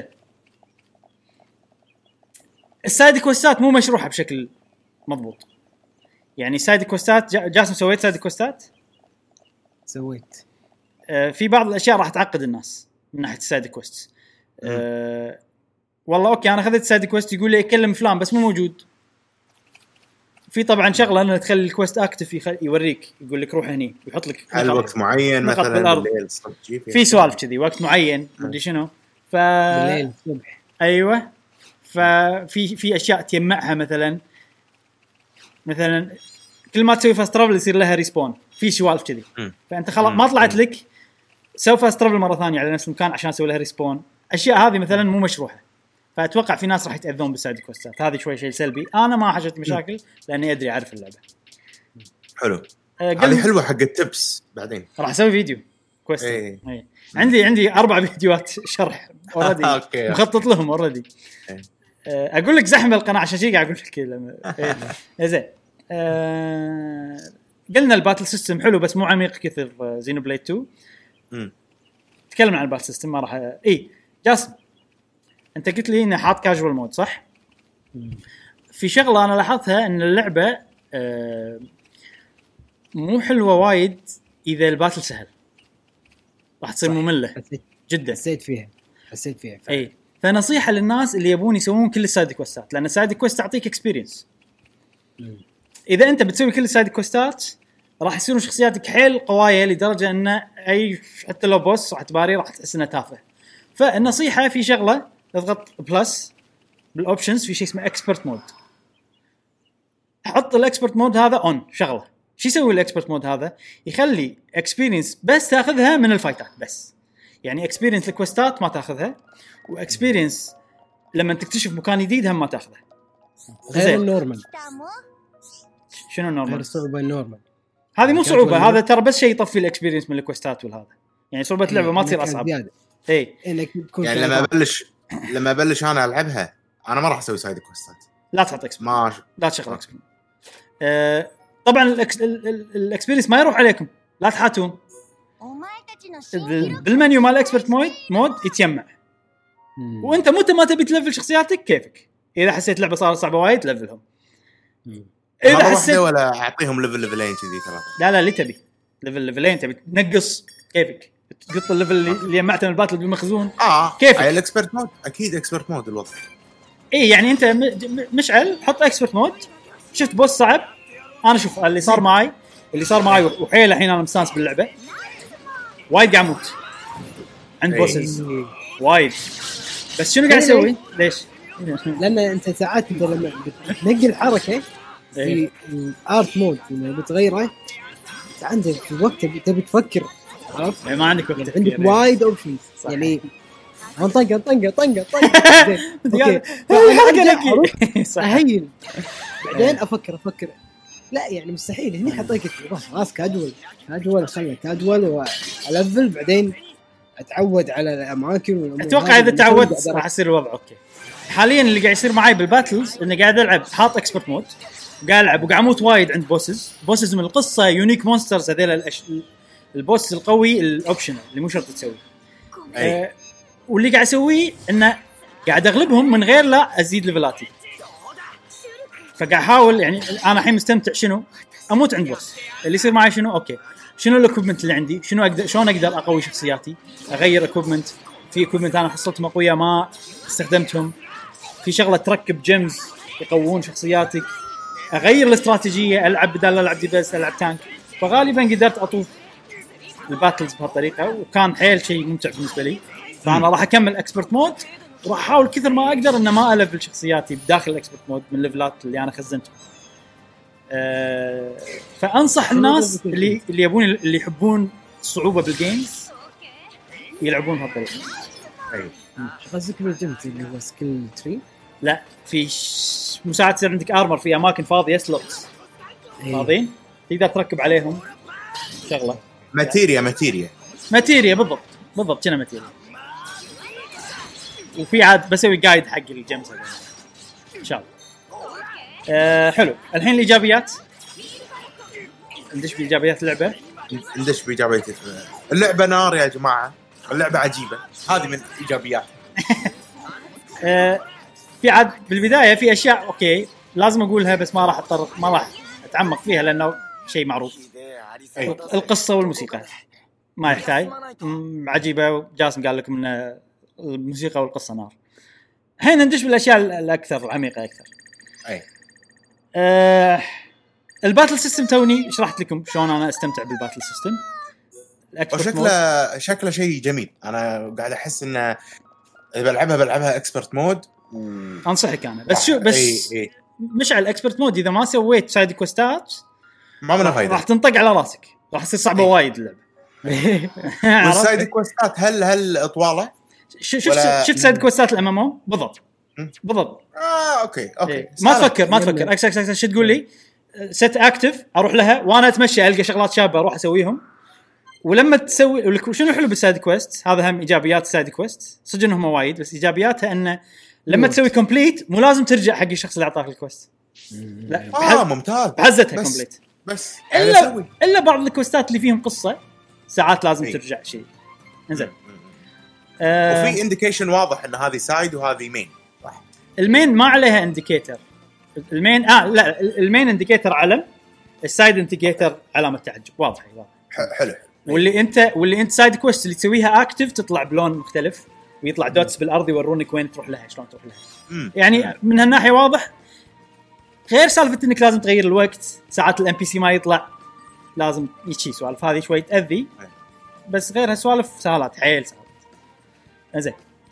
S1: السايد كوستات مو مشروحه بشكل مضبوط يعني سايد كوستات جا- جاسم سويت سايد كوستات
S2: سويت
S1: آه، في بعض الاشياء راح تعقد الناس من ناحيه السايد كويست أه والله اوكي انا اخذت سايد كويست يقول لي اكلم فلان بس مو موجود. في طبعا شغله انه تخلي الكويست اكتف يخل... يوريك يقول لك روح هني ويحط لك
S3: على
S1: نقط-
S3: وقت معين
S1: نقط
S3: مثلا
S1: بالأرض.
S3: بالليل الصبح شي
S1: في سوالف كذي وقت معين مدري شنو ف
S2: بالليل الصبح
S1: ايوه ففي في اشياء تجمعها مثلا مثلا كل ما تسوي فاست ترافل يصير لها ريسبون في سوالف كذي
S3: مم.
S1: فانت خلاص
S3: مم.
S1: ما طلعت لك سوف فاست ترافل مره ثانيه على نفس المكان عشان اسوي لها ريسبون. اشياء هذه مثلا مو مشروحه فاتوقع في ناس راح يتاذون بالسايد كوستات هذه شوي شيء سلبي. انا ما حشت مشاكل لاني ادري اعرف اللعبه.
S3: حلو
S1: أه
S3: هذه
S1: قل
S3: حلوه حق التبس بعدين
S1: راح اسوي فيديو كويست
S3: إيه.
S1: إيه. عندي عندي اربع فيديوهات شرح اوريدي
S3: أوكي.
S1: مخطط لهم اوريدي.
S3: إيه.
S1: أه اقول لك زحمه القناه عشان شيء قاعد اقول لك لما إيه. إيه زين أه قلنا الباتل سيستم حلو بس مو عميق كثر زينو بليد تو.
S3: مم.
S1: تكلمنا عن الباتل سيستم ما راح اي جاسم انت قلت لي انه حاط كاجوال مود صح؟ في شغله انا لاحظتها ان اللعبه أه مو حلوه وايد اذا الباتل سهل راح تصير ممله
S2: حسيت
S1: جدا.
S2: حسيت فيها حسيت فيها فعلا.
S1: اي فنصيحه للناس اللي يبون يسوون كل السايد كوستات لان السايد كوست تعطيك اكسبيرينس.
S2: مم.
S1: اذا انت بتسوي كل السايد كوستات راح يصيرون شخصياتك حيل قوايه لدرجه ان اي حتى لو بوس راح تباري راح تحس انه تافه. فالنصيحه في شغله اضغط بلس بالاوبشنز في شيء اسمه اكسبرت مود. حط الاكسبرت مود هذا اون شغله. شو يسوي الاكسبرت مود هذا؟ يخلي اكسبيرينس بس تاخذها من الفايتات بس يعني اكسبيرينس الكوستات ما تاخذها واكسبيرينس لما تكتشف مكان جديد هم ما تاخذه.
S2: غير
S1: زين.
S2: النورمال
S1: شنو
S2: غير
S1: نورمال؟
S2: الصعوبه النورمال
S1: هذه مو
S2: كاجوال
S1: صعوبه
S2: مود.
S1: هذا ترى بس شيء يطفي الاكسبيرينس من الكوستات والهذا يعني صعوبه اللعبه ما تصير اصعب. اي
S2: انك تكون
S3: يعني لما ابلش لما ابلش انا العبها انا ما راح اسوي سايد كوستات
S1: لا تحط اكسبيرينس
S3: ما
S1: لا تشغل اكسبيرينس. أه طبعا الأكس... ال- ال- الاكسبيرينس ما يروح عليكم لا تحاتون بال- بالمنيو مال الاكسبرت مود مود يتجمع
S2: مم.
S1: وانت متى ما تبي تلفل شخصياتك كيفك. اذا حسيت لعبه صارت صعبه وايد تلفلهم.
S2: مم.
S1: اذا
S3: مره
S1: حسيت
S3: واحده ولا اعطيهم ليفل ليفلين كذي ثلاثه
S1: لا لا اللي تبي ليفل ليفلين تبي تنقص كيفك تقط الليفل اللي اللي جمعته من الباتل بالمخزون.
S3: اه
S1: كيفك؟
S3: هاي الاكسبرت مود اكيد اكسبرت مود الوضع
S1: اي يعني انت م- م- مشعل حط اكسبرت مود شفت بوس صعب. انا شوف اللي صار معي اللي صار معي وحيل الحين انا مستانس باللعبه وايد قاعد اموت عند
S3: إي.
S1: بوسز وايد بس شنو قاعد اسوي ليش
S2: لان انت ساعات انت لما بتنقل الحركه
S1: إيه.
S2: في الارت مود لما بتغيره عندك في وقت تبي تبي تفكر عرفت
S1: يعني ما عندك وقت
S2: يعني
S1: تفكير.
S2: عندك وايد اوبشنز
S1: صح.
S2: يعني طنقه طنقه طنقه طنقه زين.
S1: قال
S2: اوكي
S1: لك صح
S2: اهين بعدين افكر افكر لا يعني مستحيل هني حطيت خلاص كادول كادول خلي كادول والفل بعدين اتعود على الاماكن والامور
S1: اتوقع
S2: هذه
S1: اذا
S2: اللي
S1: تعودت
S2: أقدر
S1: راح يصير الوضع اوكي. حاليا اللي قاعد يصير معي بالباتلز اني قاعد العب حاط اكسبرت مود قاعد العب وقاعد اموت وايد عند بوسز بوسز من القصه يونيك مونسترز هذول الأش... البوس القوي الاوبشن اللي مو شرط تسويه.
S3: اي
S1: آه واللي قاعد اسويه انه قاعد اغلبهم من غير لا ازيد ليفلاتي. فقاعد احاول يعني انا الحين مستمتع شنو اموت عند بوس اللي يصير معي شنو اوكي شنو الاكوبمنت اللي عندي شنو اقدر شلون اقدر اقوي شخصياتي اغير اكوبمنت في اكوبمنت انا حصلتهم اقوياء ما استخدمتهم في شغله تركب جيمز يقوون شخصياتك اغير الاستراتيجيه العب بدال العب دي بس العب تانك. فغالبا قدرت اطوف الباتلز بهالطريقه وكان حيل شيء ممتع بالنسبه لي. فانا راح اكمل اكسبرت مود وراح احاول كثر ما اقدر ان ما الفل شخصياتي بداخل الاكسبرت مود من الليفلات اللي انا خزنتهم. أه فانصح الناس اللي اللي يبون اللي يحبون الصعوبه بالجيمز يلعبون بهالطريقه.
S3: اي
S2: قصدك بالجمت اللي هو سكيل تري
S1: لا في ش... مساعد يصير عندك ارمر في اماكن فاضيه سلوتس فاضيين تقدر تركب عليهم شغله
S3: ماتيريا ماتيريا
S1: ماتيريا بالضبط بالضبط كنا ماتيريال. وفي عاد بسوي جايد حق الجيمز هذا ان شاء الله. أه حلو. الحين الايجابيات ندش بايجابيات اللعبه.
S3: ندش بايجابيات اللعبه. نار يا جماعه، اللعبه عجيبه، هذه من ايجابيات.
S1: أه في عاد بالبدايه في اشياء اوكي لازم اقولها بس ما راح اتطرق ما راح اتعمق فيها لانه شيء معروف. القصه والموسيقى ما يحتاج عجيبه. جاسم قال لكم ان الموسيقى والقصه نار. الحين ندش بالاشياء الاكثر العميقه اكثر.
S3: اي
S1: أه الباتل سيستم توني شرحت لكم شلون انا استمتع بالباتل سيستم.
S3: شكله شكله شيء جميل. انا قاعد احس انه اذا بلعبها بلعبها اكسبرت مود و...
S1: انصحك انا بس شو بس اي اي. مش على الاكسبرت مود. اذا ما سويت سايد كويستات
S3: ما منها فايده،
S1: راح تنطق على راسك، راح تصير صعبه وايد اللعبه.
S3: والسايد كويستات هل هل اطواله؟
S1: شفت ولا... شفت سايد كويستات الام ام او بالضبط بالضبط.
S3: اه اوكي اوكي
S1: إيه. ما تفكر ما تفكر اكس اكس اكس شو تقول لي ست اكتف اروح لها وانا اتمشى القى شغلات شابه اروح اسويهم. ولما تسوي شنو حلو بالسايد كويست هذا هم ايجابيات السايد كويست صدق انهم وايد بس ايجابياتها انه لما تسوي كومبليت مو لازم ترجع حق الشخص اللي اعطاك الكويست.
S3: لا اه ممتاز
S1: بحزتها كومبليت
S3: بس
S1: الا الا بعض الكويستات اللي فيهم قصه ساعات لازم ترجع شيء. انزين
S3: آه وفي انديكيشن واضح ان هذه سايد وهذه مين. صح
S1: المين ما عليها انديكيتر. المين اه لا المين انديكيتر علم، السايد انديكيتر علامه تعجب واضحه واضحه.
S3: حلو.
S1: واللي انت واللي انت سايد كويست اللي تسويها اكتف تطلع بلون مختلف ويطلع دوتس بالارض يورونك وين تروح لها شلون تروح لها. مم. يعني مم. من هالناحيه واضح. غير سالفه انك لازم تغير الوقت ساعات الام بي سي ما يطلع لازم يشي سوالف هذه شوي تاذي بس غير هالسوالف سهالات حيل سهلات. زين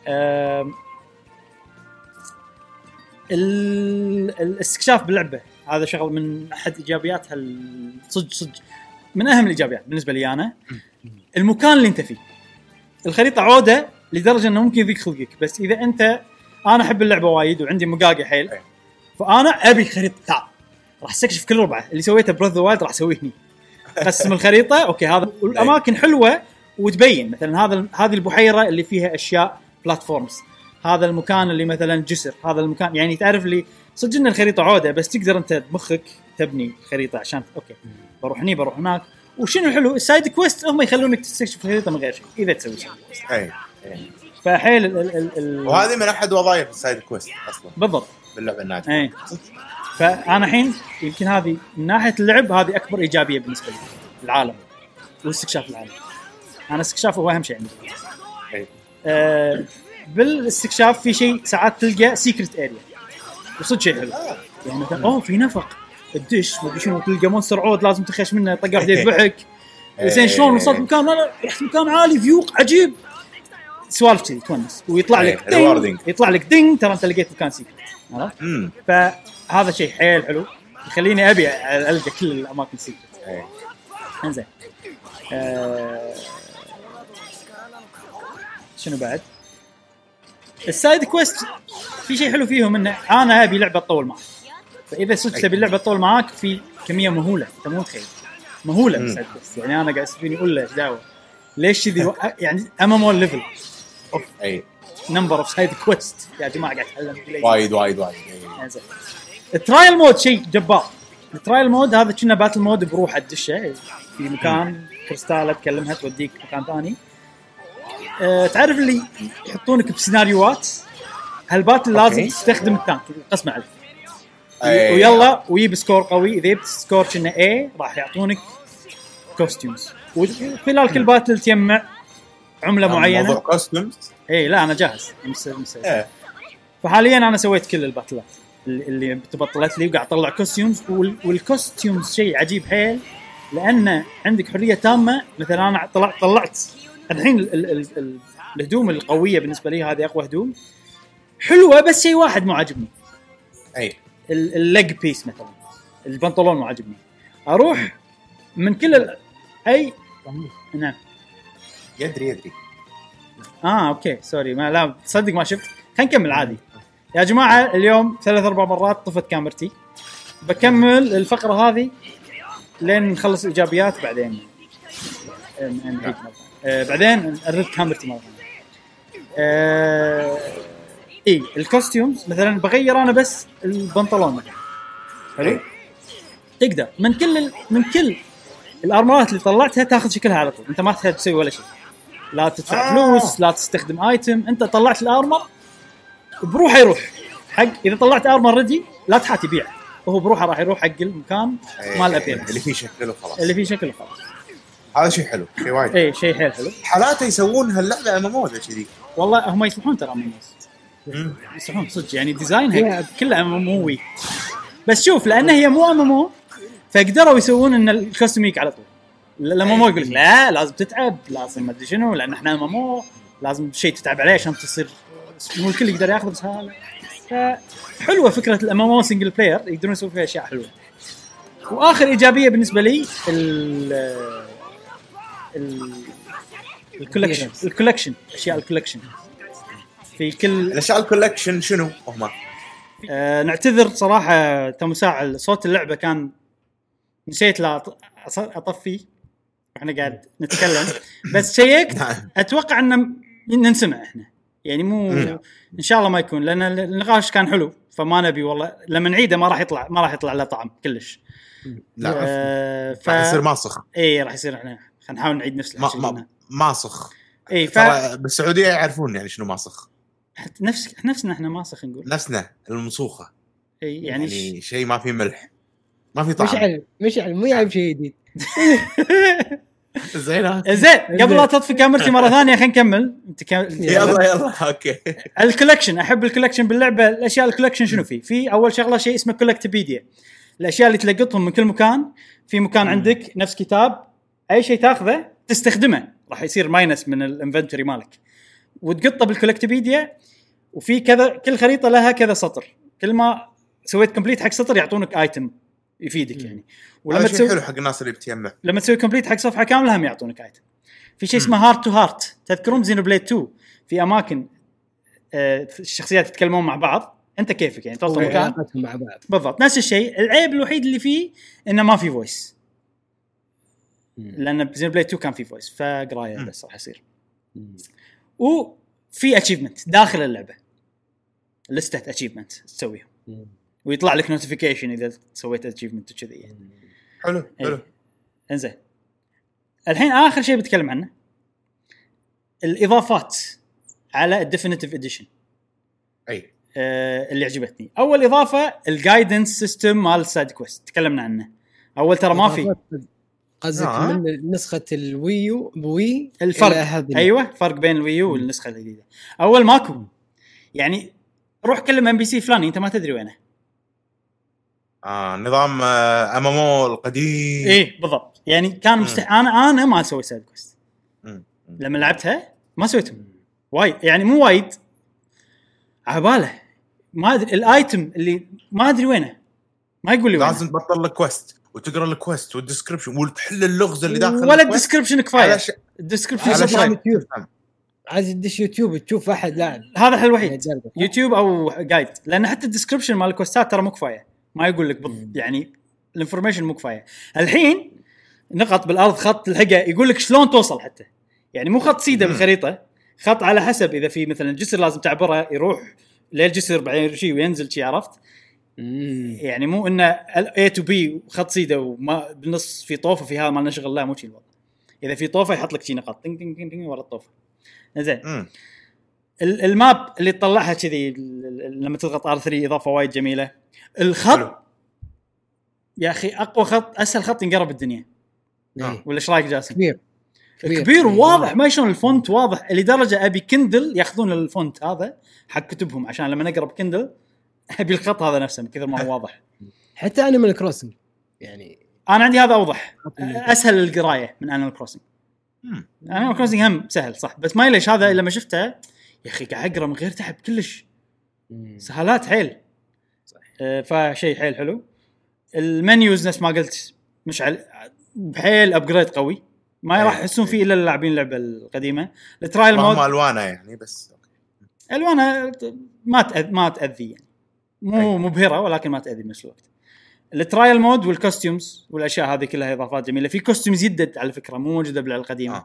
S1: الاستكشاف باللعبه هذا شغل من احد ايجابياتها الصج صج من اهم الايجابيات بالنسبه لي انا. المكان اللي انت فيه الخريطه عوده لدرجه انه ممكن يضيق خلقك بس اذا انت انا احب اللعبه وايد وعندي مقاقه حيل فانا ابي خريطه تعال راح استكشف كل ربعه اللي سويته بروث ذا وايلد راح اسويه هني. قسم الخريطه اوكي هذا الاماكن حلوه وتبين مثلا هذا هذه البحيره اللي فيها اشياء بلاتفورمز، هذا المكان اللي مثلا جسر، هذا المكان يعني تعرف لي صدق ان الخريطه عوده بس تقدر انت بمخك تبني الخريطه عشان اوكي بروح هني بروح هناك. وشنو حلو السايد كويست هم يخلونك تستكشف الخريطه من غير شيء اذا تسوي شيء.
S3: اي
S1: فحيل ال ال ال
S3: وهذه من احد وظائف السايد كويست اصلا بالضبط
S1: باللعبه الناجحه. اي فانا الحين يمكن هذه من ناحيه اللعب هذه اكبر ايجابيه بالنسبه لي العالم واستكشاف العالم. انا استكشاف هو اهم شيء عندي. اي آه بالاستكشاف في شيء ساعات تلقى سيكريت اريا وصدق شيء حلو يعني مثلا اوه في نفق الدش ما شنو تلقى مونستر عود لازم تخش منه طقه واحده يذبحك. زين شلون وصلت مكان لا رحت مكان عالي فيوق عجيب سوالف كذي تونس ويطلع لك دينج يطلع لك دينج ترى انت لقيت مكان سيكريت. عرفت فهذا شيء حيل حلو يخليني ابي القى كل الاماكن سيكريت. انزين آه... شنو بعد السايد كويست في شيء حلو فيهم انه انا ابي لعبه تطول معك فاذا صدق تبي اللعبه تطول معك في كميه مهوله انت مو متخيل مهوله بالسايد كويست. يعني انا قاعد اسفيني اقول له دعوه ليش ذي يعني ام ام ليفل اوف اي نمبر اوف سايد كويست يا جماعه قاعد اتعلم
S3: وايد وايد وايد.
S1: الترايل مود شيء جبار. الترايل مود هذا كنا باتل مود بروحه تدشه في مكان كريستاله تكلمها توديك مكان ثاني. أه تعرف اللي يحطونك بسيناريوهات هالباتل لازم تستخدم التانك القسم عليه أيه. ويلا ويجيب سكور قوي اذا جبت سكور كنا A راح يعطونك كوستيومز وخلال كل باتل تجمع عمله معينه.
S3: موضوع كوستيومز
S1: اي لا انا جاهز مس مس أيه. فحاليا انا سويت كل الباتلات اللي بتبطلت لي وقاعد اطلع كوستيومز والكوستيومز شيء عجيب حيل لان عندك حريه تامه. مثلا انا طلعت طلعت الحين ال ال ال الهدوم القويه بالنسبه لي هذه اقوى هدوم حلوه بس شيء واحد مو عاجبني
S3: اي
S1: الليج بيس مثلا البنطلون مو عاجبني اروح من كل ال... اي نعم
S3: يدري يدري
S1: اه اوكي سوري ما لا تصدق ما شفت. خلينا نكمل عادي يا جماعه. اليوم ثلاث اربع مرات طفت كاميرتي بكمل الفقره هذه لين نخلص الايجابيات بعدين نعيد آه بعدين ارد كاميرتي مره ثانيه. آه اي الكوستيومز مثلا بغير انا بس البنطلون مثلا حلو، تقدر من كل ال... من كل الارمرات اللي طلعتها تاخذ شكلها على طول، انت ما تحتاج تسوي ولا شيء، لا تدفع آه. فلوس، لا تستخدم ايتم، انت طلعت الارمر بروحه يروح حق. اذا طلعت ارمر ردي لا تحاتي بيع، وهو بروحه راح يروح حق المكان مال الابيرنس
S3: اللي فيه شكله خلاص،
S1: اللي فيه شكله خلاص.
S3: هذا شيء حلو، شيء وايد
S1: اي شيء حيل حلو.
S3: حالاته يسوون هاللعبه امامو ذا كذي
S1: والله هم يسمحون ترى امامو يسمحون صدق، يعني ديزاينها كله اماموي، بس شوف لانه هي مو امامو فقدروا يسوون ان الكوستوميك على طول. لما مو يقول لك لا لازم تتعب، لازم ما ادري شنو، لان احنا امامو لازم شيء تتعب عليه عشان تصير مو الكل يقدر ياخذ بسهاله. فحلوه فكره الامامو سنجل بلاير، يقدرون يسوون فيها اشياء حلوه. واخر ايجابيه بالنسبه لي ال ال الكولكشن الكولكشن اشياء الكولكشن في كل
S3: الاشياء الكولكشن شنو هم.
S1: آه نعتذر صراحه كمساعد صوت اللعبه كان نسيت لا اطفي احنا قاعد نتكلم بس شيكت اتوقع ان نسمع احنا يعني مو ان شاء الله ما يكون، لان النقاش كان حلو فما نبي والله لما نعيده ما راح يطلع ما راح يطلع له طعم كلش.
S3: لا
S1: آه ف...
S3: راح يصير ماسخ.
S1: اي راح يصير احنا خلينا نحاول نعيد نفس الشيء
S3: ما... ما... ماسخ.
S1: اي
S3: ف... بالسعوديه يعرفون يعني شنو ماسخ،
S1: نفس نفسنا احنا ماسخ نقول
S3: نفسنا المنسوخه.
S1: اي يعني,
S3: يعني ش... شيء ما فيه ملح ما في طعم،
S2: مش علم مش علم مو يعرف شيء جديد.
S3: زين
S1: زين قبل لا تطفي كاميرتي مره ثانيه خلينا نكمل. انت كم...
S3: يلا يلا اوكي.
S1: الكولكشن احب الكولكشن باللعبه. الاشياء الكولكشن شنو فيه؟ في اول شغله شيء اسمه كولكتبيديا، الاشياء اللي تلقطهم من كل مكان. في مكان عندك نفس كتاب، اي شيء تاخذه تستخدمه راح يصير ماينس من الانفنتوري مالك وتقطه بالكولكتبيديا. وفي كذا كل خريطه لها كذا سطر، كل ما سويت كومبليت حق سطر يعطونك ايتم يفيدك يعني.
S3: ولما تسوي حلو حق الناس اللي بتجمع،
S1: لما تسوي كومبليت حق صفحه كامله هم يعطونك ايتم. في شيء اسمه هارت تو هارت، تذكرون زينوبليد تو في اماكن آه الشخصيات يتكلمون مع بعض انت كيفك يعني توصل مكان
S2: مع بعض
S1: بالضبط نفس الشيء. العيب الوحيد اللي فيه انه ما في فويس، لان زينوبليد تو كان في فويس فقرايه بس راح يصير. وفي اتشيفمنت داخل اللعبه، لسته اتشيفمنت تسويهم ويطلع لك نوتيفيكيشن اذا سويت اتشيفمنت وكذي يعني.
S3: حلو حلو.
S1: انزين الحين اخر شيء بتكلم عنه الاضافات على الديفينيتيف اديشن.
S3: اي
S1: آه اللي عجبتني اول اضافه الجايدنس سيستم مال سايد كويست، تكلمنا عنه اول ترى ما في.
S2: قصدك آه. من نسخه الويو بوي
S1: الفرق ايوه فرق بين الويو والنسخه الجديده. اول ماكو يعني روح كلم ام بي سي فلاني انت ما تدري وينه.
S3: اه نظام آه امامو القديم.
S1: ايه بالضبط يعني كان مستح... انا انا ما اسوي سايد كويست لما لعبتها ما سويتهم وايد يعني مو وايد عباله ما ادري الايتم اللي ما ادري وينه ما يقول لي وينه.
S3: لازم تبطل الكويست وتقرا الكويست والديسكربشن وتحل اللغز اللي داخل
S1: ولا الديسكربشن كفايه ش... الديسكربشن
S2: كفايه. عايز تدش يوتيوب تشوف احد لاعب
S1: هذا الحل الوحيد يوتيوب او جايد، لان حتى الديسكربشن مال الكوستات ترى مو كفايه ما يقول لك بض... يعني الانفورميشن مو كفايه. الحين نقط بالارض خط الحقه يقول لك شلون توصل حتى يعني مو خط سيده بالخريطه، خط على حسب اذا في مثلا جسر لازم تعبره يروح للجسر بعدين شيء وينزل شيء عرفت.
S2: مم.
S1: يعني مو انه A to B خط سيده وما بالنص في طوفه في هذا ما لنا شغل، لا مو شيء الوضع. اذا في طوفه يحط لك شيء نقاط تين تين تين ورا الطوفه. زين الماب اللي تطلعها كذي لما تضغط آر ثري اضافه وايد جميله. الخط حلو. يا اخي اقوى خط اسهل خط ينقرب الدنيا
S2: آه.
S1: ولا ايش رايك جاسم؟
S2: كبير
S1: كبير, كبير واضح ما شلون الفونت واضح لدرجه ابي كندل ياخذون الفونت هذا حق كتبهم عشان لما نقرب كندل ابي الخط هذا نفسه من كثر ما هو واضح.
S2: حتى انيمال كروسنج يعني
S1: انا عندي هذا اوضح اسهل القرايه من انيمال كروسنج. انيمال كروسنج هم سهل صح بس ما ليش هذا لما شفته يا اخي قاعد اقرا من غير تعب كلش سهالات حيل آه فشيء حيل حلو. المنيوز نفس ما قلت مش على بحيل ابجريد قوي ما راح يحسون فيه الا اللاعبين اللعبه القديمه. الترايل مود
S3: ما الوانه يعني بس
S1: الوانه ما تأذ... ما تاذي يعني مو مبهره ولكن ما تاذي بنفس الوقت. الترايل مود والكوستيومز والاشياء هذه كلها اضافات جميله. في كوستيومز جدد على فكره مو موجوده باللعبه القديمه.
S3: آه.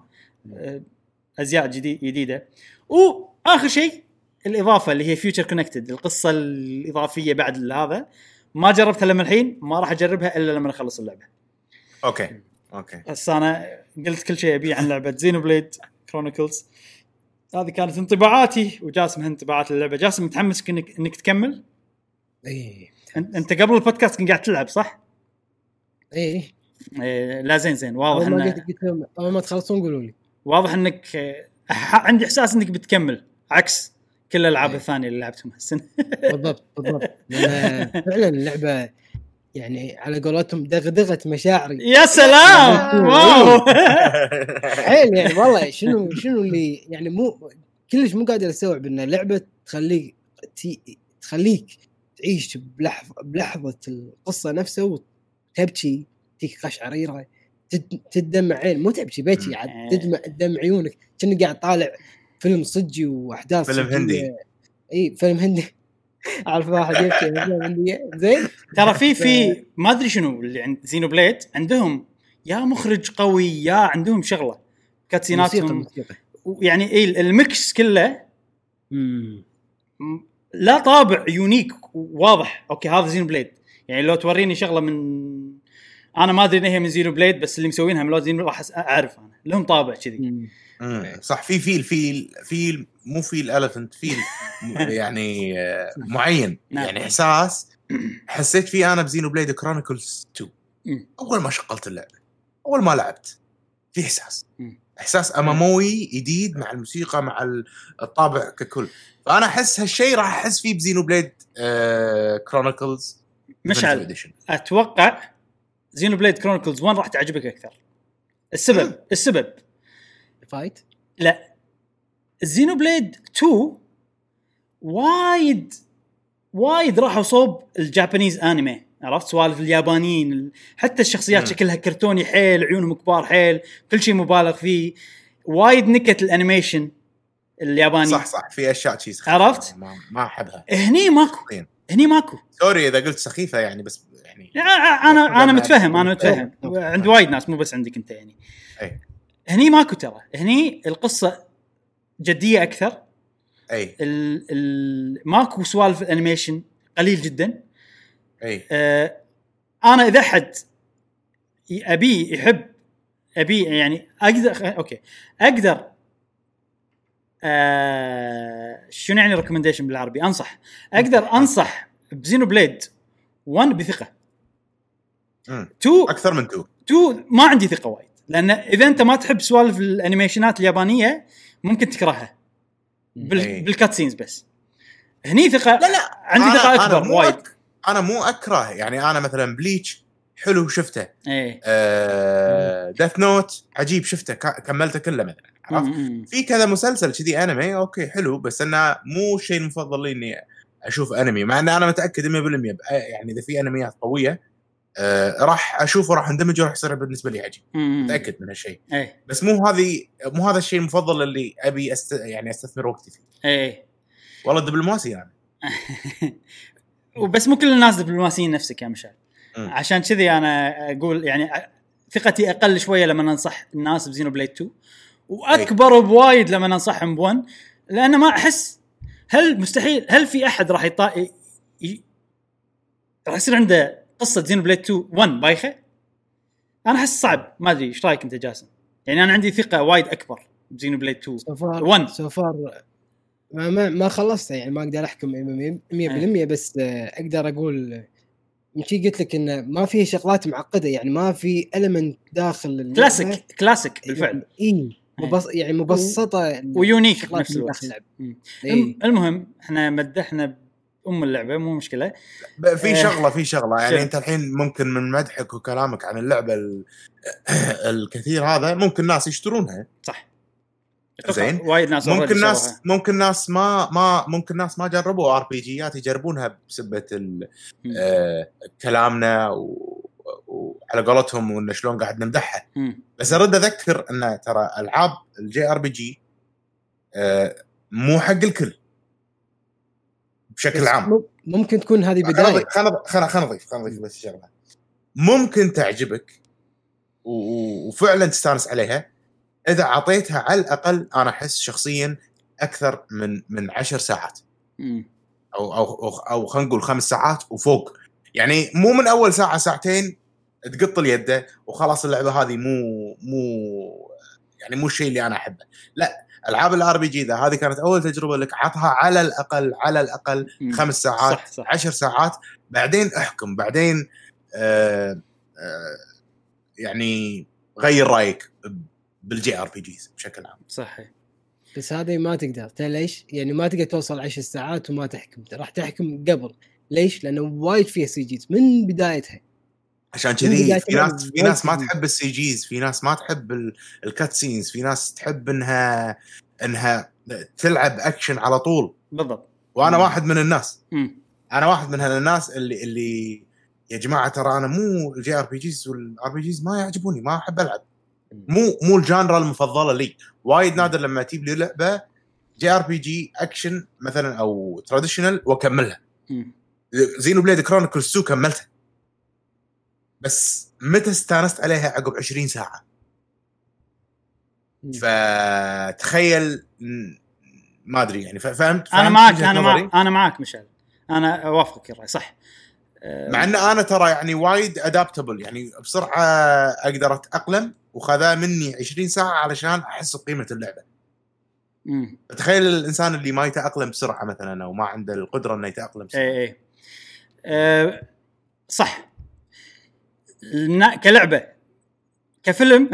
S1: ازياء جديد جديده. واخر شيء الاضافه اللي هي فيوتشر كونكتد، القصه الاضافيه بعد هذا ما جربتها لما الحين، ما راح اجربها الا لما اخلص اللعبه.
S3: اوكي اوكي
S1: بس انا قلت كل شيء ابي عن لعبه زينوبليد كرونيكلز. هذه كانت انطباعاتي، وجاسم انطباعات اللعبه. جاسم متحمس انك انك تكمل؟
S2: اي
S1: انت قبل البودكاست كنت قاعد تلعب صح؟
S2: اي
S1: إيه لا زين زين واضح
S2: اول ما
S1: انه
S2: قلت قلت لهم اول ما تخلصون قولوا لي.
S1: واضح انك آه، عندي احساس انك بتكمل عكس كل الالعاب
S2: إيه.
S1: الثانيه اللي لعبتهم هالسنه.
S2: بالضبط بالضبط لأن فعلا اللعبه يعني على قولتهم دغدغت مشاعري.
S1: يا سلام واو
S2: حيل يعني والله شنو شنو اللي يعني مو كلش مو قادر استوعب ان لعبه تخليك تي- تخليك تعيش بلحظه بلحظه القصه نفسها وتبكي تيك قشعريره تد- تدمع عين مو تبكي بكي عاد تدمع تدمع عيونك كأنك قاعد طالع فيلم صجي واحداث
S3: فيلم
S2: صجية.
S3: هندي.
S2: اي فيلم هندي عارف واحد يبكي فيلم هندي زين.
S1: ترى في في ما ادري شنو اللي عند زينو بليد عندهم يا مخرج قوي يا عندهم شغله كاتسيناتهم يعني ايه الميكس كله
S2: امم
S1: م- لا طابع يونيك واضح. اوكي هذا زينو بليد يعني لو توريني شغله من انا ما ادري ان هي من زينو بليد بس اللي مسوينها من زينو راح اعرف انا لهم طابع كذي.
S3: صح في فيل فيل فيل مو فيل اليفنت فيل يعني آه، معين
S1: نعم.
S3: يعني احساس حسيت فيه انا بزينو بليد كرونيكلز تو.
S1: مم.
S3: اول ما شغلت اللعبه اول ما لعبت في احساس
S1: مم.
S3: احساس اماموي جديد مع الموسيقى مع الطابع ككل. فانا احس هالشيء راح احس فيه بزينو بليد كرونيكلز.
S1: مشعل اتوقع زينو بليد كرونيكلز واحد راح تعجبك اكثر. السبب
S3: مم.
S1: السبب
S2: فايت
S1: لا زينو بليد تو وايد وايد راحوا صوب الجابانيز انمي. عرفت سوالف اليابانيين حتى الشخصيات
S3: مم.
S1: شكلها كرتوني حيل عيونهم كبار حيل كل شيء مبالغ فيه وايد نكت الانيميشن الياباني.
S3: صح صح في اشياء شيء
S1: عرفت
S3: ما, ما احبها
S1: هني ماكو هني ماكو
S3: سوري اذا قلت سخيفه يعني بس يعني
S1: انا انا متفهم انا متفهم عند وايد ناس مو بس عندك انت يعني.
S3: أي.
S1: هني ماكو ترى هني القصه جديه اكثر.
S3: اي
S1: ال ال ماكو سوالف الانيميشن قليل جدا.
S3: اي
S1: آه انا اذا حد ابي يحب ابي يعني اقدر اوكي اقدر آه شنو يعني ريكومنديشن بالعربي انصح اقدر انصح بزينو بليد واحد بثقه. تو
S3: اكثر من تو
S1: تو ما عندي ثقه وايد لان اذا انت ما تحب سوالف الانيميشنات اليابانيه ممكن تكرهها بال... بالكاتسينز. بس هني ثقه
S3: لا لا
S1: عندي ثقه اكبر
S3: أنا
S1: وايد.
S3: أك... انا مو اكره يعني انا مثلا بليتش حلو شفته
S1: ايه
S3: آه... ديث نوت عجيب شفته ك... كملته كله مثلا عرفت في كذا مسلسل كذي انمي اوكي حلو بس انه مو الشيء المفضل لي اني اشوف انمي مع ان انا متاكد مية بالمية يعني اذا في انميات قويه آه... راح اشوفه راح اندمج وراح يصير بالنسبه لي عجيب متاكد من هالشيء.
S1: ايه
S3: بس مو هذه مو هذا الشيء المفضل اللي ابي أست... يعني استثمر وقتي فيه.
S1: ايه
S3: والله دبلوماسي يعني
S1: وبس مو كل الناس دبلوماسيين نفسك يا مشعل.
S3: م.
S1: عشان كذي انا اقول يعني ثقتي اقل شويه لما ننصح الناس بزينو بليد تو واكبر بوايد لما ننصحهم بون لان ما احس هل مستحيل هل في احد راح يطا ي... راح يصير عنده قصه زينو بليد تو واحد بايخه. انا احس صعب ما ادري ايش رايك انت جاسم يعني انا عندي ثقه وايد اكبر بزينو بليد تو
S2: واحد سوفار ما ما, ما خلصت يعني ما اقدر احكم مية بالمية بس اقدر اقول مشي قلت لك انه ما في شغلات معقده يعني ما في المنت داخل
S1: كلاسيك كلاسيك بالفعل
S2: اي مبس... يعني مبسطه
S1: ويونيك نفس الوقت.
S2: إيه؟
S1: المهم احنا مدحنا ام اللعبه مو مشكله.
S3: في شغله في شغله يعني انت الحين ممكن من مدحك وكلامك عن اللعبه ال... الكثير هذا ممكن ناس يشترونها صح زين
S1: وايد ناس
S3: ممكن ناس ممكن ناس ما ما ممكن ناس ما جربوا ار بي جيات يجربونها بسبه آه كلامنا و... وعلى قولتهم وان شلون قاعد نمدحها. بس ارد اذكر ان ترى العاب الجي ار بي جي آه مو حق الكل بشكل عام.
S2: ممكن تكون هذه بدايه
S3: خلنا خلنا خلنا نضيف خلنا نضيف بس شغله ممكن تعجبك و... وفعلا تستانس عليها اذا اعطيتها على الاقل انا احس شخصيا اكثر من من عشر ساعات
S1: مم.
S3: او او او, أو خلينا نقول خمس ساعات وفوق. يعني مو من اول ساعه ساعتين تقط اليده وخلاص اللعبه هذه مو مو يعني مو الشيء اللي انا احبه. لا، العاب الار بي جي ذا هذه كانت اول تجربه لك، عطها على الاقل على الاقل
S1: مم.
S3: خمس ساعات
S1: صح صح.
S3: عشر ساعات، بعدين احكم، بعدين آه آه يعني غير رايك بالجي ار بي جيز بشكل عام.
S1: صحيح.
S2: بس هذه ما تقدر ليش؟ يعني ما تقدر توصل عشر ساعات وما تحكم، راح تحكم قبل. ليش؟ لانه وايد فيها سي جيز من بدايتها.
S3: عشان كذي في ناس في ناس ما تحب السي جيز، في ناس ما تحب الكات سينز، في ناس تحب انها انها تلعب اكشن على طول.
S1: بالضبط.
S3: وانا مم. واحد من الناس
S1: مم.
S3: انا واحد من هالناس اللي اللي يا جماعه ترى انا مو الجي ار بي جيز والار بي جيز ما يعجبوني، ما احب العب، مو مو الجانرا المفضله لي. وايد نادر لما تجيب لي لعبه جي ار بي جي اكشن مثلا او تراديشنال واكملها. زينو بليد كرونيكلز تو كملتها، بس متى استانست عليها؟ عقب عشرين ساعه. فتخيل ما ادري يعني فهمت.
S1: انا معك انا معك انا معك مشعل، انا اوافقك الراي صح.
S3: مع ان انا ترى يعني وايد ادابتبل، يعني بسرعه اقدر اتاقلم، وخذا مني عشرين ساعه علشان احس بقيمه اللعبه.
S1: امم
S3: تخيل الانسان اللي ما يتاقلم بسرعه مثلا او ما عنده القدره انه يتاقلم بسرعه.
S1: اي اي أه صح. كلعبه كفيلم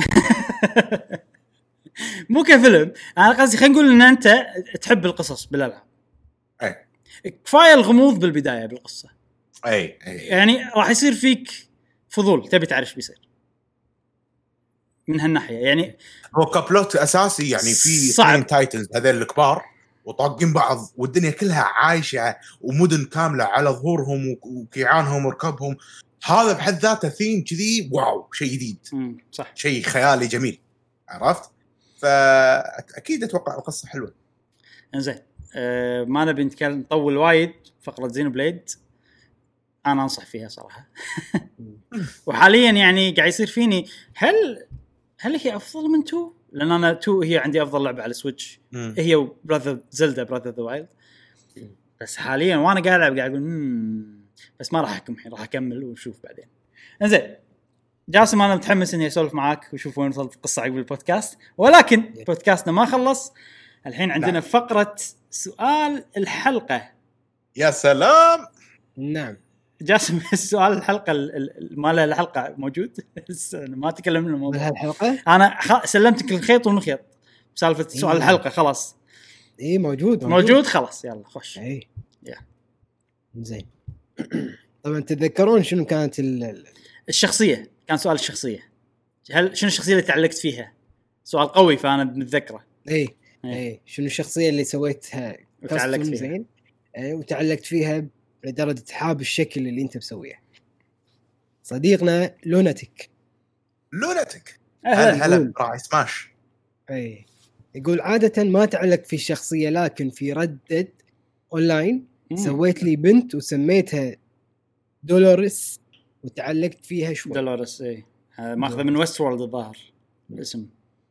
S1: مو كفيلم، انا قصدي خلينا نقول ان انت تحب القصص بالالعاب.
S3: اي
S1: كفايه الغموض بالبدايه بالقصه.
S3: اي اي
S1: يعني راح يصير فيك فضول تبي تعرف ايش بيصير من هالناحيه. يعني
S3: هو كبلوت اساسي، يعني في اثنين تايتنز هذول الكبار وطاقين بعض والدنيا كلها عايشه ومدن كامله على ظهورهم وكيعانهم وركبهم. هذا بحد ذاته ثيم كذي واو، شيء جديد.
S1: صح،
S3: شيء خيالي جميل، عرفت؟ فاكيد اتوقع القصه حلوه.
S1: انزين أه ما نبي نتكلم نطول وايد. فقره زينو بليد انا انصح فيها صراحه وحاليا يعني قاعد يصير فيني هل هل هي افضل من تو؟ لان انا تو هي عندي افضل لعبه على سويتش، هي وبراذر زلدا براذر ذا وايلد. بس حاليا وانا قاعد العب قاعد اقول امم بس ما راح احكم الحين، راح اكمل ونشوف بعدين. انزين جاسم انا متحمس اني اسولف معاك وشوف وين وصلت القصه عقب البودكاست، ولكن بودكاستنا ما خلص. الحين عندنا نعم. فقره سؤال الحلقه.
S3: يا سلام.
S2: نعم
S1: جاسم السؤال الحلقه مال الحلقه موجود ما تكلمنا الموضوع
S2: الحلقه.
S1: انا خ... سلمتك الخيط والمخيط بسالفه سؤال إيه. الحلقه خلاص
S2: اي موجود, موجود
S1: موجود خلاص يلا خش.
S2: اي يا زين. طبعا تتذكرون شنو كانت ال...
S1: الشخصيه؟ كان سؤال الشخصيه. هل شنو الشخصيه اللي تعلقت فيها؟ سؤال قوي فانا بنتذكره.
S2: اي اي شنو الشخصيه اللي سويتها
S1: وتعلقت فيها؟
S2: زين اي وتعلقت فيها لدرجة حاب الشكل اللي انت مسويه. صديقنا لوناتيك
S3: لوناتيك هلا هلا راعي سماش.
S2: اي يقول عادة ما تعلق في الشخصية، لكن في ردد اونلاين سويت لي بنت وسميتها دولوريس وتعلقت فيها شوي.
S1: دولوريس اي ماخذه من ويست وورلد الظاهر الاسم.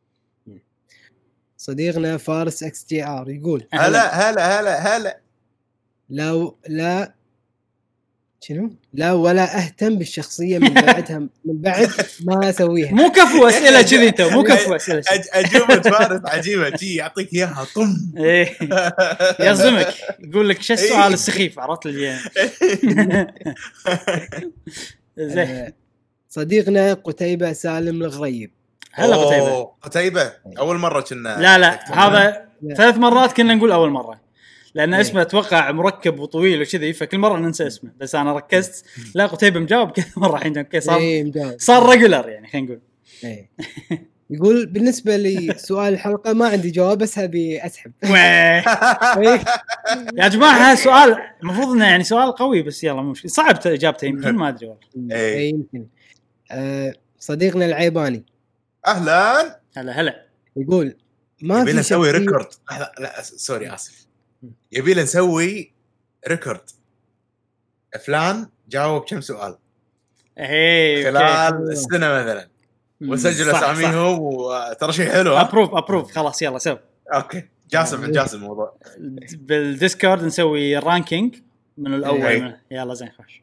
S2: صديقنا فارس اكس جي ار يقول
S3: هلا هلا هلا هلا
S2: لا لا شنو لا ولا اهتم بالشخصيه من بعدها من بعد ما اسويها.
S1: مو كفو اسئله كذي انت مو كفو اسئله
S3: اجوبه فارس عجيبه شي يعطيك اياها طم
S1: ايه يصدمك يقول لك شو السؤال السخيف عرفت لي.
S2: زين صديقنا قتيبة سالم الغريب.
S1: هلا قتيبة.
S3: قتيبة اول مره كنا
S1: لا لا هذا ثلاث مرات كنا نقول اول مره لأن اسمه أتوقع مركب وطويل وكذي فكل مرة ننسى اسمه. بس أنا ركزت لا قتيبة مجاوب كذا مرة الحين كي صار
S2: إيه
S1: صار ريجولر يعني خلينا نقول.
S2: إيه. يقول بالنسبة لسؤال الحلقة ما عندي جواب بس هبي أسحب.
S1: يا جماعة سؤال المفروض إنه يعني سؤال قوي بس يلا مش صعب إجابته يمكن ما أدري والله.
S2: إيه يمكن. أه صديقنا العيباني
S3: أهلا
S1: هلا هلا
S2: يقول ما
S3: يبينا نسوي ريكورد. لا سوري آسف يبي لنا نسوي ريكورد فلان جاوب كم سؤال
S1: ايه
S3: خلال السنه مثلا وسجل
S1: صح،
S3: اساميهم وترى شيء حلو.
S1: ابروف ابروف خلاص يلا سو.
S3: اوكي جاسم جاسم الموضوع
S1: بالديسكورد نسوي رانكينج من الاول
S3: إيه.
S1: من... يلا زين خوش.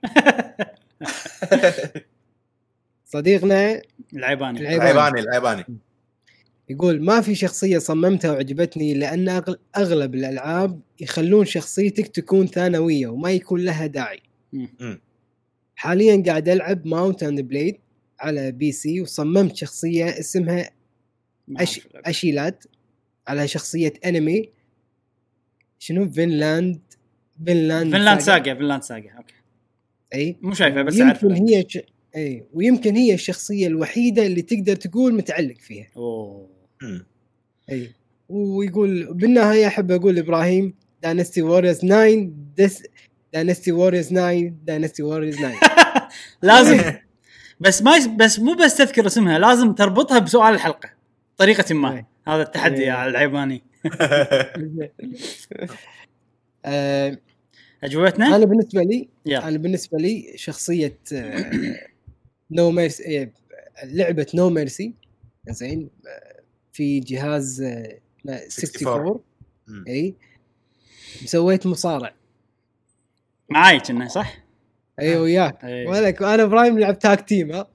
S2: صديقنا
S1: العيباني
S3: العيباني العيباني
S2: يقول ما في شخصية صممتها وعجبتني لأن أغل- أغلب الألعاب يخلون شخصيتك تكون ثانوية وما يكون لها داعي.
S3: مم.
S2: حاليا قاعد ألعب ماونت أند بليد على بي سي وصممت شخصية اسمها
S1: ما
S2: أش...
S1: أعرف.
S2: أشيلات على شخصية أنمي شنو فينلاند فينلاند
S1: فينلاند ساغا فينلاند ساغا اوكي
S2: أي
S1: مو شايفه بس
S2: يمكن
S1: اعرف.
S2: هي ش... أي ويمكن هي الشخصية الوحيدة اللي تقدر تقول متعلق فيها.
S1: اوه
S3: مم.
S2: اي ويقول بالنهايه احب اقول ابراهيم داينستي ووريرز تسعة دس داينستي ووريرز تسعة داينستي ووريرز تسعة.
S1: لازم بس ما يس... بس مو بس تذكر اسمها لازم تربطها بسؤال الحلقه طريقه ما.
S2: إيه.
S1: هذا التحدي يا العيباني.
S2: آه،
S1: اجوبتنا
S2: انا بالنسبه لي
S1: يلا.
S2: انا بالنسبه لي شخصيه نو ميرسي لعبه نو ميرسي زين آه، في جهاز آه، أربعة وستين
S3: مم.
S2: اي سويت مصارع
S1: معاي كنا صح.
S2: اي وياك
S1: إيه.
S2: ولك انا ابراهيم لعب تاك تيم ها.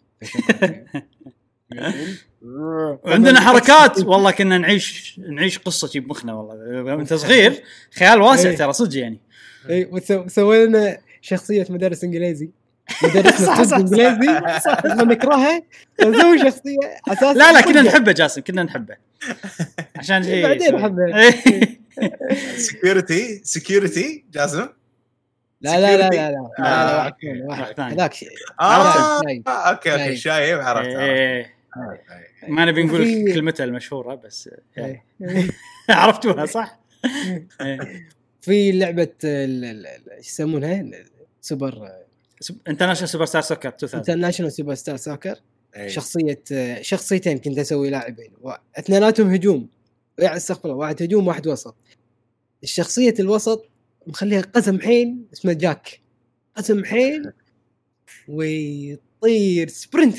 S1: وعندنا حركات والله كنا نعيش نعيش قصه شي بمخنا والله انت صغير خيال واسع
S2: إيه.
S1: ترى صدق يعني.
S2: اي وسوي لنا شخصيه مدرس انجليزي مدرسنا طب انجليزي احنا نكرهها نسوي شخصيه اساسا
S1: لا لا كنا نحبه جاسم كنا نحبه عشان شيء
S2: بعدين حبه.
S3: سكيورتي سكيورتي جاسم
S2: لا لا لا لا لا
S1: آه،
S2: لا واحد
S1: أوكي.
S2: ثاني، واحد
S1: واحد ثاني.
S2: هذاك شيء.
S3: اه
S2: شايب.
S3: اوكي اوكي
S2: شايب.
S3: شايب عرفت عرفت.
S1: إيه. ما نبي نقول
S2: وفي-
S1: كلمته المشهوره بس يعني.
S2: إيه.
S1: عرفتوها صح. إيه.
S2: في لعبه ال- ال- ال- ايش يسمونها سوبر
S1: انترناشونال سوبر ستار سوكر ألفين.
S2: انترناشونال سوبر ستار سوكر
S3: إيه.
S2: شخصيه شخصيتين كنت اسوي لاعبين واثنيناتهم هجوم يعني استغفر الله واحد هجوم واحد وسط. الشخصيه الوسط مخليها قزم حيل اسمه جاك قزم حيل ويطير سبرنت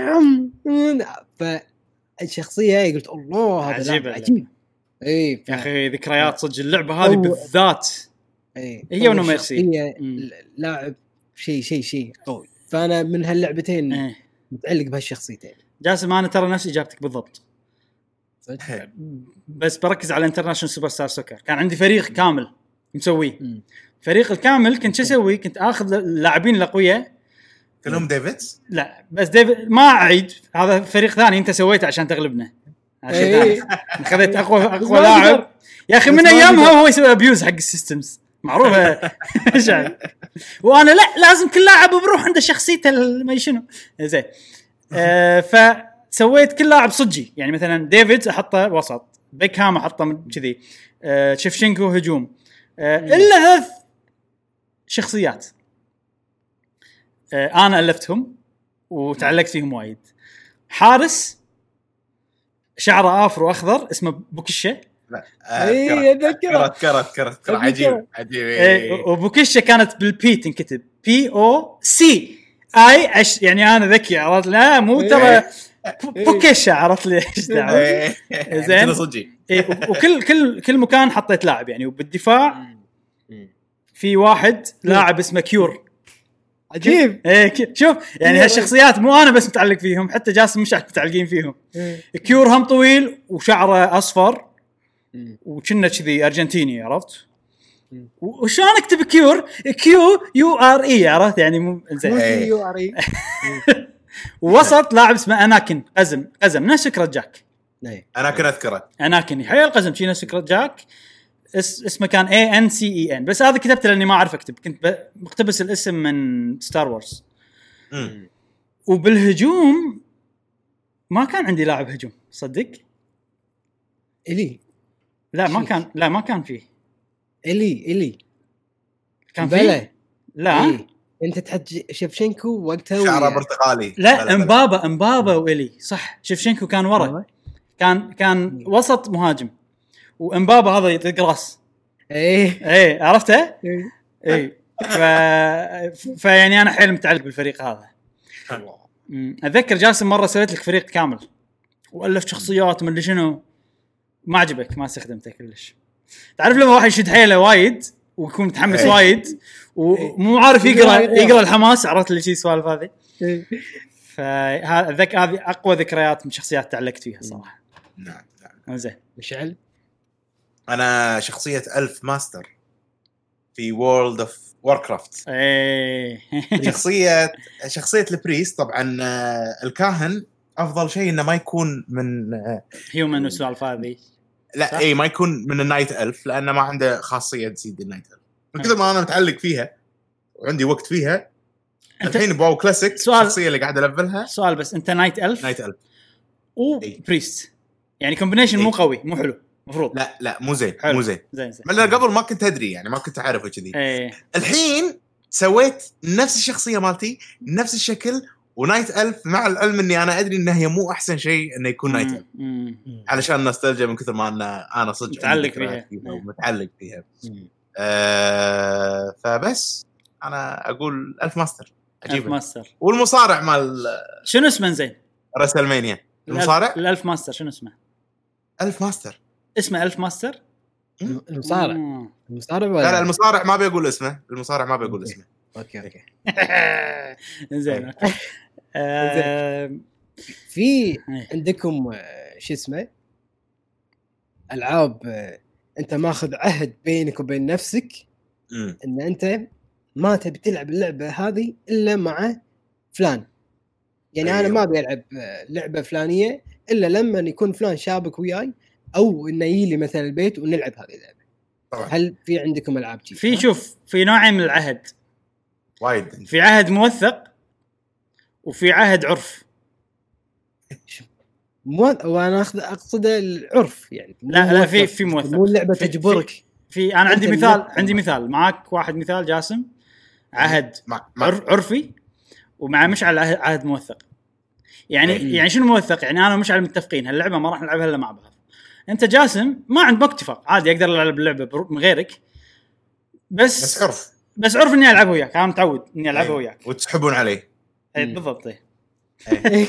S2: فالشخصيه قلت الله هذا
S1: عجيب
S2: لاعب عجيب. اي
S1: يا اخي ذكريات صدق اللعبه هذه
S2: أو-
S1: بالذات.
S2: اي
S1: هي ونو ميرسي.
S2: ميرسي لاعب شيء شيء شيء قوي فانا من هاللعبتين
S1: إيه.
S2: متعلق بهالشخصيتين.
S1: جاسم انا ترى نفس اجابتك بالضبط
S2: صدق؟
S1: بس بركز على انترناشونال سوبر ستار سوكر. كان عندي فريق كامل مسويه.
S2: مم.
S1: فريق الكامل كنت شو اسوي كنت اخذ اللاعبين الاقوياء.
S3: كلهم ديفيدز
S1: لا بس ديفيد ما اعيد هذا فريق ثاني انت سويته عشان تغلبنا عشان
S2: إيه.
S1: ثاني. خذيت اقوى
S2: بس
S1: اقوى
S2: ما
S1: لاعب
S2: أقدر.
S1: يا اخي
S2: بس
S1: من
S2: ما
S1: ايامها
S2: أقدر.
S1: هو يسوي ابيوز حق السيستمز معروفه. شعب. وانا لا لازم كل لاعب بروح عنده شخصيته ما شنو زين. آه فسويت كل لاعب صجي يعني مثلا ديفيد احطه وسط بيكهام احطه كذي آه شفشنكو هجوم آه الا ثلاث شخصيات آه انا الفتهم وتعلقت فيهم وايد. حارس شعره افرو اخضر اسمه بوكشه.
S3: لا
S2: إيه، أتذكره.
S3: كرت كرت كرت كرت عجيب عجيب.
S1: إيه وبوكشه كانت بالبي تنكتب بي او سي اي عش يعني انا ذكي عرفت لا مو ترى بوكشه عرفت لي ايش دعوه.
S3: إيه.
S1: زين.
S3: كذا صجي.
S1: إيه وكل كل كل مكان حطيت لاعب يعني وبالدفاع في واحد لاعب اسمه كيور.
S2: عجيب.
S1: ايه ك- شوف يعني هالشخصيات مو انا بس متعلق فيهم حتى جاسم مش متعلقين فيهم. كيور هم طويل وشعره اصفر وكنا كذي ارجنتيني عرفت. وشلون اكتب كيور كيو يو ار اي عرفت يعني مو زين.
S3: إيه.
S1: ووسط لاعب اسمه اناكن قزم قزم نفس فكره جاك.
S3: انا كنت اذكره
S1: اناكن حيل قزم شي نفس فكره جاك اس اسمه كان اي ان سي اي ان بس هذا كتبت لاني ما اعرف اكتب كنت ب- مقتبس الاسم من ستار وورز.
S3: مم.
S1: وبالهجوم ما كان عندي لاعب هجوم صدق.
S2: الي
S1: لا ما
S2: شيك.
S1: كان لا ما كان فيه
S2: الي الي
S1: كان
S2: بلا
S1: فيه لا
S2: إيه. انت تحط شفشنكو وقتها
S3: شعره
S2: وياه.
S3: برتقالي.
S1: لا
S3: بلا.
S1: امبابا امبابا والي صح. شفشنكو كان ورا
S2: والله.
S1: كان كان وسط مهاجم وامبابا هذا يطق راس.
S2: ايه
S1: ايه عرفته
S2: إيه.
S1: ايه ف... فيعني انا حيل متعلق بالفريق هذا. مم. اتذكر جاسم مره سويت لك فريق كامل والفت شخصيات من اللي شنو ما عجبك ما استخدمته كلش. تعرف لما واحد يشد حيله وايد ويكون متحمس
S3: أي.
S1: وايد ومو عارف يقرا يقرا الحماس، عرفت اللي شيء السوالف هذه. فهذا ذك هذه اقوى ذكريات من شخصيات تعلقت فيها صراحه.
S3: نعم نعم.
S1: زين
S2: مشعل
S3: انا شخصيه ألف ماستر في وورلد اوف واركرافت.
S1: ايه
S3: شخصيه شخصيه البريست طبعا. الكاهن افضل شيء انه ما يكون من
S1: هيومن والسوالف هذه.
S3: لا اي ما يكون من النايت ألف لانه ما عنده خاصيه تزيد النايت ألف. من كثر ما انا متعلق فيها وعندي وقت فيها الحين بواو كلاسيك الشخصيه اللي قاعد الفلها.
S1: سؤال بس، انت نايت ألف
S3: نايت ألف
S1: وبريست يعني كومبينيشن مو قوي مو حلو مفروض.
S3: لا لا مو زين
S1: حلو.
S3: مو زين
S1: زين زين.
S3: من قبل ما كنت ادري يعني ما كنت اعرف كذي.
S1: ايه.
S3: الحين سويت نفس الشخصيه مالتي نفس الشكل ونايت ألف، مع العلم اني انا ادري انها هي مو احسن شيء انه يكون نايت ألف علشان نوستالجيا من كثر ما انا انا صدق
S1: متعلق فيها
S3: ومتعلق فيها. أه فبس انا اقول ألف ماستر
S1: ألف ماستر.
S3: والمصارع مال
S1: شنو اسمه زين؟
S3: رسلمانيا المصارع
S1: الألف ماستر شنو اسمه؟
S3: ألف ماستر
S1: اسمه ألف ماستر؟
S2: المصارع المصارع ولا
S3: لا لا المصارع ما بيقول اسمه المصارع ما بيقول اسمه.
S2: اوكي اوكي
S1: زين.
S2: في عندكم شو اسمه العاب انت ماخذ عهد بينك وبين نفسك
S3: م.
S2: ان انت ما تبي تلعب اللعبه هذه الا مع فلان، يعني أيوه. انا ما ابي العب لعبه فلانيه الا لما يكون فلان شابك وياي او انه يجي مثلا البيت ونلعب هذه اللعبه.
S3: طبعا.
S2: هل في عندكم العاب جي؟
S1: في شوف في نوعين من العهد
S3: وايد.
S1: في عهد موثق وفي عهد عرف.
S2: مو وانا اخذ اقصد العرف يعني.
S1: لا لا في في موثق
S2: مو اللعبه تجبرك.
S1: في, في انا عندي مثال عندي مثال معك واحد مثال جاسم عهد
S3: مع مع
S1: عرف عرفي ومع مشعل عهد, عهد موثق. يعني
S3: أيه.
S1: يعني شنو موثق؟ يعني انا ومشعل متفقين هاللعبه ما راح نلعبها الا مع بعض. انت جاسم ما عندك اتفاق عادي اقدر العب اللعبه من غيرك بس
S3: بس عرف
S1: بس عرف اني العبها وياك. انا متعود اني العبها
S3: أيه.
S1: وياك
S3: وتسحبون عليه.
S1: اي بالضبط. اي
S3: أيه.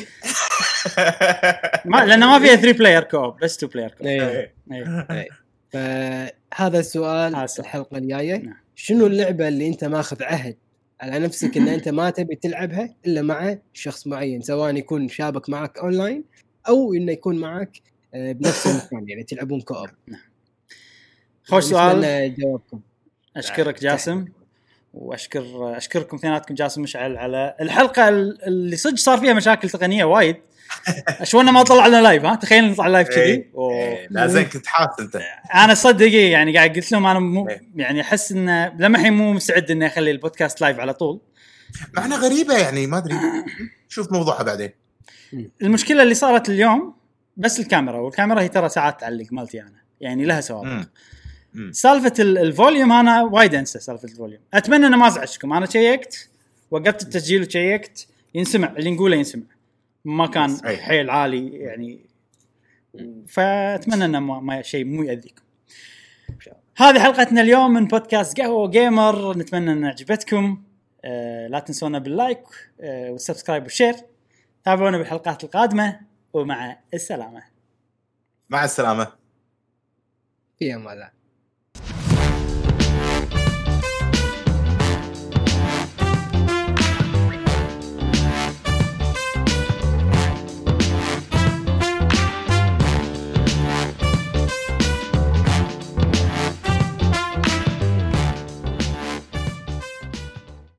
S1: ما لانه ما فيها ثلاثة بلاير كوب بس تو بلاير كوب.
S2: اي اي فهذا السؤال
S1: هاسا.
S2: الحلقه الجايه
S1: نعم.
S2: شنو اللعبه اللي انت ماخذ عهد على نفسك ان انت ما تبي تلعبها الا مع شخص معين، سواء يكون شابك معك اونلاين او انه يكون معك بنفس المكان يعني تلعبون كوب.
S1: نعم. خوش سؤال.
S2: جوابكم.
S1: اشكرك جاسم واشكر اشكركم اثنيناتكم جاسم مشعل على الحلقه اللي صدق صار فيها مشاكل تقنيه وايد. اشونا ما طلع لنا لايف. ها تخيل نطلع لايف كذي.
S3: لا زين كنت حاس انت.
S1: انا صدق يعني قاعد قلت لهم انا مو يعني احس ان لما الحين مو مستعد اني اخلي البودكاست لايف على طول.
S3: معنا غريبه يعني ما ادري شوف موضوعها بعدين.
S1: المشكله اللي صارت اليوم بس الكاميرا، والكاميرا هي ترى ساعات تعلق مالتي انا يعني لها سوابق. سالفه الفوليوم انا وايد انسى سالفه الفوليوم. اتمنى انه ما ازعجكم. انا شيكت وقفت التسجيل وشيكت ينسمع اللي نقوله ينسمع ما كان حيل عالي يعني. فاتمنى انه ما, ما شيء مو يأذيكم. هذه حلقتنا اليوم من بودكاست قهوة جيمر. نتمنى ان عجبتكم. آه لا تنسونا باللايك آه والسبسكرايب والشير. تابعونا بالحلقات القادمة ومع السلامة.
S3: مع السلامة.
S2: في امان الله.